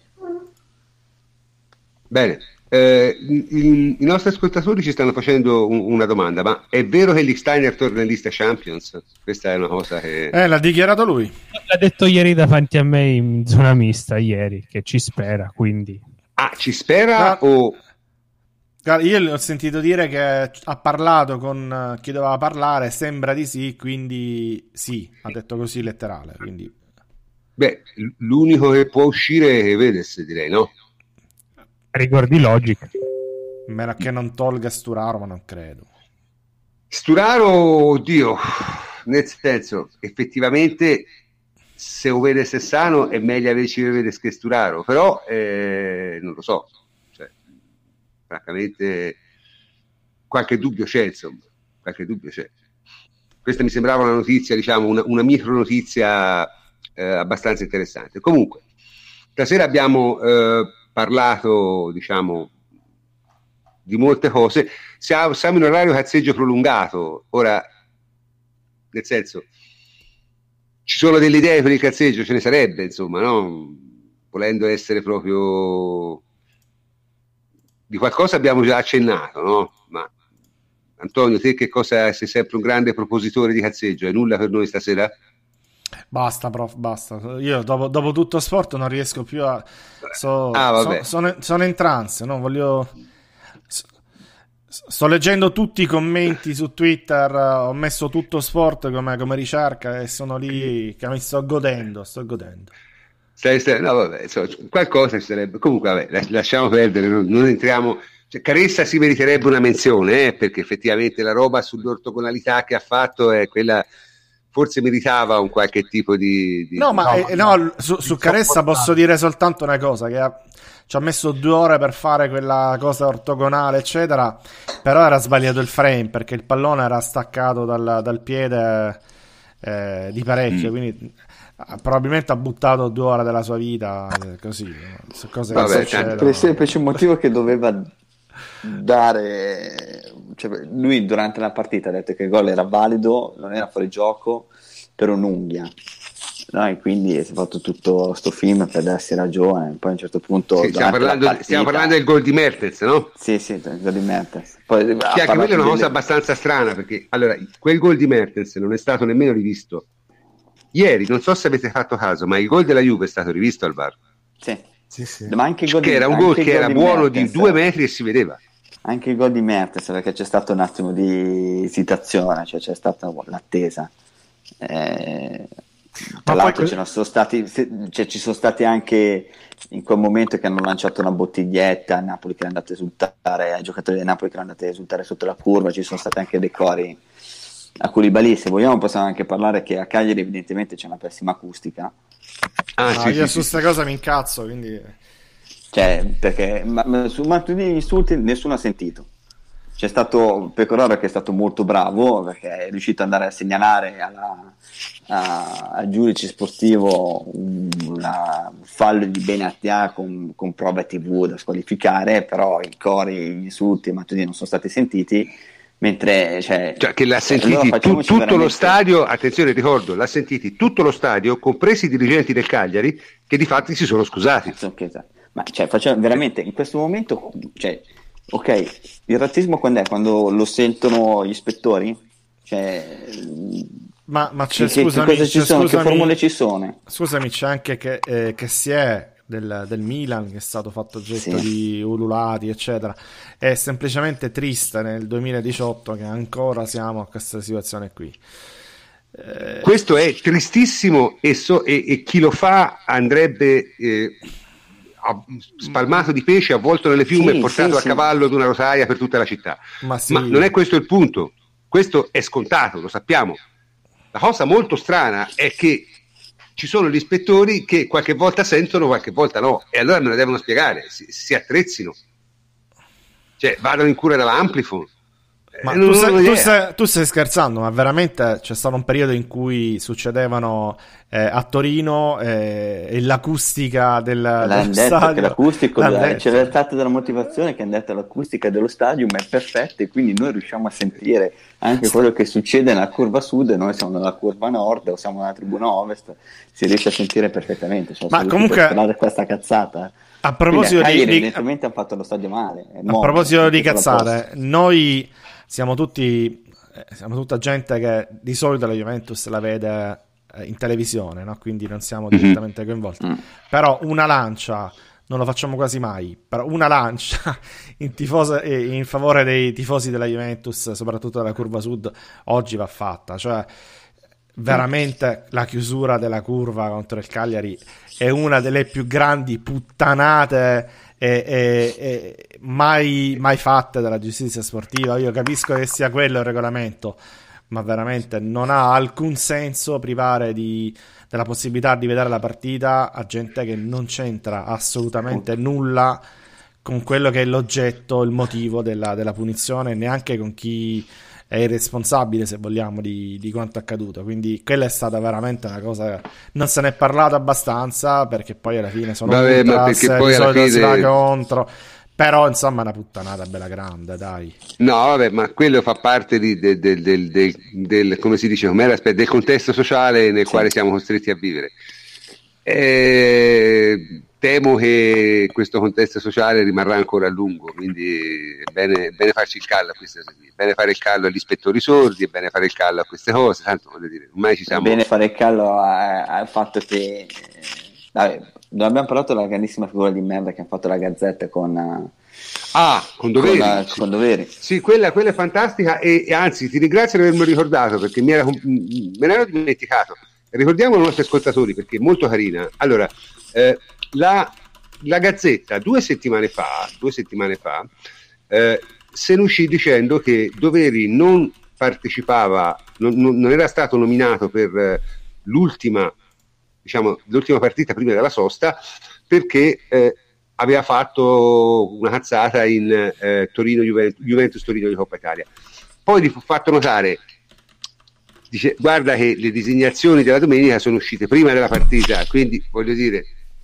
Bene, eh, i, i nostri ascoltatori ci stanno facendo un, una domanda, ma è vero che Lichtsteiner torna in lista Champions? Questa è una cosa che... Eh, l'ha dichiarato lui. L'ha detto ieri davanti a me in zona mista, ieri, che ci spera, quindi... Ah, ci spera no. o... Io ho sentito dire che ha parlato con chi doveva parlare, sembra di sì, quindi sì, ha detto così letterale. Quindi... Beh, l'unico che può uscire è Vedes, direi, no? Ricordi Logic. A meno che non tolga Sturaro, ma non credo. Sturaro, oddio, nel senso, effettivamente, se o Vedes è sano è meglio averci Vedes che Sturaro, però eh, non lo so. Francamente qualche dubbio c'è, insomma, qualche dubbio c'è. Questa mi sembrava una notizia, diciamo, una, una micro notizia eh, abbastanza interessante. Comunque, stasera abbiamo eh, parlato, diciamo, di molte cose. Siamo, siamo in orario cazzeggio prolungato, ora, nel senso, ci sono delle idee per il cazzeggio, ce ne sarebbe, insomma, no? Volendo essere proprio... Di qualcosa abbiamo già accennato, no? Ma Antonio, te che cosa sei sempre un grande propositore di cazzeggio? Hai nulla per noi stasera? Basta, prof, basta. Io dopo, dopo tutto sport non riesco più a... So, ah, vabbè. So, sono, sono in trance, no? Voglio... Sto leggendo tutti i commenti su Twitter, ho messo tutto sport come, come ricerca e sono lì che mi sto godendo, sto godendo. Stai, stai, no, vabbè, insomma, qualcosa ci sarebbe. Comunque, vabbè, lasciamo perdere, non, non entriamo. Cioè, Caressa si meriterebbe una menzione, eh, perché effettivamente la roba sull'ortogonalità che ha fatto è quella. Forse meritava un qualche tipo di. di no, ma no, eh, no, su, su Caressa posso dire soltanto una cosa: che ha, ci ha messo due ore per fare quella cosa ortogonale, eccetera. Però era sbagliato il frame perché il pallone era staccato dal, dal piede eh, di parecchio, mm. quindi. Probabilmente ha buttato due ore della sua vita così, su cose Vabbè, che per il semplice motivo che doveva dare, cioè, lui durante la partita ha detto che il gol era valido, non era fuori gioco per un'unghia, no? E quindi si è fatto tutto sto film per darsi ragione. Poi a un certo punto sì, stiamo, parlando, partita, stiamo parlando del gol di Mertens, no? Sì, sì, il gol di Mertens. Poi che anche quella è una cosa delle... abbastanza strana, perché allora quel gol di Mertens non è stato nemmeno rivisto. Ieri, non so se avete fatto caso, ma il gol della Juve è stato rivisto al V A R. Sì, sì, sì. Ma anche il gol che di, era un gol che era di buono Mertens, di due metri e si vedeva. Anche il gol di Mertens, perché c'è stato un attimo di esitazione, cioè c'è stata l'attesa. Eh, tra ma l'altro poi... sono stati, cioè, ci sono stati anche in quel momento che hanno lanciato una bottiglietta a Napoli che è andata a esultare, ai giocatori del Napoli che erano andati a esultare sotto la curva. Ci sono stati anche dei cori a Koulibaly. Se vogliamo possiamo anche parlare che a Cagliari evidentemente c'è una pessima acustica. Ah, ah sì, io sì, su questa sì. cosa mi incazzo, quindi cioè, perché ma, ma su ma tutti gli insulti nessuno ha sentito. C'è stato Pecoraro che è stato molto bravo perché è riuscito ad andare a segnalare alla, a, al giudice sportivo un fallo di Benatia con, con prove tivù da squalificare, però i cori, gli insulti e Matuidi non sono stati sentiti. Mentre cioè, cioè che l'ha sentiti allora tu, tutto veramente... lo stadio, attenzione, ricordo, l'ha sentiti tutto lo stadio, compresi i dirigenti del Cagliari, che di fatti si sono scusati. Ma cioè, facciamo veramente in questo momento, cioè, ok, il razzismo quando è? Quando lo sentono gli ispettori? Cioè, ma, ma c'è, che, scusami, che cosa ci c'è, sono? Scusami, che formule ci sono? Scusami, c'è anche che, eh, che si è Del, del Milan che è stato fatto oggetto sì. di ululati eccetera. È semplicemente triste nel duemiladiciotto che ancora siamo a questa situazione qui. Eh... questo è tristissimo e, so, e, e chi lo fa andrebbe eh, spalmato di pesce, avvolto nelle piume sì, e portato sì, a sì. cavallo ad una rotaia per tutta la città. Ma, sì. Ma non è questo il punto, questo è scontato, lo sappiamo. La cosa molto strana è che ci sono gli ispettori che qualche volta sentono, qualche volta no, e allora me lo devono spiegare, si, si attrezzino, cioè vadano in cura dall'Amplifon, Ma non tu, sei, ho tu, idea. sei, tu stai scherzando, ma veramente c'è stato un periodo in cui succedevano eh, a Torino eh, e l'acustica del, L'hanno dello detto stadio. che l'acustico L'hanno da- detto. c'era stata della motivazione che hanno detto l'acustica dello stadio è perfetta e quindi noi riusciamo a sentire anche quello che succede nella curva sud e noi siamo nella curva nord o siamo nella tribuna ovest, si riesce a sentire perfettamente, cioè, Ma sono comunque- riusciti a sparare questa cazzata. A proposito Quindi a di, Cagliari di- evidentemente hanno fatto lo stadio male. è a nuovo, proposito di tutto la cazzate, posta. noi siamo tutti, eh, siamo tutta gente che di solito la Juventus la vede eh, in televisione, no? Quindi non siamo direttamente coinvolti. Mm. Però una lancia, non lo facciamo quasi mai, però una lancia in, tifosa, eh, in favore dei tifosi della Juventus, soprattutto della curva sud, oggi va fatta. Cioè, veramente la chiusura della curva contro il Cagliari è una delle più grandi puttanate e, e, e mai, mai fatte dalla giustizia sportiva. Io capisco che sia quello il regolamento, ma veramente non ha alcun senso privare di, della possibilità di vedere la partita a gente che non c'entra assolutamente nulla con quello che è l'oggetto, il motivo della, della punizione, neanche con chi è il responsabile, se vogliamo, di, di quanto accaduto. Quindi quella è stata veramente una cosa, non se ne è parlato abbastanza, perché poi alla fine sono Vabbè, ma ultras, perché di poi alla solito si va fine- contro, però insomma è una puttanata bella grande, dai. No, vabbè, ma quello fa parte di- del, del, del, del, del- come si dice, com'era? Aspetta, del contesto sociale nel Sì. quale siamo costretti a vivere. Eh, temo che questo contesto sociale rimarrà ancora a lungo, quindi è bene, è bene farci il callo a queste cose, è bene fare il callo agli ispettori sordi, è bene fare il callo a queste cose, tanto voglio dire, ormai ci È siamo... bene fare il callo a- al fatto che eh, vabbè, non abbiamo parlato della grandissima figura di merda che ha fatto la Gazzetta con, eh, Ah, con doveri. con, eh, sì. con Doveri. Sì, quella, quella è fantastica e, e anzi ti ringrazio di avermi ricordato perché mi era, me l'ero dimenticato. Ricordiamo ai nostri ascoltatori perché è molto carina. Allora, eh, la, la Gazzetta due settimane fa, due settimane fa eh, se ne uscì dicendo che Doveri non partecipava, non, non, non era stato nominato per eh, l'ultima, diciamo, l'ultima partita prima della sosta perché eh, aveva fatto una cazzata in eh, Torino Juventus, Juventus Torino di Coppa Italia. Poi gli fu fatto notare, dice, guarda che le designazioni della domenica sono uscite prima della partita, quindi voglio dire,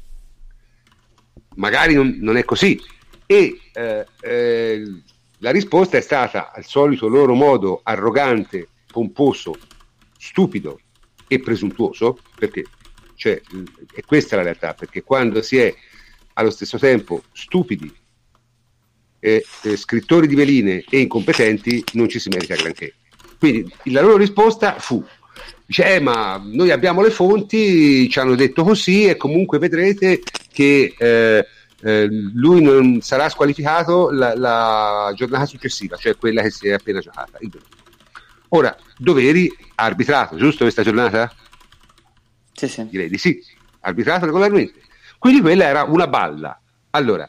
magari non, non è così. E eh, eh, la risposta è stata al solito loro modo arrogante, pomposo, stupido e presuntuoso, perché cioè, è questa la realtà, perché quando si è allo stesso tempo stupidi, eh, eh, scrittori di veline e incompetenti non ci si merita granché. Quindi la loro risposta fu dice, eh, ma noi abbiamo le fonti, ci hanno detto così e comunque vedrete che eh, eh, lui non sarà squalificato la, la giornata successiva, cioè quella che si è appena giocata. Ora, Doveri ha arbitrato, giusto questa giornata? Sì, sì. Direi di sì, ha arbitrato regolarmente. Quindi quella era una balla. Allora,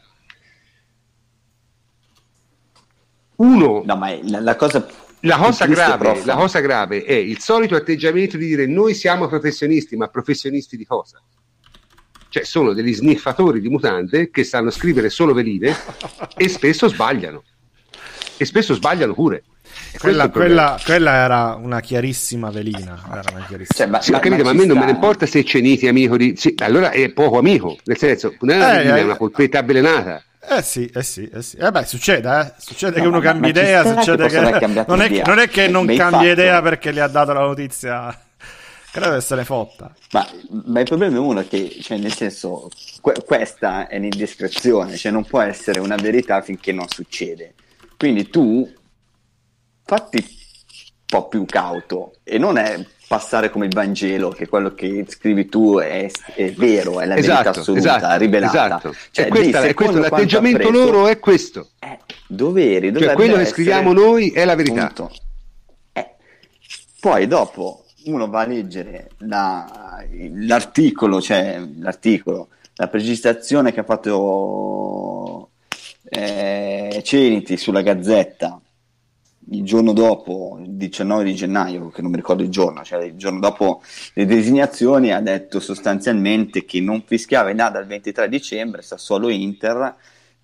uno... No, ma la, la cosa... La cosa, triste, grave, prof. la cosa grave è il solito atteggiamento di dire noi siamo professionisti, ma professionisti di cosa? Cioè sono degli sniffatori di mutande che sanno scrivere solo veline e spesso sbagliano. E spesso sbagliano pure. E Quella, questo è il problema. quella, quella era una chiarissima velina. Era una chiarissima. Cioè, ma, Sì, ho ma- capito, ma, ma a ci me non me sta. ne importa se Ceniti è amico di... Sì, allora è poco amico, nel senso, non è una Eh, velina, eh, è una polpetta avvelenata. Eh sì, eh sì, eh sì. Eh beh, succede, eh. Succede No, che uno ma- cambia ma ci idea, sta che succede possa aver che... cambiato Non è, idea. non è che non Beh, cambia fatto. idea perché gli ha dato la notizia. Credo che se ne fotta. Ma, ma il problema è uno che, cioè, nel senso, que- questa è un'indiscrezione, cioè non può essere una verità finché non succede. Quindi tu fatti un po' più cauto e non è passare come il Vangelo, che quello che scrivi tu è, è vero, è la verità Esatto, assoluta, esatto, rivelata. esatto. Cioè, E questa- di e questo, secondo quanto l'atteggiamento appreso, loro è questo. eh, doveri, Cioè dovrebbe quello che essere- scriviamo noi è la verità. Punto. Eh, Poi dopo uno va a leggere la- l'articolo, cioè l'articolo, la precisazione che ha fatto eh, Ceniti sulla Gazzetta il giorno dopo, il diciannove di gennaio, che non mi ricordo il giorno, cioè il giorno dopo le designazioni, ha detto sostanzialmente che non fischiava in A dal ventitré dicembre, Sassuolo Inter,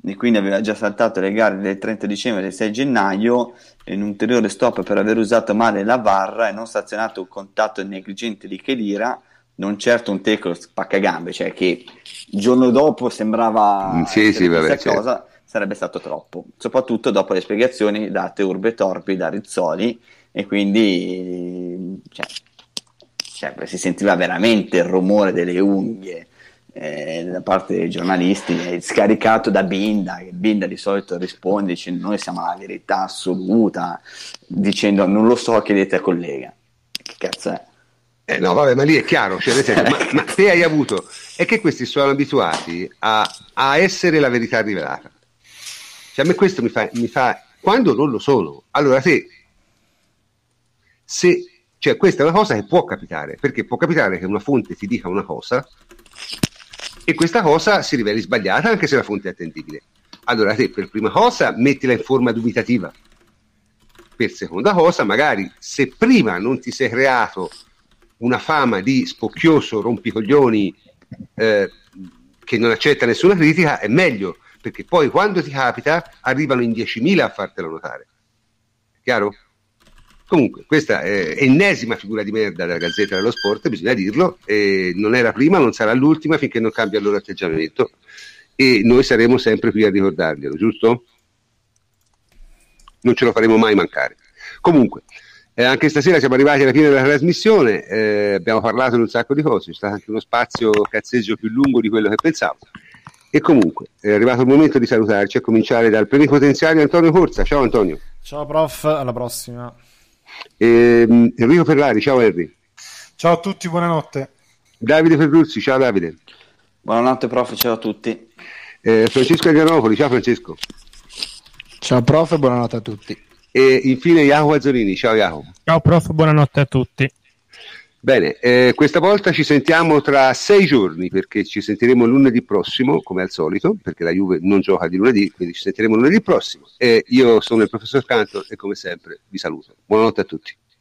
e quindi aveva già saltato le gare del trenta dicembre e del sei gennaio, in un ulteriore stop per aver usato male la V A R e non sanzionato un contatto negligente di Khedira, non certo un tackle spaccagambe, cioè che il giorno dopo sembrava sì, sì, vabbè, questa cosa, certo. sarebbe stato troppo, soprattutto dopo le spiegazioni date urbe e torbi da Rizzoli, e quindi cioè, cioè, si sentiva veramente il rumore delle unghie eh, da parte dei giornalisti, eh, scaricato da Binda, che Binda di solito risponde dicendo noi siamo la verità assoluta, dicendo non lo so, chiedete al collega. Che cazzo è? Eh no, vabbè, ma lì è chiaro, cioè, nel senso, ma, ma te hai avuto, è che questi sono abituati a, a essere la verità rivelata. Cioè, a me questo mi fa, mi fa, quando non lo sono, allora te, se, cioè questa è una cosa che può capitare, perché può capitare che una fonte ti dica una cosa e questa cosa si riveli sbagliata anche se la fonte è attendibile. Allora te, per prima cosa, mettila in forma dubitativa. Per seconda cosa, magari, se prima non ti sei creato una fama di spocchioso rompicoglioni eh, che non accetta nessuna critica, è meglio, perché poi quando ti capita arrivano in diecimila a fartelo notare. Chiaro? Comunque, questa è ennesima figura di merda della Gazzetta dello Sport, bisogna dirlo, e non era prima, non sarà l'ultima finché non cambia il loro atteggiamento, e noi saremo sempre qui a ricordarglielo, giusto? Non ce lo faremo mai mancare. Comunque, Eh, anche stasera siamo arrivati alla fine della trasmissione, eh, abbiamo parlato di un sacco di cose, c'è stato anche uno spazio cazzeggio più lungo di quello che pensavo, e comunque è arrivato il momento di salutarci, a cominciare dal plenipotenziario Antonio Corsa. Ciao Antonio. Ciao prof, alla prossima. E, Enrico Ferrari, ciao Henry. Ciao a tutti, buonanotte. Davide Ferruzzi, ciao Davide. Buonanotte prof, ciao a tutti. eh, Francesco Adrianopoli, ciao Francesco. Ciao prof e buonanotte a tutti. E infine Jacopo Azzolini, ciao Jacopo. Ciao prof, buonanotte a tutti. Bene, eh, questa volta ci sentiamo tra sei giorni, perché ci sentiremo lunedì prossimo, come al solito, perché la Juve non gioca di lunedì, quindi ci sentiremo lunedì prossimo. E io sono il professor Cantor e come sempre vi saluto. Buonanotte a tutti.